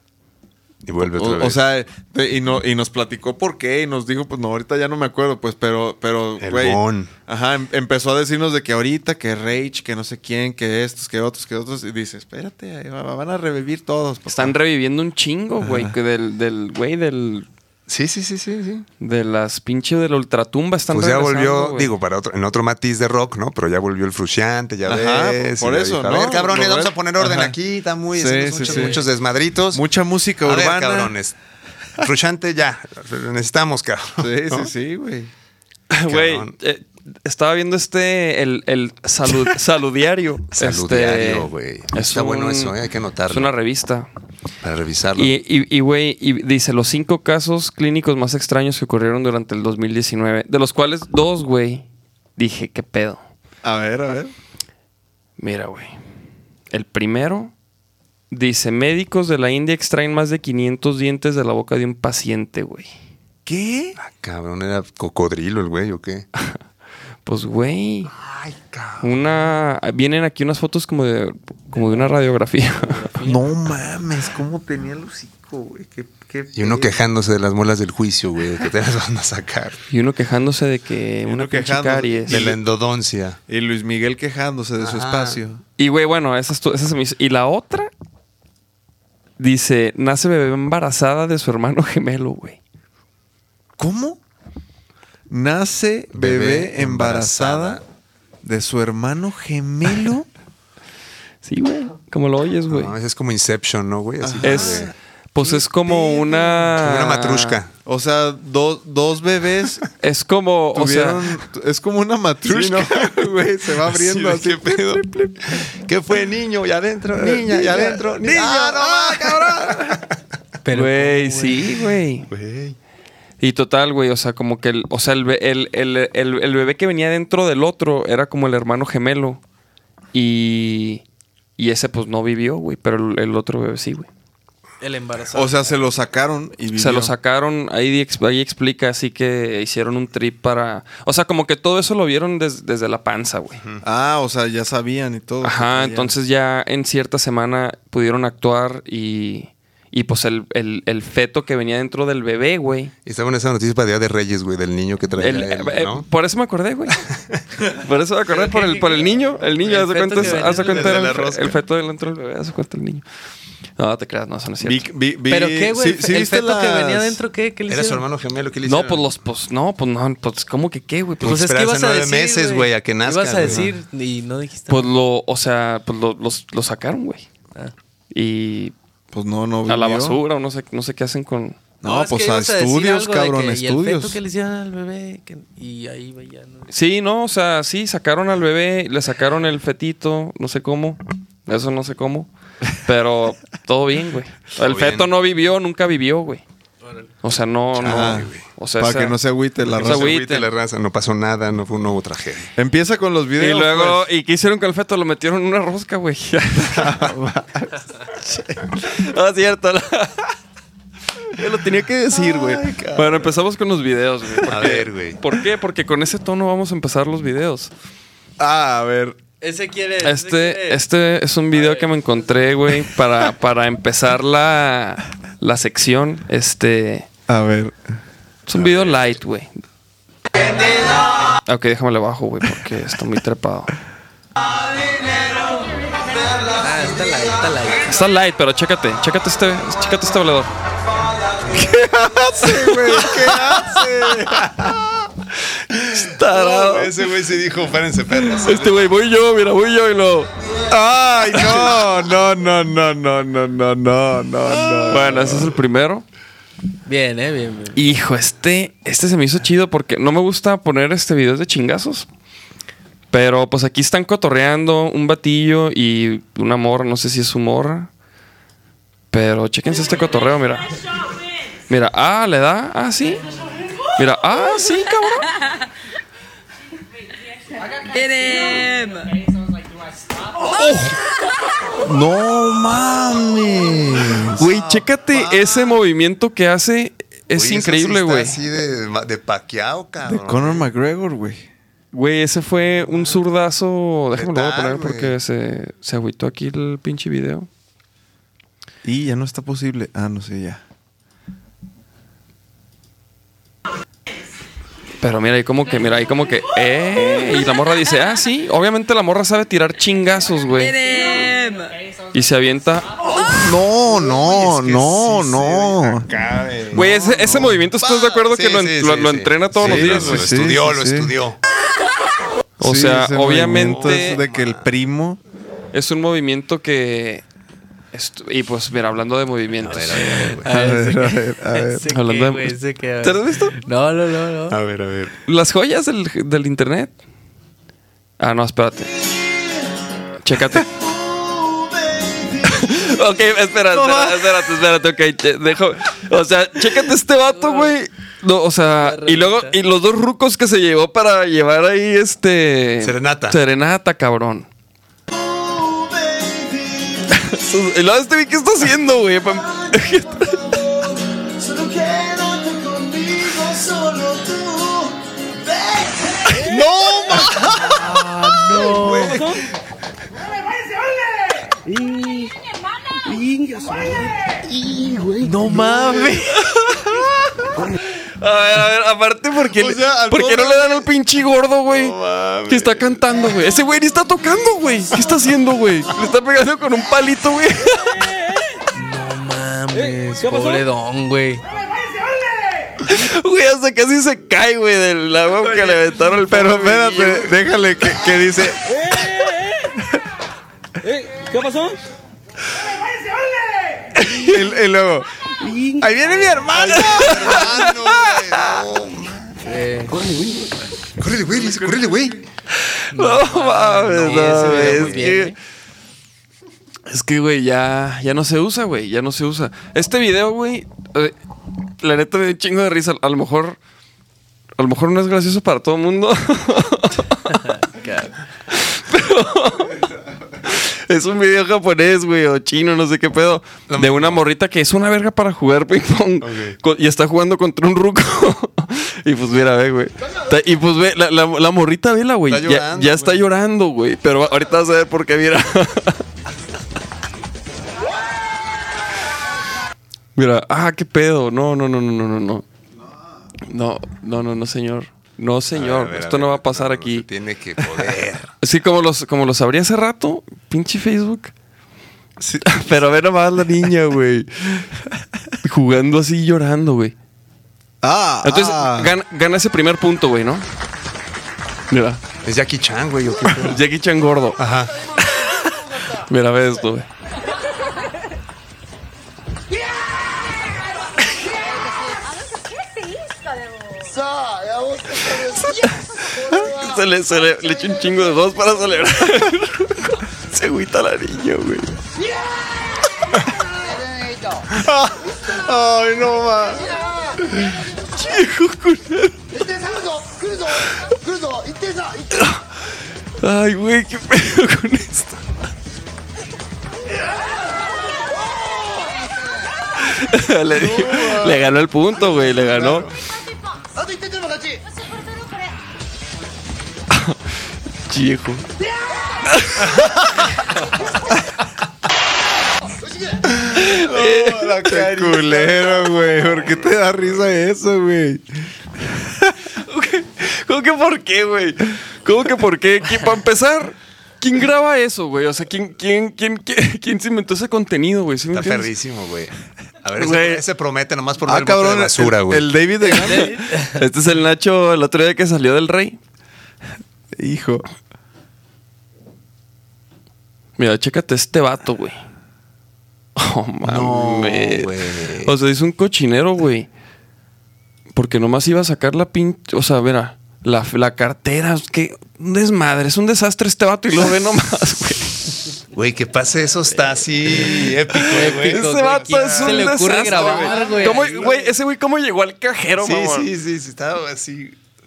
Y vuelve otra O, vez. o sea, te- y, no, y nos platicó por qué y nos dijo, pues no, ahorita ya no me acuerdo, pues, pero, pero, El güey. Bon. Ajá, em- empezó a decirnos de que ahorita, que Rage, que no sé quién, que estos, que otros, que otros. Y dice, espérate, ahí va- van a revivir todos. papá". Están reviviendo un chingo, güey, que del, del, güey, del, Sí, sí, sí, sí, sí. de las pinches de la ultratumba están Pues ya regresando, volvió, güey. digo, para otro, en otro matiz de rock, ¿no? Pero ya volvió el Frusciante, ya Ajá, ves. por y ya eso, dijo, ¿no? A ver, cabrones, Lo vamos ves- a poner orden Ajá. aquí. Está muy, Sí, hacemos sí, muchos, sí. muchos desmadritos. Mucha música A ver, urbana. cabrones. Frusciante ya. Necesitamos, cabrón. Sí, ¿no? sí, sí, güey. Güey, Cabrón. eh, estaba viendo este, el, el salud, saludiario. Saludiario, Este, güey. es Está bueno un- eso, ¿eh? Hay que anotarlo. Es una revista. Para revisarlo. Y, y, y, güey, y dice los cinco casos clínicos más extraños que ocurrieron durante el dos mil diecinueve, de los cuales dos, güey, dije, ¿qué pedo? A ver, a ver. Mira, güey. El primero dice, médicos de la India extraen más de quinientos dientes de la boca de un paciente, güey. ¿Qué? Ah, cabrón, era cocodrilo el güey, ¿o qué? Pues, güey. Ay, cabrón. Una. Vienen aquí unas fotos como de. Como de una radiografía. No mames, cómo tenía el hocico, güey. Qué, qué Y uno pedo. quejándose de las muelas del juicio, güey, de que te las van a sacar. Y uno quejándose de que Y una uno pinche quejándose caries. De la endodoncia. Y Luis Miguel quejándose de su Ajá. espacio. Y, güey, bueno, esa, estu- esa se me hizo. Y la otra. Dice: nace bebé embarazada de su hermano gemelo, güey. ¿Cómo? Nace bebé, Bebé embarazada, embarazada. de su hermano gemelo. Sí, güey. Como lo oyes, güey. No, es como Inception, ¿no, güey? Así como Es. de- Pues es como una. como una matrushka. O sea, do- dos bebés Es como. O sea. tuvieron... es como una matrushka, güey. Se va abriendo Sí, así. ¿qué pedo? ¿Qué fue, niño? Y adentro, niña, y adentro. Niña, ¡Ah, no, cabrón. Pero, Güey, ¿cómo, sí, güey. Güey. Y total, güey, o sea, como que el, o sea, el, be- el, el, el, el bebé que venía dentro del otro era como el hermano gemelo. Y, y ese pues no vivió, güey, pero el, el otro bebé sí, güey. El embarazado. O sea, se lo sacaron y vivió. Se lo sacaron, ahí, ex- ahí explica así que hicieron un trip para... O sea, como que todo eso lo vieron des- desde la panza, güey. Ah, o sea, ya sabían y todo. Ajá, Sabían. entonces ya en cierta semana pudieron actuar y... Y pues el, el, el feto que venía dentro del bebé, güey. Y estaba en esa noticia para Día de Reyes, güey, del niño que traía El- él, eh, ¿no? Por eso me acordé, güey. Por eso me acordé, ¿Pero por qué, el, qué, por qué? el niño. El niño, El haz de feto cuenta, que es- venía haz de dentro cuenta de era la el, fe- rosca. el feto dentro del bebé, haz de cuenta el niño. No, te creas, no, eso no es cierto. Vi- vi- vi- ¿Pero qué, güey? sí- sí ¿El viste feto que las- venía adentro qué? ¿Qué le Era su hicieron? hermano gemelo, ¿qué le No, hicieron? pues los, pues, no, pues no, pues, ¿cómo que qué, güey? Pues, Pues Pues es que esperarse ibas a nueve decir, meses, güey, a que nazca, Ibas a güey. decir y no dijiste pues nada. lo, o sea, pues lo, los, lo sacaron, güey. Ah. Y Pues no, no a la vivió. basura, o no sé, no sé qué hacen con... No, es que pues a ibas decir estudios, algo de cabrón, que, Y el feto estudios. que le hicieron al bebé. que- y ahí veía, ¿no? Sí, no, o sea, sí, sacaron al bebé, le sacaron el fetito, no sé cómo. Eso no sé cómo. Pero todo bien, güey. El bien. feto no vivió, nunca vivió, güey. O sea, no, Ah, no. O sea, para esa- que no se agüite la No se raza. agüite. Agüite la raza, no pasó nada, no fue una nueva tragedia. Empieza con los Y videos. luego, pues. ¿y qué hicieron con el feto? Lo metieron en una rosca, güey. No, es cierto. Yo lo tenía que decir, güey. Bueno, empezamos con los videos, güey. A porque- ver, güey. ¿Por qué? Porque con ese tono vamos a empezar los videos. Ah, a ver. Ese quiere. ese Este, quiere. este es un video que me encontré, güey, para, para empezar la, la sección. Este. A ver. Es un video light, güey. Ok, déjame le bajo, güey, porque está muy trepado. Ah, está light, está light. Está light, pero chécate, chécate este, chécate este valedor. ¿Qué, güey? ¿Qué hace? Tarado. Ese güey se dijo, espérense, perros. Este güey, voy yo, mira, voy yo y lo. Ay, no, no, no, no, no, no, no, no, no, no. Bueno, ese es el primero. Bien, eh, bien, bien. Hijo, este, este se me hizo chido porque no me gusta poner este videos de chingazos. Pero pues aquí están cotorreando un batillo y una morra, no sé si es su morra. Pero chéquense este cotorreo, mira. Mira, ah, le da, ah, sí. Mira, ah, sí, cabrón. No mames. Güey, chécate ese movimiento que hace. Es Oye, eso increíble, sí está güey. así de, de paqueado, De cabrón. Conor McGregor, güey. Güey, ese fue un zurdazo. Déjame lo voy a Letal, poner güey. porque se, se agüitó aquí el pinche video. Y ya no está posible. Ah, no sé, ya. Pero mira, ahí como que, mira, ahí como que, eh. Y la morra dice, ah, sí. Obviamente la morra sabe tirar chingazos, güey. Y se avienta. No, no, Es que no, sí se no. deja acá, güey. Güey, ese, ese movimiento, ¿estás de acuerdo Sí, que lo, sí, lo- sí, lo sí. entrena todos Sí, los días, Lo güey? sí, estudió, sí, lo sí. estudió. O Sí, sea, ese movimiento obviamente es de que el primo. es un movimiento que... estu- Y pues, mira, hablando de movimientos. A ver, a ver, güey. A ver, A ese ver, a que- ver, a ver. ese Hablando que, de- güey, ese que- ¿Te lo has visto? No, no, no, no. A ver, a ver. Las joyas del, del internet. Ah, no, espérate. Chécate. Ok, espera, espera, espérate, espérate, ok. che- Dejo. O sea, chécate este vato, güey. No, o sea, y luego, y los dos rucos que se llevó para llevar ahí este. Serenata. Serenata, cabrón. Y luego este güey, ¿qué está haciendo, güey? ¡No, pasó? No mames. A ver, a ver, aparte, ¿por qué, O le- sea, al ¿por qué no pobre- le dan al pinche gordo, güey? No mames. Que está cantando, güey. Ese güey ni está tocando, güey. ¿Qué está haciendo, güey? Le está pegando con un palito, güey. No mames. ¿qué pasó? Pobre don, güey. Güey, hasta casi se cae, güey, del agua que le aventaron el Pero pobre espérate, niño. déjale que, que dice. Eh, ¿Qué pasó? Y, y luego. Ahí viene mi hermano. Hermano, güey. Eh, Córrele, güey, dice, córrele, güey. No mames, sí, no, se güey, ve es muy bien, que- güey. Es que, güey, ya, ya no se usa, güey. Ya no se usa. Este video, güey, eh, la neta me dio un chingo de risa. A lo mejor. A lo mejor no es gracioso para todo el mundo. Es un video japonés, güey, o chino, no sé qué pedo. De una morrita que es una verga para jugar ping pong. Ok. Co- Y está jugando contra un ruco. Y pues mira, ve, güey. Ta- Y pues ve, la, la, la morrita, vela, güey. Está Ya, llorando, ya está güey. llorando, güey. Pero ahorita vas a ver por qué, mira. Mira, ah, qué pedo. No, no, no, no, no, no, no. No, no, no, no, señor. No, señor. A ver, a Esto ver, no va a pasar no, aquí. se tiene que poder. Sí, como los, como los abrí hace rato, pinche Facebook. Sí. Pero ve nomás la niña, güey. Jugando así, llorando, güey. Ah, Entonces, ah. gana, gana ese primer punto, güey, ¿no? Mira, Es Jackie Chan, güey. ¿o qué pedo? Jackie Chan gordo. Ajá. Mira, ve esto, güey. Se le, se le, le echa un chingo de dos para celebrar. Se agüita la niña, güey. Ay, no más. Ay, güey, qué pedo con esto. le, di- le ganó el punto, güey, le ganó. Viejo. Qué culero, güey. ¿Por qué te da risa eso, güey? ¿Cómo que por qué, güey? ¿Cómo que por qué? ¿Quién- Para empezar, ¿quién graba eso, güey? O sea, ¿quién, quién, quién, quién, quién se inventó ese contenido, güey? ¿Sí me Está entiendes? perrísimo, güey. A ver, Güey. ese, ese promete nomás por Ah, ver el bote cabrón. de basura, el, güey. el David de Grande. Este es el Nacho el otro día que salió del Rey. Hijo. Mira, chécate este vato, güey. Oh, No, mames. güey. O sea, es un cochinero, güey. Porque nomás iba a sacar la pinche... O sea, mira, la, la cartera. Es que un desmadre. Es un desastre este vato y lo ve nomás, güey. Güey, que pase eso está así épico, güey. Épico. Ese güey, vato ¿quién es se un le ocurre desastre, grabar, güey? ¿Cómo, Ahí, güey, ese güey cómo llegó al cajero, Sí, mamón? sí, sí, sí, estaba así.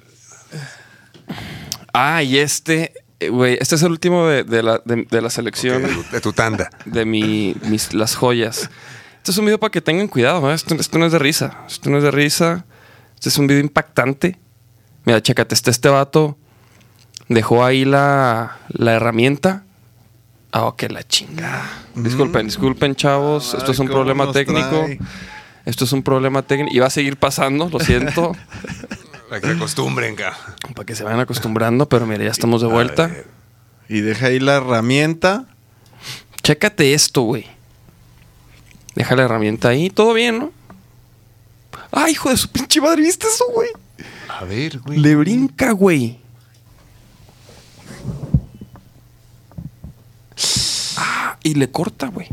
Ah, y este... eh, Güey, este es el último de, de la, de, de la selección. De tu, de tu tanda. De mi, mis, las joyas. Este es un video para que tengan cuidado, ¿eh? esto, esto no es de risa. Esto no es de risa. Este es un video impactante. Mira, chécate, este, este vato dejó ahí la, la herramienta. Ah, oh, que la chingada. Disculpen, disculpen, chavos. Esto es un Ay, cómo problema nos técnico. trae. Esto es un problema técnico. Y va a seguir pasando, lo siento. Para que se acostumbren, cabrón. Para que se vayan acostumbrando. Pero mira, ya estamos de vuelta. ver. Y deja ahí la herramienta. Chécate esto, güey. Deja la herramienta ahí. Todo bien, ¿no? Ay, hijo de su pinche madre. ¿Viste eso, güey? A ver, güey. Le brinca, güey. Ah, y le corta, güey.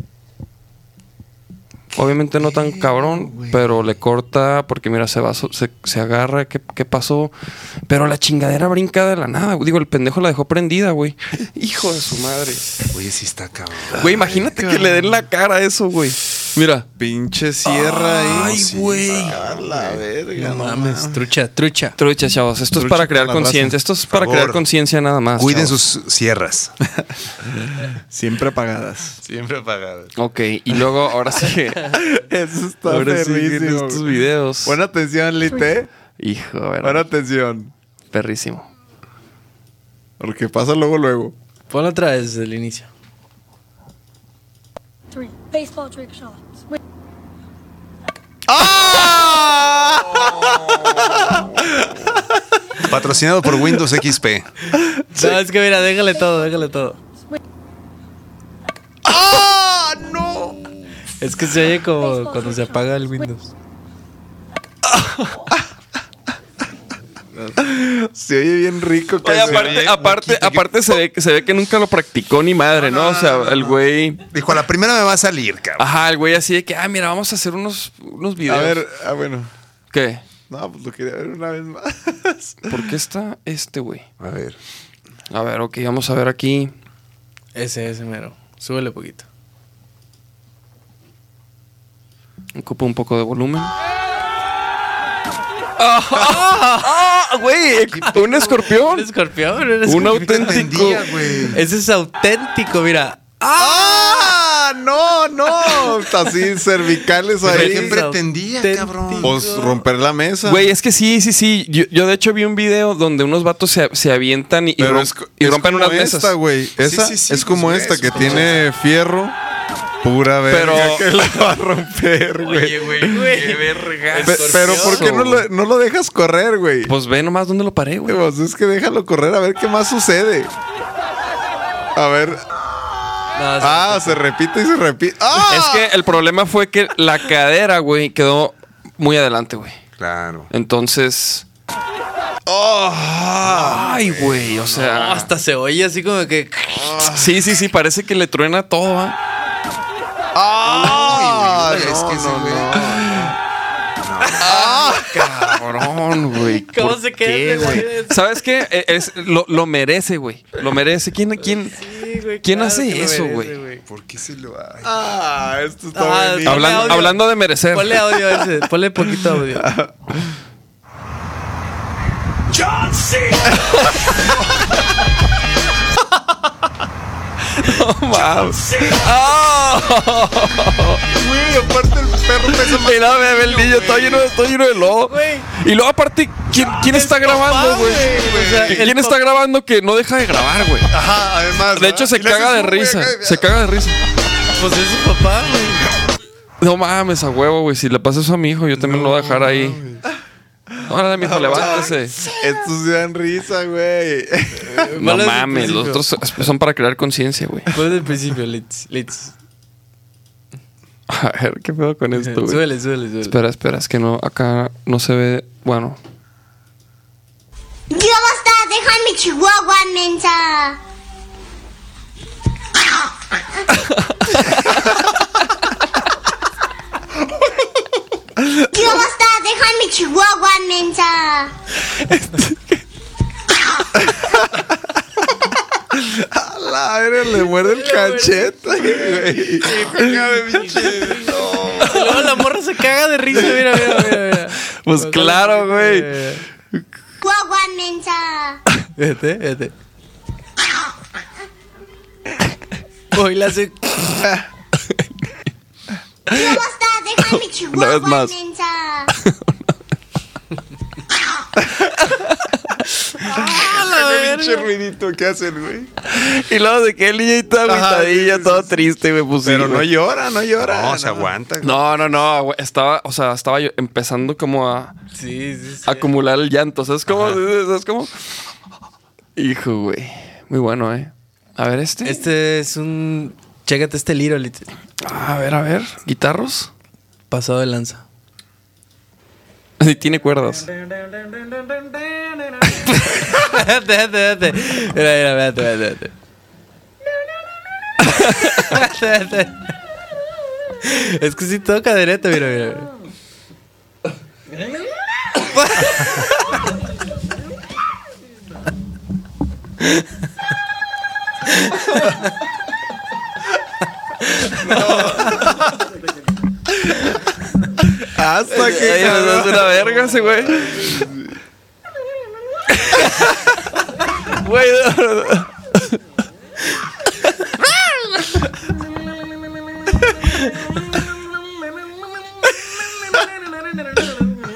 Obviamente no tan cabrón, pero le corta porque mira, se va, so- se, se agarra, ¿qué, ¿qué pasó? Pero la chingadera brinca de la nada, güey. Digo, el pendejo la dejó prendida, güey. Hijo de su madre. Oye, sí está cabrón. Güey, imagínate que le den la cara a eso, güey. Mira. Pinche sierra ahí. Ay, güey. A la verga. No mames, trucha, trucha. Trucha, chavos. Esto es Trucha para crear con la conciencia. raza. Esto es para Favor. crear conciencia nada más. Cuiden chavos. sus sierras. Siempre apagadas. Siempre apagadas. Ok, y luego ahora sí que... Eso está ahora sí que en perrísimo. estos videos. Buena atención, Lite. Hijo, a ver. Buena atención. Perrísimo. Porque pasa luego, luego. Ponlo otra vez desde el inicio. Three baseball trick shots. Wait. Patrocinado por Windows X P. No, es que mira, déjale todo, déjale todo. ¡Ah! ¡No! Es que se oye como cuando se apaga el Windows. Se oye bien rico. Oye, aparte, oye, aparte, quita, aparte se ve, se ve que nunca lo practicó ni madre, ¿no? O sea, el güey. Dijo, a la primera me va a salir, cabrón. Ajá, el güey así de que, ah, mira, vamos a hacer unos, unos videos. A ver, ah, bueno. ¿Qué? No, pues lo quería ver una vez más. ¿Por qué está este güey? A ver. A ver, ok, vamos a ver aquí. Ese, ese mero. Súbele poquito. Ocupa un poco de volumen. ¡Ah, güey! ¡Un Un escorpión! escorpión, un Un escorpión. auténtico. Entendía, güey. Ese es auténtico, mira. ¡Ah! ¡No, no! Así, cervicales Pero ahí. ¿qué es pretendía, auténtico. cabrón? Pues romper la mesa. Güey, es que sí, sí, sí. Yo, yo de hecho vi un video donde unos vatos se, se avientan y, y Pero rom- es, co- y es rompen como unas mesas. esta, güey. Esa sí, sí, es como pues, esta eso, que como tiene fierro. Pura verga Pero- que la va a romper, güey. güey, güey. Qué verga. Pe- Pero ¿por qué no lo, no lo dejas correr, güey? Pues ve nomás dónde lo paré, güey. Pues es que déjalo correr a ver qué más sucede. A ver. No, sí. Ah, se repite y se repite. ¡Ah! Es que el problema fue que la cadera, güey, quedó muy adelante, güey. Claro. Entonces. Ay, güey, o sea. No, hasta se oye así como que. Sí, sí, sí, parece que le truena todo, ¿ah? ¡Ah! Uy, güey, es No, que ese no, güey- no. Cabrón, güey. ¿Cómo ¿por se queda qué, en la güey? vida? ¿Sabes qué? Eh, Es, lo, lo merece, güey. Lo merece. ¿Quién, quién, Sí, güey, ¿Quién claro hace que lo eso, merece, güey? ¿Por qué se lo hay? Ah, esto está Ah, buenísimo. Ponle Hablan- audio. hablando de merecer. Ponle audio a ese. Ponle poquito audio. Güey, aparte el perro pesa más. Mira, ve, ve el niño, está lleno, está lleno de lodo. Güey. Y luego, aparte, ¿quién, quién está grabando, güey? O sea, el ¿Quién está papá- grabando que no deja de grabar, güey? Ajá, además. De hecho, se caga de risa. Se caga de risa. Pues es su papá, güey. No mames, a huevo, güey. Si le pasa eso a mi hijo, yo también lo voy a dejar ahí. Órale, mijo, levántese. Estos se dan risa, güey. No Ponle desde el mames, los principio. otros son para crear conciencia, güey. Ponle desde el principio, Litz. Litz. A ver, ¿qué pedo con esto, güey? Súbele, súbele, súbele. Espera, espera, es que no, acá no se ve. Bueno. ¿Cómo estás? Deja mi chihuahua, mensa. ¿Cómo estás? Deja mi chihuahua, mensa. A la verga, le muerde el cachete, güey. Y luego la morra se caga de risa, mira, mira, mira. mira. Pues claro, güey. Chihuahua, mensa. Vete, vete. Hoy la hace. ¿Cómo estás? Deja mi chihuahua, vez más. mensa. Qué pinche ruidito que hacen, güey. Y luego de que el niño está Ajá, agüitadilla, sí, sí, todo sí. triste, güey. Pues sí, Pero no güey. llora, no llora. No, se aguanta. No, no, no, güey. Estaba, o sea, estaba yo empezando como a Sí, sí, sí. acumular el llanto. ¿Sabes cómo? ¿Sabes cómo? Hijo, güey. Muy bueno, eh. A ver, este. Este es un. Chécate este liro, Litz. A ver, a ver. ¿Guitarros? Pasado de lanza. Sí, tiene cuerdas. Espérate, espérate, espérate. Mira, mira, espérate, espérate, espérate. Espérate. Es que sí toca derecho, mira, mira. Hasta que. Ay, me das una verga ese, güey. Güey, no, no, no.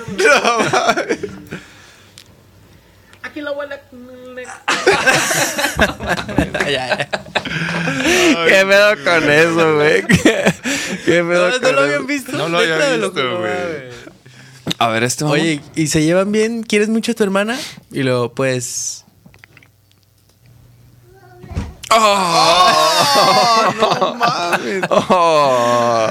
Aquí la abuela. Ya, ya. ¿Qué pedo con eso, güey? ¿Qué, qué pedo No, con no lo eso? habían visto. No lo había Neta, visto, juro, güey. A ver, este mamón. Oye, ¿y se llevan bien? ¿Quieres mucho a tu hermana? Y luego, pues... ¡Oh! No mames. ¡Oh!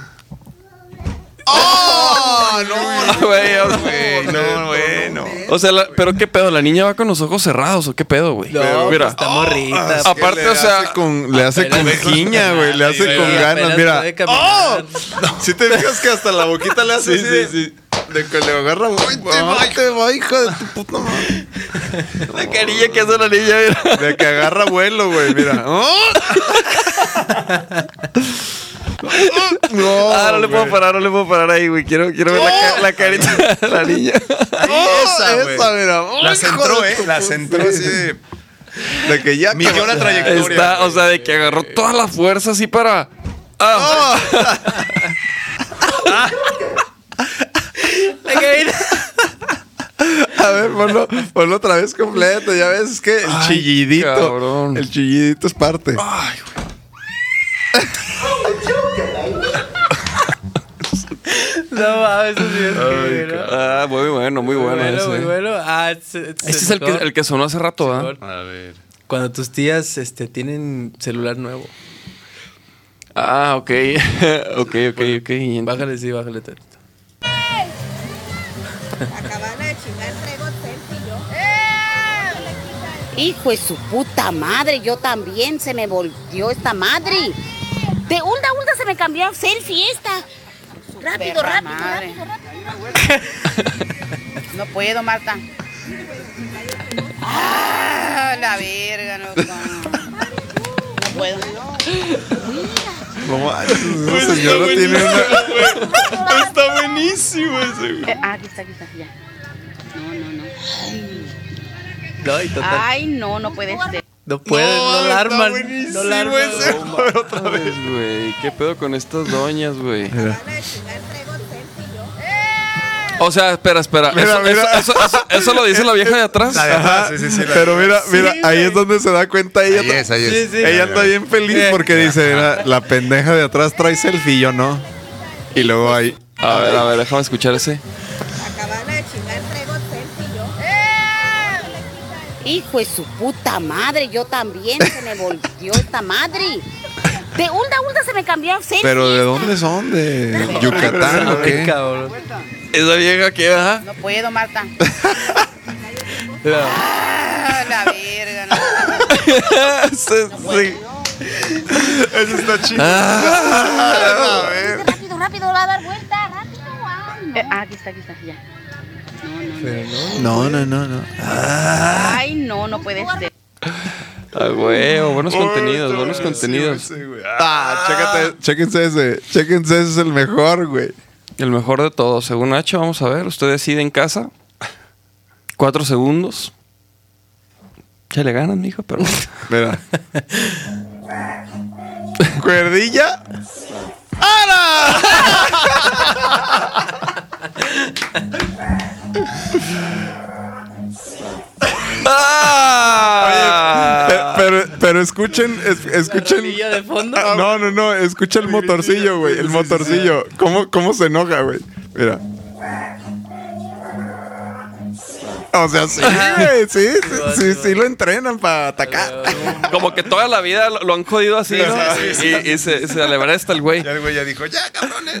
¡Oh! No, Güey, o sea, Güey, no, bueno. o sea, la- pero qué pedo, ¿la niña va con los ojos cerrados o qué pedo, güey? No, Pero, pues mira, está morrita. Es que Aparte, le o sea, hace con, le hace con apenas- jiña, güey. Le hace Sí, con ganas. apenas Mira. puede caminar. Si te fijas que hasta la boquita le hace Sí, así de, sí, de que le agarra. ¡Ay, te va, te va, hija de tu puta madre! la carilla que hace la niña, mira. De que agarra vuelo, güey. Mira. ¡Oh! No, Ah, no le puedo güey. parar, no le puedo parar ahí, güey. Quiero, quiero ver la, ca- la carita de la niña. ¡Oh! Esa, güey. Esa, mira. La ¡Ay, centró, hijo de ¿eh? tu La puta- centró así de... De que ya Midió la trayectoria. Está, o sea, de que agarró toda la fuerza así para. Ah, La carita. A ver, ponlo, ponlo otra vez completo. Ya ves, es que el Ay, chillidito. cabrón. El chillidito es parte. No mames, eso sí es que, ¿no? ah, muy bueno, muy bueno. Muy bueno, ese. muy bueno. Ah, se- Este se es el que, tocó. el que sonó hace rato, ¿ah? Simón. A ver. Cuando tus tías este, tienen celular nuevo. Ah, ok. ok, ok, ok. Bájale, sí, bájale tantito. Acaban de chingar, traigo selfie yo. Hijo de su puta madre, yo también se me volvió esta madre. De ulda ulda se me cambió a selfie esta. Rápido, rápido, rápido, rápido. No puedo, Marta. Ah, la verga, no. No puedo. No manches, esa señora tiene una. Está buenísimo ese, güey. Eh, ah, aquí está, aquí está, ya. No, no, no. No, y total. Ay, no, no puede ser. No pueden, no, la arman. No la arman. ese. Otra vez, güey. ¿Qué pedo con estas doñas, güey? O sea, espera, espera. Mira, eso, mira. Eso, eso- eso- eso lo dice la vieja de atrás. La de atrás, sí, sí, sí. la- Pero mira, mira, Sí, ahí güey. es donde se da cuenta ella. Ahí es, ahí es. Sí, sí. Ella está bien feliz porque dice, mira, la pendeja de atrás trae selfie y yo no. Y luego ahí. A ver, a ver, déjame escuchar ese. Acaban de chingar, traigo selfie yo. Hijo de su puta madre, yo también se me volvió esta madre. De ulda ulda se me cambió a selfie. ¿Pero de dónde son? ¿De Yucatán o Ay, qué? cabrón. Esa vieja que va. No puedo, Marta. No. Ah, la verga, no. sí. Eso está chido. Ah, A ver. Rápido, rápido, va a dar vuelta, rápido. Ay, no. ah, aquí está, aquí está, ya. No, no, No, no, no, no. Ay, no, no puede ser. Ah, güey, buenos contenidos, buenos Sí, contenidos. sí, güey. Ah, chécate, chéquense ese. Chéquense ese, es el mejor, güey. El mejor de todos, según Nacho, vamos a ver. Usted decide en casa. Cuatro segundos. Ya le ganan, mijo, pero. Mira. Cuerdilla. ¡Ara! ¡Ah! Pero, pero escuchen, es- escuchen. Rodilla de fondo. Ah, No, no, no, escucha el motorcillo, güey. El motorcillo. ¿Cómo, cómo se enoja, güey? Mira. O sea, sí, güey, sí, sí, sí, sí lo entrenan para atacar. Como que toda la vida lo, lo han jodido así, ¿no? Sí, sí, Y, y se, se alebresta el güey. Ya el güey ya dijo, ya, cabrones.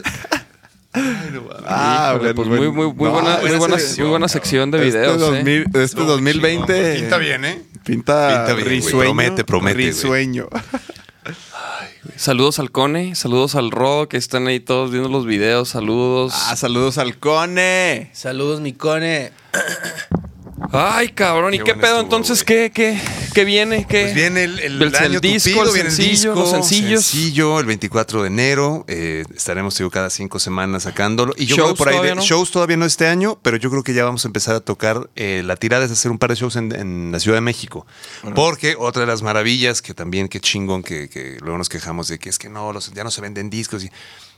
Ah, Híjole, bueno, pues bueno. muy, muy, muy, No, buena, muy, ese- buena, muy buena sección de videos, Este, dos ¿eh? mil, este dos mil veinte. Pinta bien, ¿eh? Pinta, Pinta bien, güey. risueño. Promete, promete, güey. Risueño. Saludos al Cone, saludos al Rodo, que están ahí todos viendo los videos. Saludos. Ah, saludos al Cone. Saludos, mi cone. Ay, cabrón, ¿y Qué qué bueno pedo estuvo, entonces? güey. ¿Qué, qué, qué viene? ¿Qué? Pues viene el, el, El- el año disco, tupido, el viene sencillo, el disco, los sencillos. sencillo, el veinticuatro de enero. Eh, estaremos digo, cada cinco semanas sacándolo. Y yo creo ¿Shows que por ahí de- todavía no? shows todavía no este año, pero yo creo que ya vamos a empezar a tocar. Eh, la tirada es hacer un par de shows en, en la Ciudad de México. Porque otra de las maravillas, que también qué chingón, que, que luego nos quejamos de que es que no, los, ya no se venden discos. Y,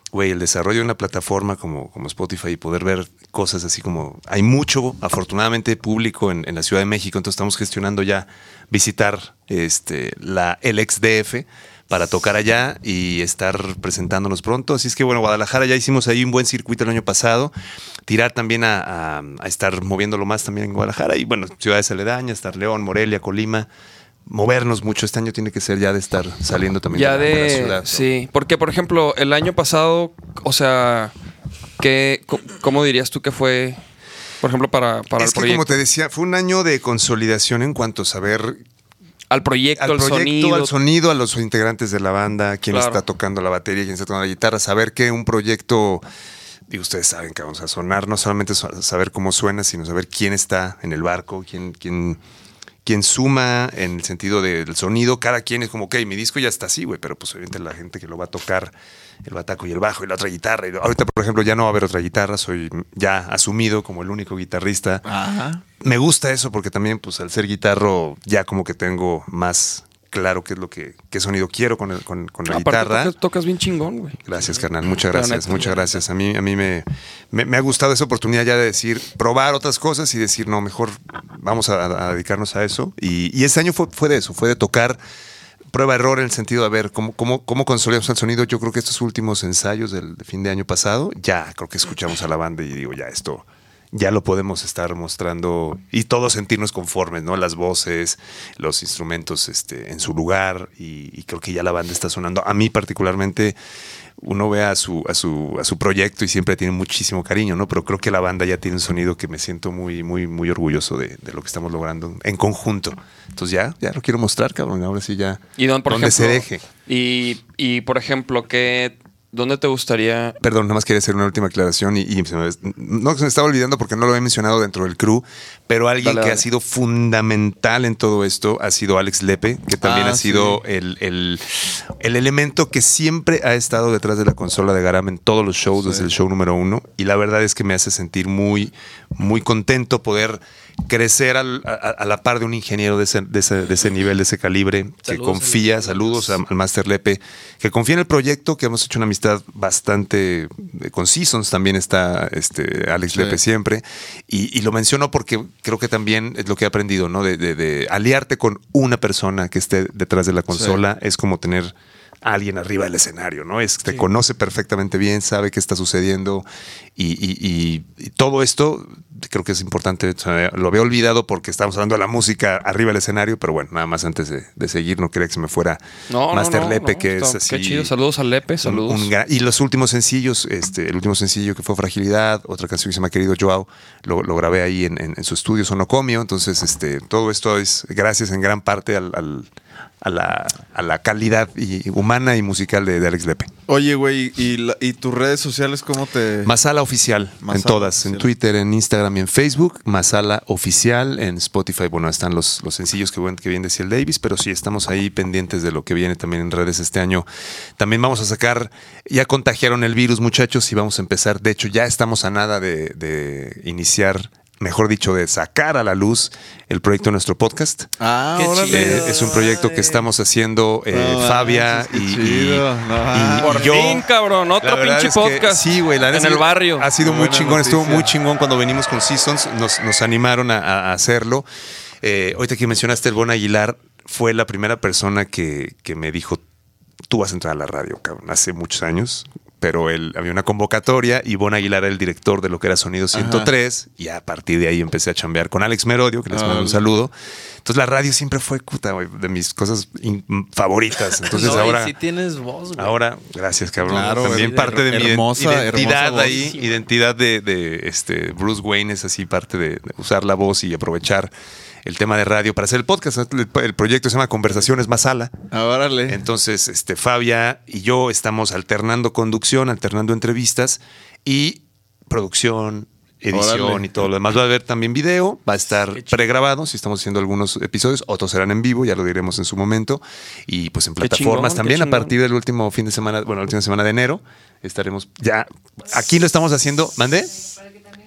güey, el desarrollo de una plataforma como, como Spotify y poder ver cosas así como... Hay mucho, afortunadamente, público en, en la Ciudad de México, entonces estamos gestionando ya visitar este, la, el ex D F para tocar allá y estar presentándonos pronto. Así es que, bueno, Guadalajara ya hicimos ahí un buen circuito el año pasado. Tirar también a, a, a estar moviéndolo más también en Guadalajara. Y, bueno, ciudades aledañas, estar León, Morelia, Colima. Movernos mucho. Este año tiene que ser ya de estar saliendo también Ya de, de, la, de la ciudad, ¿no? Sí, porque, por ejemplo, el año pasado, o sea, ¿qué, ¿cómo dirías tú que fue, por ejemplo, para, para es el que, proyecto? como te decía, fue un año de consolidación en cuanto a saber... Al proyecto, al al proyecto, sonido. al sonido, a los integrantes de la banda, quién Claro. está tocando la batería, quién está tocando la guitarra, saber que un proyecto, digo, ustedes saben que vamos a sonar, no solamente so- saber cómo suena, sino saber quién está en el barco, quién, quién, quién suma en el sentido de- del sonido, cada quien es como, ok, mi disco ya está así, güey, pero pues obviamente la gente que lo va a tocar, el bataco y el bajo y la otra guitarra. Y ahorita, por ejemplo, ya no va a haber otra guitarra, soy ya asumido como el único guitarrista. Ajá. Me gusta eso porque también, pues, al ser guitarro, ya como que tengo más claro qué es lo que, qué sonido quiero con, el, con, con la Aparte, guitarra. Tocas, tocas bien chingón, güey. Gracias, carnal. Muchas La gracias, neta. muchas gracias. A mí, a mí me, me, me ha gustado esa oportunidad ya de decir, probar otras cosas y decir, no, mejor vamos a, a dedicarnos a eso. Y, y este año fue, fue de eso, fue de tocar prueba-error en el sentido de ver cómo, cómo, cómo consolidamos el sonido. Yo creo que estos últimos ensayos del de fin de año pasado, ya creo que escuchamos a la banda y digo, ya esto... ya lo podemos estar mostrando y todos sentirnos conformes, ¿no? Las voces, los instrumentos este, en su lugar y, y creo que ya la banda está sonando. A mí particularmente uno ve a su, a su, a su proyecto y siempre tiene muchísimo cariño, ¿no? Pero creo que la banda ya tiene un sonido que me siento muy, muy, muy orgulloso de, de lo que estamos logrando en conjunto. Entonces ya, ya lo quiero mostrar, cabrón. Ahora sí ya. Y don, por donde ejemplo, se deje. Y, y por ejemplo, ¿qué, ¿dónde te gustaría? Perdón, nada más quería hacer una última aclaración y, y se me, no se me estaba olvidando porque no lo he mencionado dentro del crew, pero alguien Dale, que dale. ha sido fundamental en todo esto ha sido Alex Lepe, que también Ah, ha sido sí. el, el, el elemento que siempre ha estado detrás de la consola de Garam en todos los shows, Sí. desde el show número uno, y la verdad es que me hace sentir muy, muy contento poder crecer al- a, a la par de un ingeniero de ese, de ese, de ese nivel, de ese calibre, que Saludos, confía, saludos a- al Master Lepe, que confía en el proyecto, que hemos hecho una amistad bastante eh, con Seasons, también está este Alex Sí. Lepe siempre, y, y lo menciono porque creo que también es lo que he aprendido, ¿no? De, de- de aliarte con una persona que esté detrás de la consola es como tener a alguien arriba del escenario, ¿no? Es, te conoce perfectamente bien, sabe qué está sucediendo y, y- y- y todo esto creo que es importante. O sea, lo había olvidado porque estábamos hablando de la música arriba del escenario, pero bueno, nada más antes de, de seguir, no quería que se me fuera No, Master no, no, Lepe, no, que está- es así. Qué chido, saludos a Lepe, saludos. Un- un gran- y los últimos sencillos, este, el último sencillo que fue Fragilidad, otra canción que se llama Querido Joao, lo, lo grabé ahí en, en- en su estudio Sonocomio. Entonces, este, todo esto es gracias en gran parte al, al- a, la, a la calidad y, humana y musical de, de Alex Lepe. Oye, güey, ¿y, la- ¿y tus redes sociales cómo te...? Masala Oficial, en Masala todas, Oficial. en Twitter, en Instagram y en Facebook. Masala Oficial, en Spotify, bueno, están los, los sencillos que, buen- que bien decía el Davis, pero sí estamos ahí pendientes de lo que viene también en redes este año. También vamos a sacar, ya contagiaron el virus, muchachos, y vamos a empezar, de hecho ya estamos a nada de, de iniciar, mejor dicho, de sacar a la luz el proyecto de nuestro podcast. Ah, Qué órale. chido. Eh, es un proyecto que estamos haciendo eh, No Fabia manches, qué y, y- chido. No, y Por yo. fin, cabrón, otro La verdad pinche es que podcast. sí, güey, la neta en es el que barrio. Ha sido Qué muy buena chingón, estuvo noticia. muy chingón cuando venimos con Seasons, nos, nos animaron a, a hacerlo. Eh, ahorita que mencionaste el Bon Aguilar, fue la primera persona que, que me dijo, tú vas a entrar a la radio, cabrón, hace muchos años. Pero él, había una convocatoria y Bon Aguilar era el director de lo que era Sonido ciento tres. Y a partir de ahí empecé a chambear con Alex Merodio, que les mando Ah, un saludo. Entonces la radio siempre fue, puta, güey, de mis cosas in- favoritas. Entonces No, y ahora... sí tienes voz, güey. Ahora, gracias, cabrón. Claro, También her- parte de mi hermosa, identidad hermosa ahí, voz. identidad de, de, este Bruce Wayne es así parte de, de usar la voz y aprovechar el tema de radio para hacer el podcast. El, el proyecto se llama Conversaciones Masala. Ah, órale. Entonces, este Fabia y yo estamos alternando conducción, alternando entrevistas y producción, edición Órale. y todo lo demás. Va a haber también video, va a estar Qué chido. pregrabado, si estamos haciendo algunos episodios, otros serán en vivo, ya lo diremos en su momento. Y pues en Qué plataformas chingón, también, qué a chingón. partir del último fin de semana, bueno, la última semana de enero, estaremos ya. Aquí lo estamos haciendo. ¿Mandé?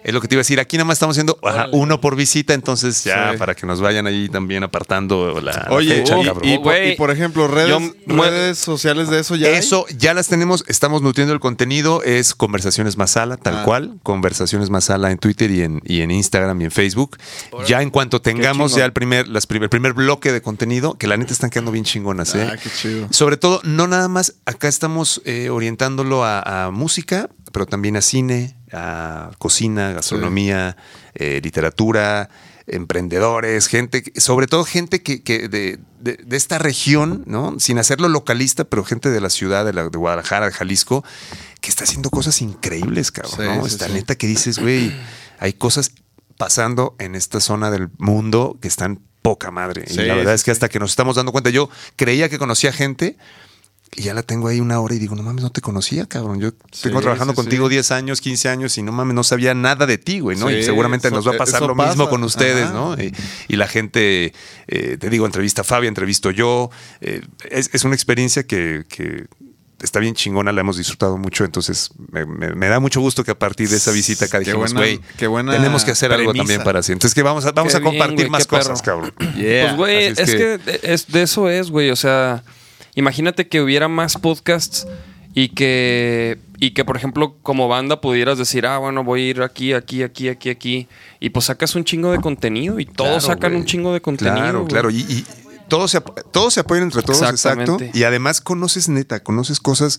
Es lo que te iba a decir. Aquí nada más estamos haciendo ajá, uno por visita, entonces ya Sí. para que nos vayan ahí también apartando la, la Oye, fecha, y, cabrón. y por, Güey, y por ejemplo, redes, yo- redes sociales de eso ya hay? Eso ya las tenemos, estamos nutriendo el contenido, es Conversaciones Masala, tal Ah. cual, Conversaciones Masala en Twitter y en, y en Instagram y en Facebook. Ya en cuanto tengamos chingón. ya el primer, las primer, el primer bloque de contenido, que la neta están quedando bien chingonas, ¿eh? Ah, qué chido. Sobre todo, no nada más, acá estamos eh, orientándolo a, a música, pero también a cine, a cocina, gastronomía, eh, literatura, emprendedores, gente, que- sobre todo gente que, que de, de- de esta región, ¿no? Sin hacerlo localista, pero gente de la ciudad, de, la, de Guadalajara, de Jalisco, que está haciendo cosas increíbles, cabrón, Sí, ¿no? sí, Esta sí. neta que dices, güey, hay cosas pasando en esta zona del mundo que están poca madre. Sí, y la verdad sí, es que sí. hasta que nos estamos dando cuenta, yo creía que conocía gente y ya la tengo ahí una hora y digo, no mames, no te conocía, cabrón. Yo tengo Sí, trabajando sí, contigo sí. diez años, quince años y no mames, no sabía nada de ti, güey, ¿no? Sí, y seguramente eso- nos va a pasar eso lo mismo pasa. con ustedes, Ajá. ¿no? Y, y la gente, eh, te digo, entrevista a Fabi, entrevisto yo. Eh, es, es una experiencia que, que está bien chingona, la hemos disfrutado mucho, entonces me, me- me da mucho gusto que a partir de esa visita acá Qué dijimos, buena- güey, qué buena tenemos que hacer algo premisa. también para así. Entonces que vamos a, vamos Qué a compartir bien, güey, más qué cosas, perro. cabrón. Yeah. Pues, güey, Así es, es que, es, de eso es, güey. O sea, imagínate que hubiera más podcasts y que, y que, por ejemplo, como banda pudieras decir, ah, bueno, voy a ir aquí, aquí, aquí, aquí, aquí. Y pues sacas un chingo de contenido y todos Claro, sacan güey. un chingo de contenido. Claro, güey. claro. Y, y todos, se, ap- todos se apoyan entre todos, exacto. Exactamente. Y además conoces neta, conoces cosas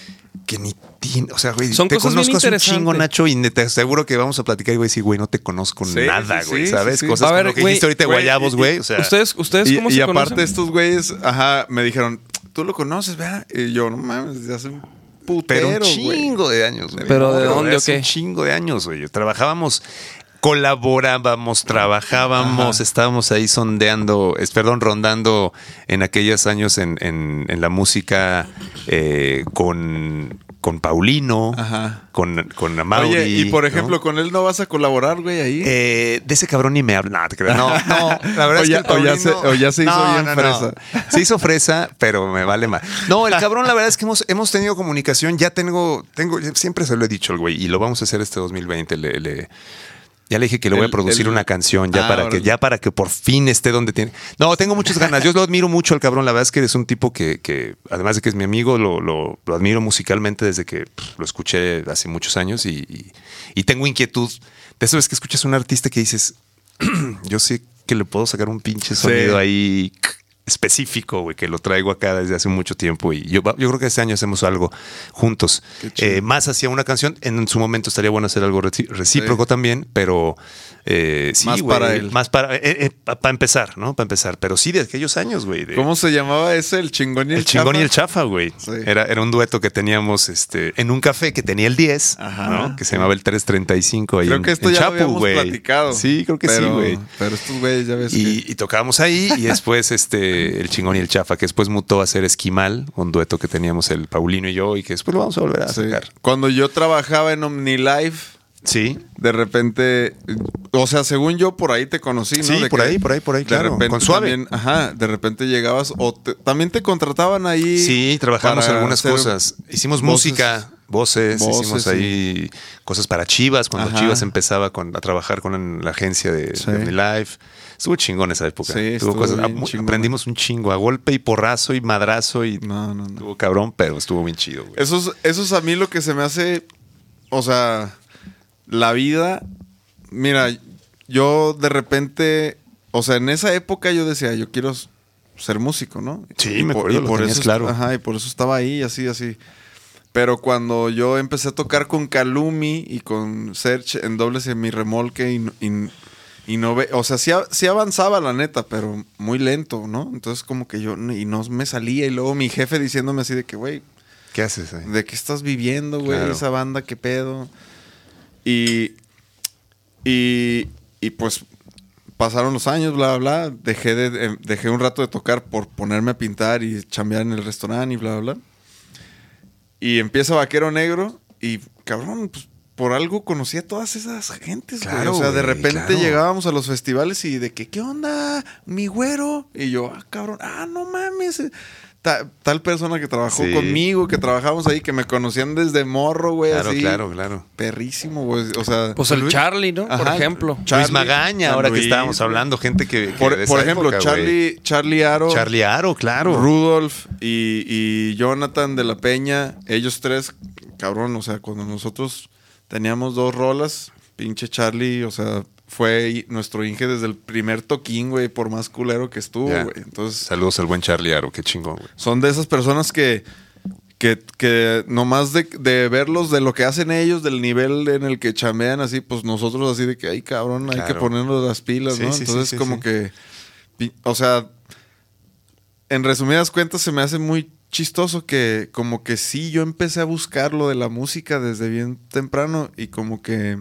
que ni tiene. O sea, güey, Son te cosas bien conozco hace un chingo, interesantes. Nacho, y ne- te aseguro que vamos a platicar y voy a decir, güey, no te conozco Sí, nada, sí, güey, sí, ¿sabes? sí, sí. Cosas A ver, como lo que güey, dijiste ahorita de güey, guayabos, y- güey. O sea, ¿Ustedes, ustedes Y, cómo y se aparte conocen? estos güeyes, ajá, me dijeron, tú lo conoces, ¿verdad? Y yo, no mames, desde hace un putero, pero un güey. chingo de años, güey. ¿Pero de No, dónde o hace qué? Un chingo de años, güey. Trabajábamos, colaborábamos, trabajábamos, estábamos ahí sondeando, es, perdón, rondando en aquellos años en, en- en la música eh, con, con Paulino, Ajá. con, con Amaury. Oye, y por ¿no? ejemplo, con él no vas a colaborar, güey, ahí. Eh, de ese cabrón ni me habla. No, te creas. No, no, la verdad O es ya- que el o ya Paulino- se- o ya se hizo bien fresa. Se hizo fresa, pero me vale más. No, el cabrón, la verdad es que hemos, hemos tenido comunicación. Ya tengo, tengo, siempre se lo he dicho al güey, y lo vamos a hacer este dos mil veinte. Le, le- ya le dije que le voy El- a producir el- una canción ya Ah, para que órale. ya para que por fin esté donde tiene. No, tengo muchas ganas. Yo lo admiro mucho al cabrón. La verdad es que es un tipo que, que además de que es mi amigo, lo, lo- lo admiro musicalmente desde que pff, lo escuché hace muchos años y, y- y tengo inquietud. De eso es que escuchas a un artista que dices, yo sé que le puedo sacar un pinche sonido ahí específico, güey, que lo traigo acá desde hace mucho tiempo y yo, yo creo que este año hacemos algo juntos. Eh, más hacia una canción, en su momento estaría bueno hacer algo reci- recíproco Sí. también, pero eh, sí, Más güey, para él. Más para, eh, eh, pa- para empezar, ¿no? Para empezar, pero sí de aquellos años, güey. de- ¿Cómo se llamaba ese? El chingón y el, el chingón chafa? y el chafa, güey. Sí. Era, era un dueto que teníamos este, en un café que tenía el diez, Ajá. ¿no? Que se llamaba el trescientos treinta y cinco. Ahí Creo en- que esto en ya Chapu, lo habíamos güey. platicado. Sí, creo que sí, pero- güey. Pero estos güeyes ya ves Y, que... y tocábamos ahí y después este el chingón y el chafa, que después mutó a ser Esquimal, un dueto que teníamos el Paulino y yo y que después lo vamos a volver a Sí. sacar. Cuando yo trabajaba en OmniLife, Sí. de repente, o sea, según yo por ahí te conocí, ¿no? Sí, De por que ahí, por ahí, por ahí, de claro. repente Con Suave. también, ajá, de repente llegabas o te- también te contrataban ahí. Sí, trabajamos para algunas hacer cosas. Hicimos voces. música, voces, Voces, hicimos sí. ahí cosas para Chivas, cuando Ajá. Chivas empezaba con, a trabajar con la agencia de, Sí. de OmniLife. Estuvo chingón esa época. Sí, Tuvo estuvo cosas, bien ah, chingona. aprendimos un chingo, a golpe y porrazo y madrazo y No, no, no. estuvo cabrón, pero estuvo bien chido, güey. Eso es, eso es a mí lo que se me hace, o sea, la vida, mira, yo de repente, o sea, en esa época yo decía, yo quiero ser músico, ¿no? Sí, Y me por- acuerdo, y lo por tenías eso, claro. Ajá, y por eso estaba ahí, así, así. Pero cuando yo empecé a tocar con Calumi y con Serge en dobles en mi remolque y, y, y no ve, o sea, sí, a- sí avanzaba la neta, pero muy lento, ¿no? Entonces como que yo, y no me salía y luego mi jefe diciéndome así de que, güey, ¿Qué haces ahí? ¿de qué estás viviendo, güey? Claro. Esa banda, ¿qué pedo? Y, y, y pues pasaron los años, bla, bla, bla. Dejé, de, eh, dejé un rato de tocar por ponerme a pintar y chambear en el restaurante y bla, bla, bla. Y empieza Vaquero Negro y, cabrón, pues por algo conocí a todas esas gentes, güey. Claro, O sea, de güey, repente claro. llegábamos a los festivales y de que, ¿qué onda? Mi güero. Y yo, ah, cabrón, ah, no mames. ta- tal persona que trabajó Sí. conmigo, que trabajamos ahí, que me conocían desde morro, güey, Claro, así. claro, claro. Perrísimo, güey. O sea, Pues el Charlie, ¿no? Por Ajá. ejemplo. Charlie, Luis Magaña, San ahora que Luis, estábamos güey. hablando, gente que... que Por, de por esa ejemplo, época, Charlie, güey. Charlie Aro, Charlie Aro, claro. Rudolf y, y Jonathan de la Peña, ellos tres, cabrón, o sea, cuando nosotros teníamos dos rolas, pinche Charlie, o sea, fue nuestro Inge desde el primer toquín, güey, por más culero que estuvo, Ya. güey. Entonces, Saludos al buen Charlie Aro, qué chingón, güey. son de esas personas que, que, que nomás de, de verlos, de lo que hacen ellos, del nivel en el que chamean así, pues nosotros así de que, ay, cabrón, hay Claro. que ponernos las pilas, Sí, ¿no? sí, sí, Entonces, sí, como sí. que, pi- o sea, en resumidas cuentas, se me hace muy chistoso que como que sí, yo empecé a buscar lo de la música desde bien temprano y como que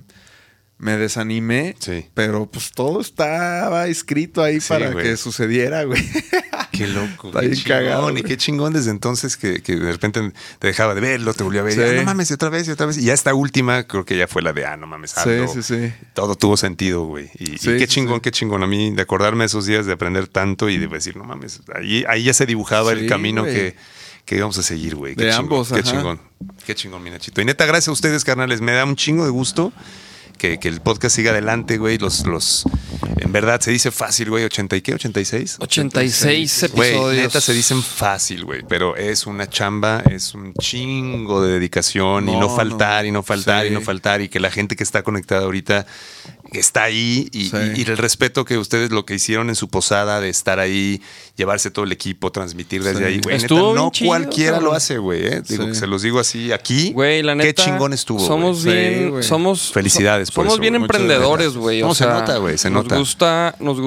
me desanimé, Sí. pero pues todo estaba escrito ahí Sí, para güey. que sucediera, güey. Qué loco, Está qué bien chingón. cagado, y güey. qué chingón desde entonces que, que de repente te dejaba de verlo, te volvió a ver. Sí. Y, ah, no mames, y otra vez, y otra vez. Y ya esta última creo que ya fue la de, ah, no mames, Aldo. Sí, sí, sí. Todo tuvo sentido, güey. Y, Sí, y qué sí, chingón, sí. qué chingón. A mí de acordarme de esos días, de aprender tanto y de decir, no mames, ahí, ahí ya se dibujaba Sí, el camino güey. que, que íbamos a seguir, güey. Qué De chingón, ambos, Qué ajá. chingón. Qué chingón, mi Nachito. Y neta, gracias a ustedes, carnales. Me da un chingo de gusto que, que el podcast siga adelante, güey. Los, los, en verdad, se dice fácil, güey. ¿ochenta y qué? ¿ochenta y seis? ochenta y seis Güey, episodios. neta se dicen fácil, güey, pero es una chamba, es un chingo de dedicación y No, no faltar no. y no faltar Sí. y no faltar y que la gente que está conectada ahorita está ahí y, Sí. y- y el respeto que ustedes lo que hicieron en su posada de estar ahí, llevarse todo el equipo, transmitir desde Sí. ahí, güey, neta, Estuvo bien no chido, cualquiera cabrón. lo hace, güey, eh. Digo Sí. que se los digo así aquí, Güey, la neta. qué chingón estuvo, Somos güey. Sí, bien. güey. somos. Felicidades por Somos eso, bien güey. Muchas emprendedores, gracias. güey. No, o se sea, nota, güey, se nos nota. Gusta, nos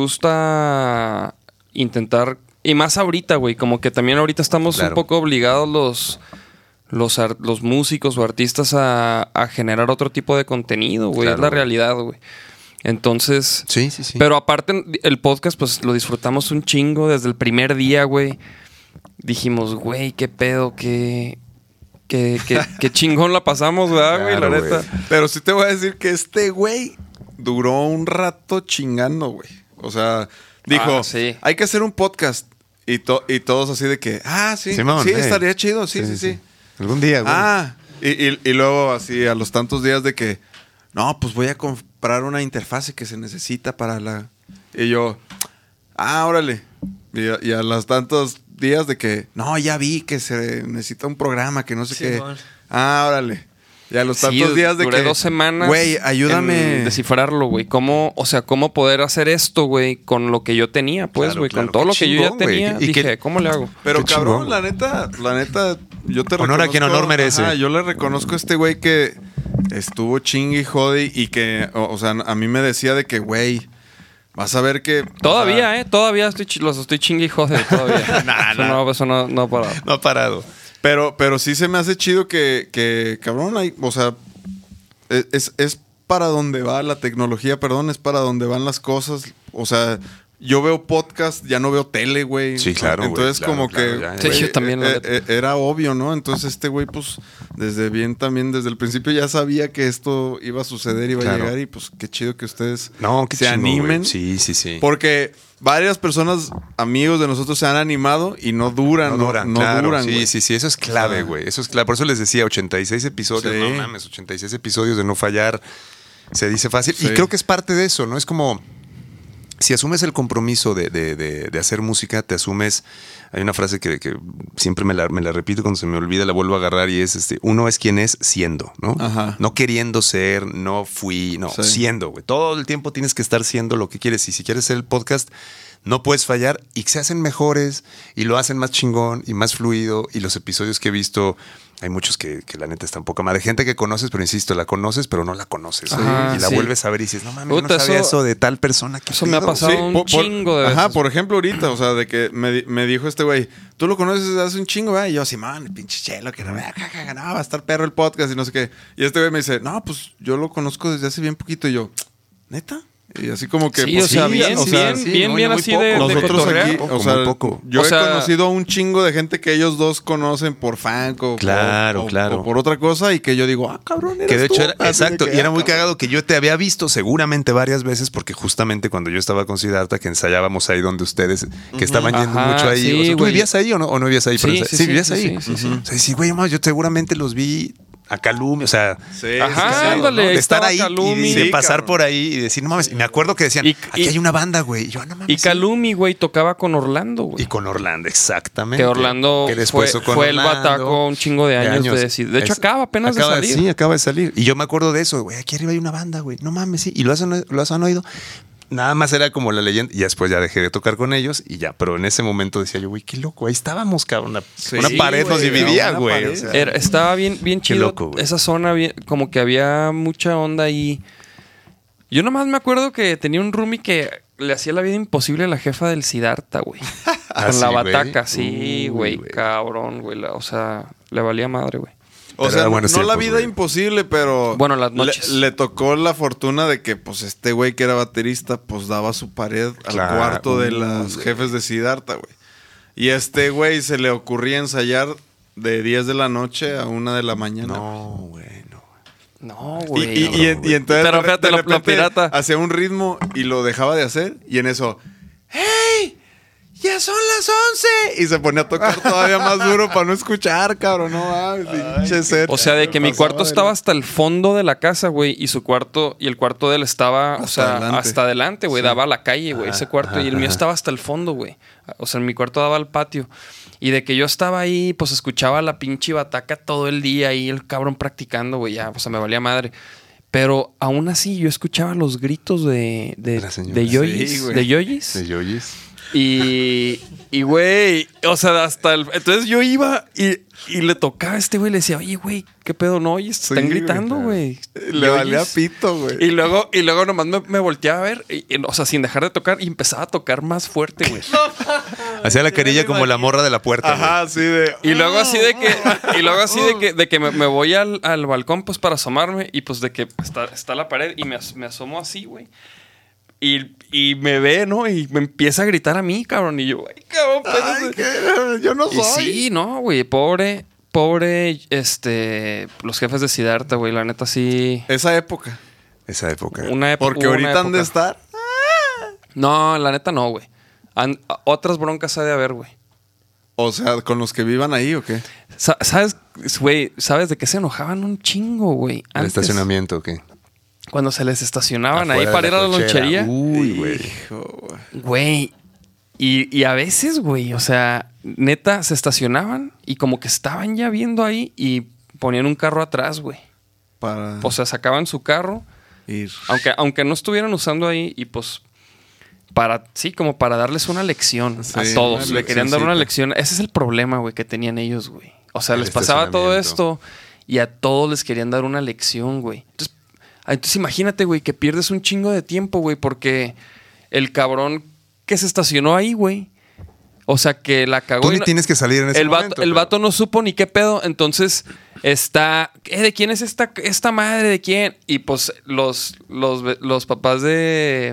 gusta intentar. Y más ahorita, güey. Como que también ahorita estamos Claro. un poco obligados los. Los, ar- los músicos o artistas a, a generar otro tipo de contenido, güey. Claro, es la güey. realidad, güey. Entonces. Sí, sí, sí. Pero aparte, el podcast, pues lo disfrutamos un chingo desde el primer día, güey. Dijimos, güey, qué pedo, qué. Qué, qué, qué chingón la pasamos, ¿verdad, güey? Claro, la güey. neta. Pero sí te voy a decir que este güey duró un rato chingando, güey. O sea, dijo, Ah, sí. hay que hacer un podcast. Y, to- y todos así de que, ah, sí, Simón, sí, eh. estaría chido, sí, sí, sí. Algún día, güey. Ah, y, y- y luego así a los tantos días de que, no, pues voy a comprar una interfase que se necesita para la... Y yo, ah, órale. Y a, y a los tantos días de que, no, ya vi que se necesita un programa que no sé qué. Simón. Ah, órale. Y a los Sí, tantos días de duré que... dos semanas. Güey, ayúdame. en descifrarlo, güey. ¿Cómo, o sea, cómo poder hacer esto, güey, con lo que yo tenía, pues, Claro, güey? claro. Con todo Qué lo que yo ya chingón, güey. tenía. Y Dije, que- ¿cómo le hago? Pero Qué cabrón, chingón, la güey. neta, la neta, yo te Honor a quien honor merece. Ajá, yo le reconozco a este güey que estuvo chingue y jode y que, o, o sea, a mí me decía de que, güey, vas a ver que... Todavía, o sea, ¿eh? Todavía estoy, chi- los estoy chingue y jode, todavía. Nah, Eso nah. no, eso no, no ha parado. No ha parado. Pero, pero sí se me hace chido que, que cabrón, hay, o sea, es, es para donde va la tecnología, perdón, es para donde van las cosas. O sea, yo veo podcast, ya no veo tele, güey. Sí, claro, güey, Entonces, claro, como claro, que. ya, ya. Sí, güey, yo también, la eh, neta. eh, era obvio, ¿no? Entonces, este güey, pues, desde bien también, desde el principio ya sabía que esto iba a suceder, iba Claro. a llegar, y pues qué chido que ustedes No, qué se chingón, güey. animen. Sí, sí, sí. Porque varias personas, amigos de nosotros, se han animado y no duran, No no, duran, no claro. duran, sí, güey. sí, sí, eso es clave, Ah. güey. Eso es clave. Por eso les decía, ochenta y seis episodios. Sí. No mames, ochenta y seis episodios de no fallar. Se dice fácil. Sí. Y creo que es parte de eso, ¿no? Es como... Si asumes el compromiso de, de- de- de hacer música, te asumes... Hay una frase que, que siempre me la, me la repito cuando se me olvida, la vuelvo a agarrar y es, este, uno es quien es siendo, ¿no? Ajá. No queriendo ser, no fui, no, Sí. siendo, güey. Todo el tiempo tienes que estar siendo lo que quieres. Y si quieres hacer el podcast, no puedes fallar y se hacen mejores y lo hacen más chingón y más fluido. Y los episodios que he visto, hay muchos que, que la neta están poca madre. Gente que conoces, pero insisto, la conoces, pero no la conoces. güey. Ajá, y la sí. vuelves a ver y dices, no mames, Puta, no sabía eso- eso de tal persona. ¿Qué eso me ha pedo?" pasado. un chingo de Ajá, veces. por ejemplo, ahorita, o sea, de que me, di- me dijo este güey, tú lo conoces desde hace un chingo, ¿verdad? Y yo, Simón, el pinche chelo, que no, vea, ja, ja, ja, no, va a estar perro el podcast y no sé qué. Y este güey me dice, no, pues yo lo conozco desde hace bien poquito. Y yo, ¿neta? Y así como que... Sí, pues, o sea, bien, o sea, bien, sí, bien, muy- bien muy así poco. de, de nosotros cotorrear. aquí, Poco, o sea, muy poco. yo O he sea- conocido a un chingo de gente que ellos dos conocen por fan o, Claro, o- o- claro. o por otra cosa y que yo digo, ah, cabrón, eres Que de hecho tú. era, Así de exacto, que, y era ah, muy cabrón. cagado que yo te había visto seguramente varias veces porque justamente cuando yo estaba con Siddhartha que ensayábamos ahí donde ustedes que estaban yendo Ajá, mucho ahí, sí, o sea, ¿tú güey. vivías ahí o no, o no vivías ahí? Sí, Pero, sí, sí, sí, vivías sí, ahí. sí, sí, sí. O sea, sí, güey, más, yo seguramente los vi a Calumi, o sea, Sí, Ajá, sí, sí, ándale, de ahí estar estaba ahí Calumi. y de Sí, pasar cabrón. por ahí y decir, no mames, y me acuerdo que decían, Y- aquí y- hay una banda, güey. Y yo, no mames. Y sí. Calumi, güey, tocaba con Orlando, güey. Y con Orlando, exactamente. Que Orlando Que después fue, con fue el Orlando. bataco un chingo de años. De, decir- de hecho, Es- acaba apenas acaba- de salir. Sí, acaba de salir. Y yo me acuerdo de eso, güey. Aquí arriba hay una banda, güey. No mames, sí. Y lo has, lo has han oído. Nada más era como la leyenda. Y después ya dejé de tocar con ellos y ya. Pero en ese momento decía yo, güey, qué loco. Ahí estábamos, cabrón. Una, Sí, una pared nos güey, dividía, una güey. pared. O sea, Era- estaba bien, bien Qué chido loco, güey. esa zona, bien- como que había mucha onda ahí. Yo nomás me acuerdo que tenía un roomie que le hacía la vida imposible a la jefa del Siddhartha, güey. ¿Ah, Con sí, la güey? bataca, sí, Uy, güey, güey. cabrón, güey. la- O sea, le valía madre, güey. O Pero sea, era no, buenos no la tiempos, vida güey. imposible, pero... Bueno, las le- noches. Le, tocó la fortuna de que, pues, este güey que era baterista, pues, daba su pared al Claro. cuarto de Uy, los güey. jefes de Siddhartha, güey. Y a este güey se le ocurría ensayar de diez de la noche a una de la mañana. no, güey, no. No, Y, güey. y- y- no, y entonces Pero de- fíjate, de lo- lo repente pirata. hacía un ritmo y lo dejaba de hacer y en eso, ¡hey! ¡Ya son las once! Y se ponía a tocar todavía más duro para no escuchar, cabrón. No mames, pinche set. O sea, de que mi Pasaba cuarto de estaba la- hasta el fondo de la casa, güey, y su cuarto, y el cuarto de él estaba, o Hasta sea, adelante. hasta adelante, güey, daba a la calle, güey, ese cuarto, y el mío ajá. estaba hasta el fondo, güey. O sea, mi cuarto daba al patio. Y de que yo estaba ahí, pues escuchaba la pinche bataca todo el día ahí, el cabrón practicando, güey, ya, o sea, me valía madre. Pero aún así yo escuchaba los gritos de, de, La señora. de yoyis, Sí, güey. de yoyis. ¿De Yoyis? Y, y, güey, o sea, hasta el... Entonces yo iba y, y le tocaba a este güey, le decía, oye, güey, ¿qué pedo? No, oye, Sí, están güey, gritando, güey. Le ¿Y valía oyes? pito, güey. Y luego, y luego nomás me, me volteaba a ver, y- y, o sea, sin dejar de tocar, y empezaba a tocar más fuerte, güey. Hacía la carilla como la morra de la puerta. Ajá, sí de... Y luego así de que, y luego así de que, de que me, me voy al, al balcón, pues, para asomarme, y pues de que está, está la pared, y me, as- me asomo así, güey. Y, y me ve, ¿no? Y me empieza a gritar a mí, cabrón. Y yo, ay, cabrón, Ay, espérate". que yo no Y soy. sí, no, güey, pobre, pobre, este, los jefes de Siddhartha, güey, la neta sí. Esa época. Esa época. Una época. Porque ahorita han de estar... No, la neta no, güey. Han- otras broncas ha de haber, güey. O sea, ¿con los que vivan ahí o qué? Sa- ¿Sabes, güey? ¿Sabes de qué se enojaban un chingo, güey? ¿El Antes, estacionamiento o qué? Cuando se les estacionaban Afuera ahí de para ir a la cochera. lonchería. Uy, güey. Hijo, güey. Güey. Y, y a veces, güey, o sea, neta, se estacionaban y como que estaban ya viendo ahí y ponían un carro atrás, güey. Para O sea, sacaban su carro, ir. aunque, aunque no estuvieran usando ahí y pues para, sí, como para darles una lección Sí, a todos. una Le querían dar una leccioncita. ese es el problema, güey, que tenían ellos, güey. O sea, El les pasaba todo estacionamiento. esto y a todos les querían dar una lección, güey. Entonces, ah, entonces imagínate, güey, que pierdes un chingo de tiempo, güey, porque el cabrón que se estacionó ahí, güey, o sea, que la cagó. Tú y ni no- tienes que salir en ese el vato, momento. el pero- vato no supo ni qué pedo, entonces está, ¿eh, ¿de quién es esta, esta madre? ¿De quién? Y pues los, los, los papás de...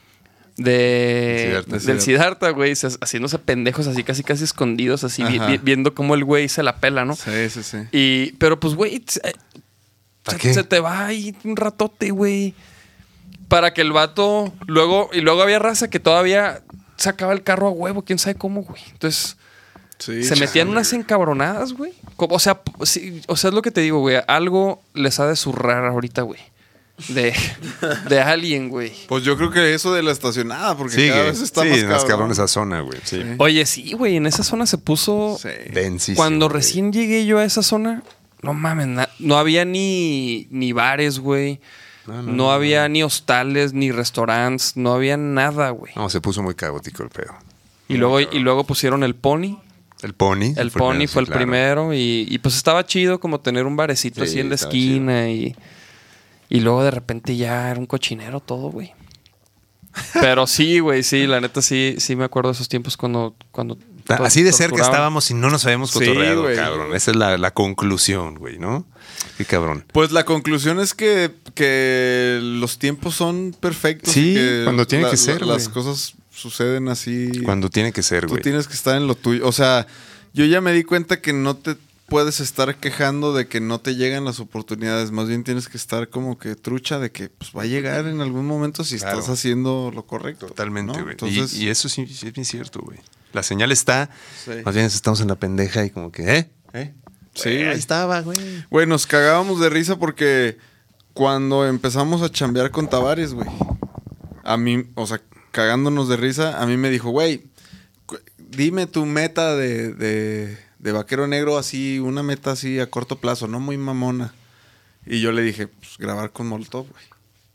De, Siddhartha. del Siddhartha, güey, se- haciéndose pendejos así casi casi escondidos, así vi- Ajá. vi- viendo cómo el güey se la pela, ¿no? Sí, sí, sí. Y, pero pues, güey, se, ¿Para se- qué? se te va ahí un ratote, güey. Para que el vato, luego, y luego había raza que todavía sacaba el carro a huevo, quién sabe cómo, güey. Entonces, Sí, se metían unas encabronadas, güey. Como- O sea, p- sí, o sea, es lo que te digo, güey. Algo les ha de zurrar ahorita, güey. De, de alguien, güey. Pues yo creo que eso de la estacionada, porque Sigue. cada vez está sí, más más cabrón. cabrón esa zona, güey. Sí. Oye, sí, güey. En esa zona se puso. Sí. Densísimo, Cuando güey. recién llegué yo a esa zona, no mames, na- no había ni, ni bares, güey. No, No, no, había ni hostales, ni restaurantes, no había nada, güey. No, se puso muy caótico el pedo. Y luego, y luego pusieron el Pony. El Pony. El fue Pony primero, fue sí, el claro. primero y, y pues estaba chido como tener un barecito Sí, así en la estaba esquina y, y luego de repente ya era un cochinero todo, güey. Pero sí, güey, sí, la neta sí, sí me acuerdo de esos tiempos cuando... cuando Ta- to- Así de cerca torturaban. estábamos y no nos habíamos Sí, cotorreado, güey. cabrón. Esa es la, la conclusión, güey, ¿no? Qué cabrón. Pues la conclusión es que que los tiempos son perfectos. Sí, y que cuando tiene la- que ser, la- Las güey. cosas suceden así. Cuando tiene que ser, Tú güey. tienes que estar en lo tuyo. O sea, yo ya me di cuenta que no te puedes estar quejando de que no te llegan las oportunidades. Más bien tienes que estar como que trucha de que pues, va a llegar en algún momento si Claro. estás haciendo lo correcto. Totalmente, ¿no? güey. Entonces, Y, y eso sí, sí es bien cierto, güey. La señal está, Sí. más bien estamos en la pendeja y como que, ¿eh? ¿Eh? Sí, Eh, güey. ahí estaba, güey. güey, nos cagábamos de risa porque cuando empezamos a chambear con Tavares, güey, a mí, o sea, cagándonos de risa, a mí me dijo, güey, cu- dime tu meta de, de, de Vaquero Negro así, una meta así a corto plazo, no muy mamona. Y yo le dije, pues grabar con Molotov, güey.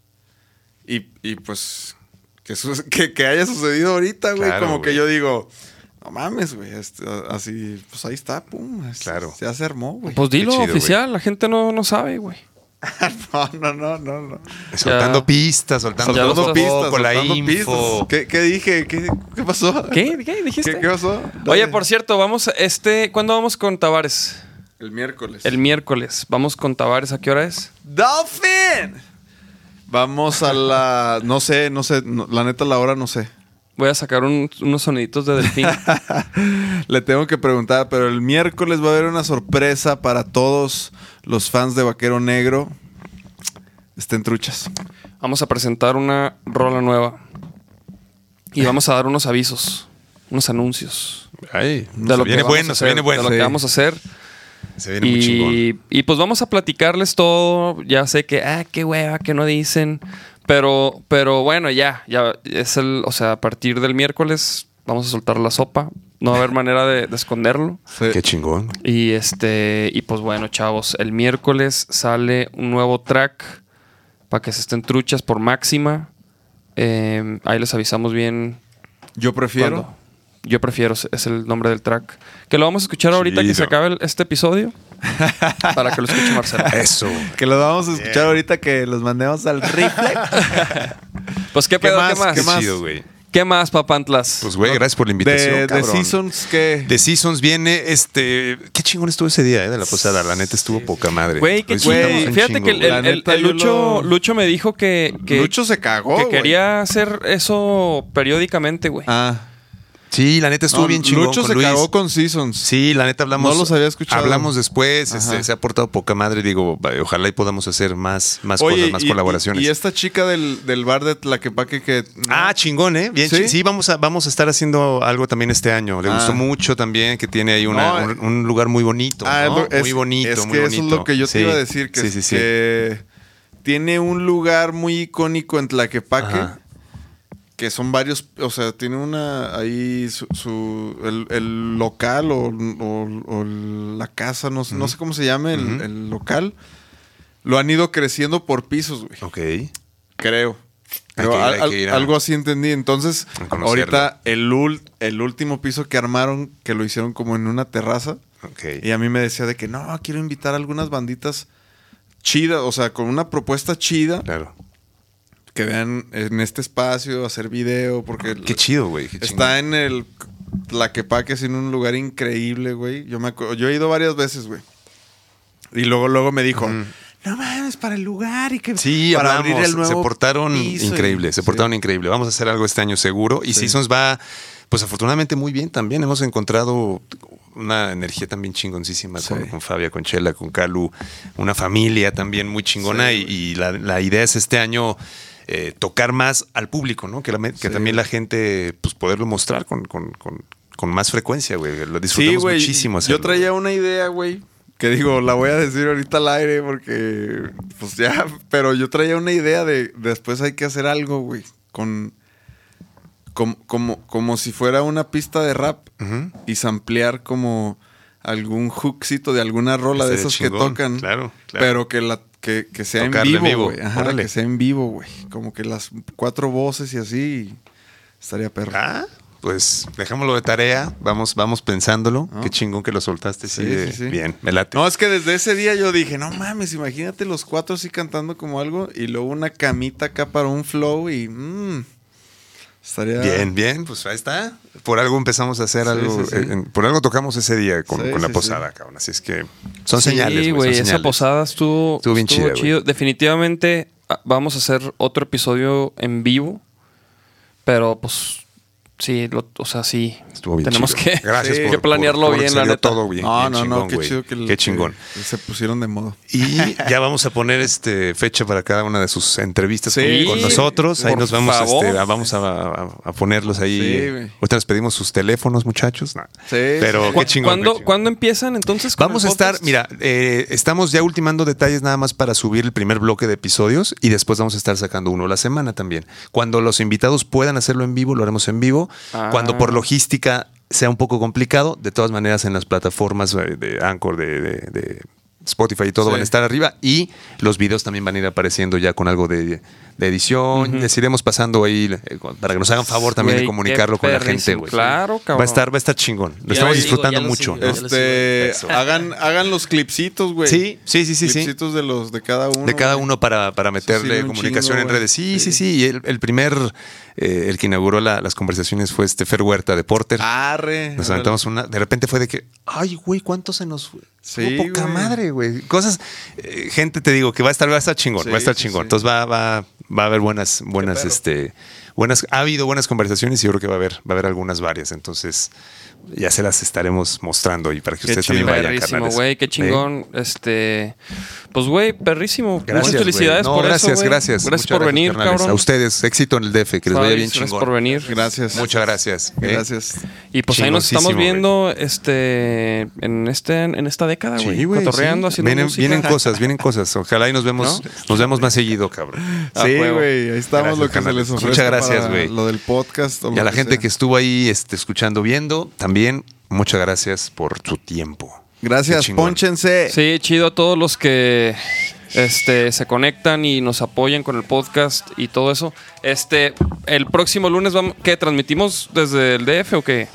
Y, y pues que, su- que, que haya sucedido ahorita, güey, Claro, como güey. que yo digo, no mames, güey, este, así, pues ahí está, pum, es- Claro. ya se armó, güey. Pues dilo chido, oficial, la gente no, no sabe, güey. No, no, no, no, no. Soltando Ya. pistas, soltando, Ya lo poco a estás- poco, la soltando info. pistas. ¿Qué, qué dije? ¿Qué, qué pasó? ¿Qué? ¿Qué dijiste? ¿Qué, qué pasó? Oye, Dale. por cierto, vamos, este, ¿cuándo vamos con Tavares? El miércoles. El miércoles. Vamos con Tavares, ¿a qué hora es? Dolphin. Vamos a la... No sé, no sé. no- la neta, la hora no sé. Voy a sacar un- unos soniditos de delfín. Le tengo que preguntar, pero el miércoles va a haber una sorpresa para todos los fans de Vaquero Negro. Estén truchas. Vamos a presentar una rola nueva. Y vamos a dar unos avisos, unos anuncios. Ay, De se lo que viene vamos bueno, a se hacer, viene bueno. De lo Sí. que vamos a hacer. Se viene muy chingón. Y, y pues vamos a platicarles todo. Ya sé que, ah, qué hueva, que no dicen. Pero, pero bueno, ya, ya es el, o sea, a partir del miércoles vamos a soltar la sopa. No va a haber manera de, de esconderlo. Sí. Qué chingón. Y este, y pues bueno, chavos, el miércoles sale un nuevo track para que se estén truchas por Máxima. Eh, ahí les avisamos bien. Yo prefiero. cuándo. Yo prefiero, es el nombre del track. Que lo vamos a escuchar ahorita que Chido. se acabe el- este episodio. Para que lo escuche Marcelo. Eso. Que lo vamos a escuchar ahorita que los mandemos al rifle. Pues qué ¿Qué pedo, más? qué más. ¿Qué más? Chido, güey. ¿Qué más, Papantlas? Pues, güey, gracias por la invitación, De, de cabrón. Seasons, ¿qué? The Seasons viene, este... Qué chingón estuvo ese día, eh, de la posada. La neta estuvo poca madre. Güey, qué Lo chido. disfrutamos un Fíjate chingo, que el, güey. el- La el- neta, el yo Lucho, lo- Lucho me dijo que, que, Lucho se cagó, que güey. quería hacer eso periódicamente, güey. Ah. Sí, la neta estuvo No, bien chingón Lucho con se Luis. cagó con Seasons. Sí, la neta hablamos. No los había escuchado. Hablamos después, este, Ajá. se ha portado poca madre. Digo, va, ojalá y podamos hacer más, más Oye, cosas, más y- colaboraciones. Y, y esta chica del, del bar de Tlaquepaque que... Ah, chingón, ¿eh? Bien, ¿Sí? sí, sí vamos, a, vamos a estar haciendo algo también este año. Le Ah. gustó mucho también, que tiene ahí una- No, un, un lugar muy bonito. Ah, ¿no? es lo- es- muy bonito, es muy que bonito. eso es lo que yo te Sí. iba a decir, que, sí, sí, sí. que tiene un lugar muy icónico en Tlaquepaque, Ajá. que son varios, o sea, tiene una ahí su, su- el, el local o, o- o la casa, no, sé- no sé cómo se llama el, Ujú. el local, lo han ido creciendo por pisos, güey, Ok. creo. Hay Creo, que ir, al- hay al- que ir a- algo así entendí. Entonces, a conocerlo. ahorita el, ul- el último piso que armaron, que lo hicieron como en una terraza, Ok. y a mí me decía de que no, quiero invitar a algunas banditas chidas, o sea, con una propuesta chida, Claro. que vean en este espacio, hacer video, porque Qué chido, güey. qué está chingón. en el Tlaquepaque, es en un lugar increíble, güey. Yo me acu- yo he ido varias veces, güey. Y luego, luego me dijo, no mames, para el lugar y que Sí, para hablamos, abrir el nuevo se portaron piso y- increíble, se Sí. portaron increíble. Vamos a hacer algo este año seguro. Y Sí. Seasons va, pues afortunadamente muy bien también. Hemos encontrado una energía también chingoncísima con, Sí. con Fabia, con Chela, con Calu, una familia también muy chingona. Sí, y y la, la idea es este año eh, tocar más al público, ¿no? Que, la me- que Sí. también la gente, pues poderlo mostrar con, con, con, con más frecuencia, güey. Lo Sí, disfrutamos güey. muchísimo. Yo hacerlo, traía una idea, güey. Que digo, la voy a decir ahorita al aire porque, pues ya, pero yo traía una idea de después hay que hacer algo, güey, con, como, como, como si fuera una pista de rap Ujú. y samplear como algún hookcito de alguna rola de Estaría esos que chingón, tocan, claro, claro. pero que la que, que sea en Tocarla en vivo, vivo, güey, ajá, órale. que sea en vivo, güey, como que las cuatro voces y así estaría perro. Ah, pues dejámoslo de tarea, vamos, vamos pensándolo. ¿No? Qué chingón que lo soltaste. Sí, Sí, de- sí, sí. Bien, me late. No, es que desde ese día yo dije, no mames, imagínate los cuatro así cantando como algo y luego una camita acá para un flow y... mm, Estaría... Bien, bien, pues ahí está. Por algo empezamos a hacer Sí, algo. sí, sí. eh, en- por algo tocamos ese día con, Sí, con la sí, posada, sí. cabrón. Así es que son Sí, señales, güey, son esa señales. posada estuvo, Estuvo bien chida, güey. chido. Definitivamente ah, vamos a hacer otro episodio en vivo, pero pues sí, lo- o sea, sí. Estuvo bien Tenemos chido. que, Gracias que por- planearlo por- por- bien, la salió neta. todo bien. No, bien no, chingón, no, qué güey. chido que, Qué chingón. que se pusieron de moda. Y ya vamos a poner este fecha para cada una de sus entrevistas Sí, con, con nosotros. Ahí por nos vamos favor. este, a, vamos a, a- a ponerlos ahí. Sí, güey. Ahorita nos pedimos sus teléfonos, muchachos. No. Sí, Pero sí. qué chingón. ¿Cuándo, qué chingón. ¿Cuándo empiezan entonces? con Vamos el a estar, podcast? mira, eh, estamos ya ultimando detalles nada más para subir el primer bloque de episodios y después vamos a estar sacando uno a la semana también. Cuando los invitados puedan hacerlo en vivo, lo haremos en vivo. Ah. Cuando por logística sea un poco complicado, de todas maneras en las plataformas eh, de Anchor, de, de- de Spotify y todo Sí. van a estar arriba y los videos también van a ir apareciendo ya con algo de, de edición. Les iremos pasando ahí eh, para que nos hagan favor también de Güey, comunicarlo qué con la gente, perrísimo. güey. Claro, cabrón. Va a estar, va a estar chingón. Lo Ya estamos lo sigo, disfrutando ya lo mucho. sigo, ¿no? ya lo Este, Eso. hagan, hagan los clipsitos, güey. Sí, sí, sí, sí, sí. Clipsitos de los de cada uno. De cada güey. uno para, para meterle sirve un comunicación chingo, en güey. redes. Sí, sí, sí. Y el, el primer, eh, el que inauguró la- las conversaciones fue este Fer Huerta de Porter. Arre. Nos aventamos una. De repente fue de que, ay, güey, ¿cuánto se nos fue? Sí, Estuvo poca güey. madre, güey. Cosas, eh, gente, te digo que va a estar, va a estar chingón, Sí, va a estar sí, chingón. sí. Entonces va, va, va a haber buenas, buenas, este, buenas, ha habido buenas conversaciones y yo creo que va a haber, va a haber algunas varias. Entonces, ya se las estaremos mostrando y para que Qué ustedes también chido. vayan, Perrísimo, carnales. güey, qué ¿Eh? chingón. Este, pues, güey, perrísimo. Gracias, Muchas felicidades güey. No, por gracias, eso, güey. gracias. Gracias Muchas por venir, carnales. cabrón. A ustedes, éxito en el D F, que les vaya Ay, bien gracias chingón. por venir. Gracias. Muchas gracias. ¿eh? Gracias. Y pues ahí nos estamos Chingoncísimo, viendo este en este en esta década, güey. Sí, güey. Cotorreando, sí. haciendo vienen, música. vienen cosas, vienen cosas. Ojalá y nos vemos, nos vemos más seguido, cabrón. A Sí, huevo. güey. Ahí estamos Gracias, lo que carnal. se les ofrece. Muchas gracias, para güey. Lo del podcast. o Y lo a la gente sea. que estuvo ahí este, escuchando, viendo, también muchas gracias por su tiempo. Qué Gracias, chingón. pónchense. Sí, chido a todos los que este se conectan y nos apoyan con el podcast y todo eso. Este, el próximo lunes vamos, ¿qué transmitimos desde el D F o qué?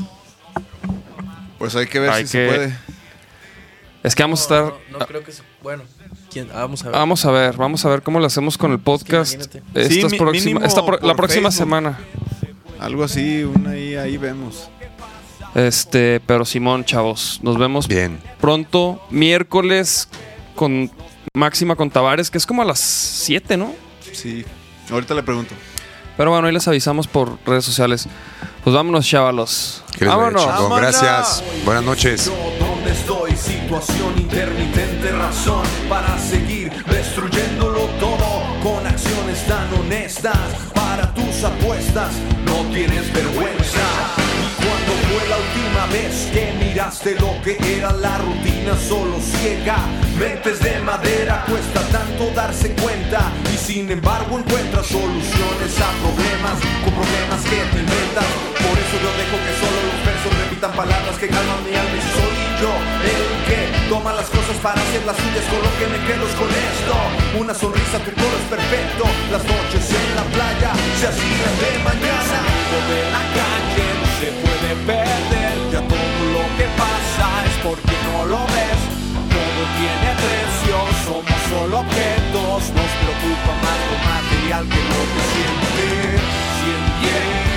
Pues hay que ver Hay si que- se puede. Es que vamos a estar No, no creo que se. Bueno, ¿quién? Ah, vamos a ver. vamos a ver, vamos a ver cómo lo hacemos con el podcast imagínate. estas Sí, mi- próxima- mínimo esta pro- la por próxima Facebook. semana. Algo así, una ahí, ahí vemos. Este, pero Simón, chavos, nos vemos Bien. pronto, miércoles con Máxima con Tavares, que es como a las siete, ¿no? Sí. Ahorita le pregunto. Pero bueno, ahí les avisamos por redes sociales. Pues vámonos, chavalos. Que les vaya Vámonos. chingón. Gracias. Buenas noches. Yo donde estoy, situación intermitente, razón para seguir destruyéndolo todo con acciones tan honestas. Para tus apuestas no tienes vergüenza. Cuando fue la última vez que miraste lo que era la rutina solo ciega? Mentes de madera, cuesta tanto darse cuenta y sin embargo encuentras soluciones a problemas con problemas que te inventas. Por eso yo dejo que solo los versos repitan palabras que calman mi alma y soy yo el que toma las cosas para hacer las suyas. Con lo que me quedo es con esto, una sonrisa, tu coro es perfecto. Las noches en la playa se hacían de mañana. De la calle no se puede perder, ya todo lo que pasa es porque no lo ves. Todo tiene precio, somos solo objetos. Nos preocupa más lo material que lo que siente, siente.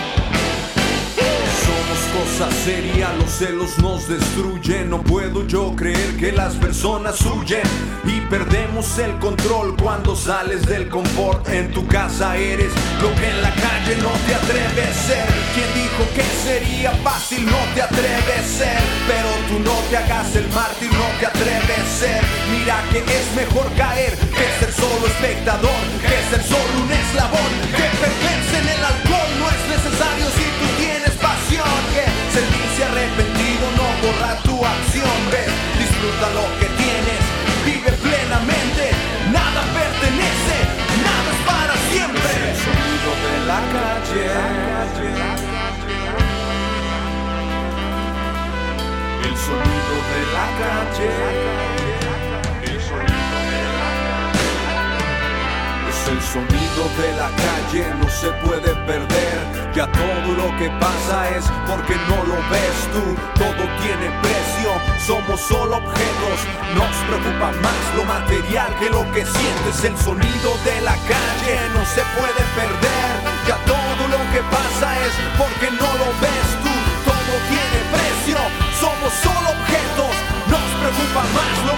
Somos cosas serias, los celos nos destruyen. No puedo yo creer que las personas huyen y perdemos el control cuando sales del confort. En tu casa eres lo que en la calle no te atreves a ser. Quien dijo que sería fácil no te atreves a ser, pero tú no te hagas el mártir, no te atreves a ser. Mira que es mejor caer que ser solo espectador, que ser solo un eslabón, que perderse en el alcohol no es necesario si tú tienes pasión. Que sentirse arrepentido no borra tu acción. Ves, disfruta lo que tienes, vive plenamente. Nada pertenece, nada es para siempre. El sonido de la calle, el sonido de la calle, el sonido de la calle. Es el sonido de la calle, no se puede perder. Ya todo lo que pasa es porque no lo ves tú. Todo tiene precio, somos solo objetos. Nos preocupa más lo material que lo que sientes. El sonido de la calle no se puede perder. Ya todo lo que pasa sabes porque no lo ves tú. Todo tiene precio, somos solo objetos. Nos preocupa más lo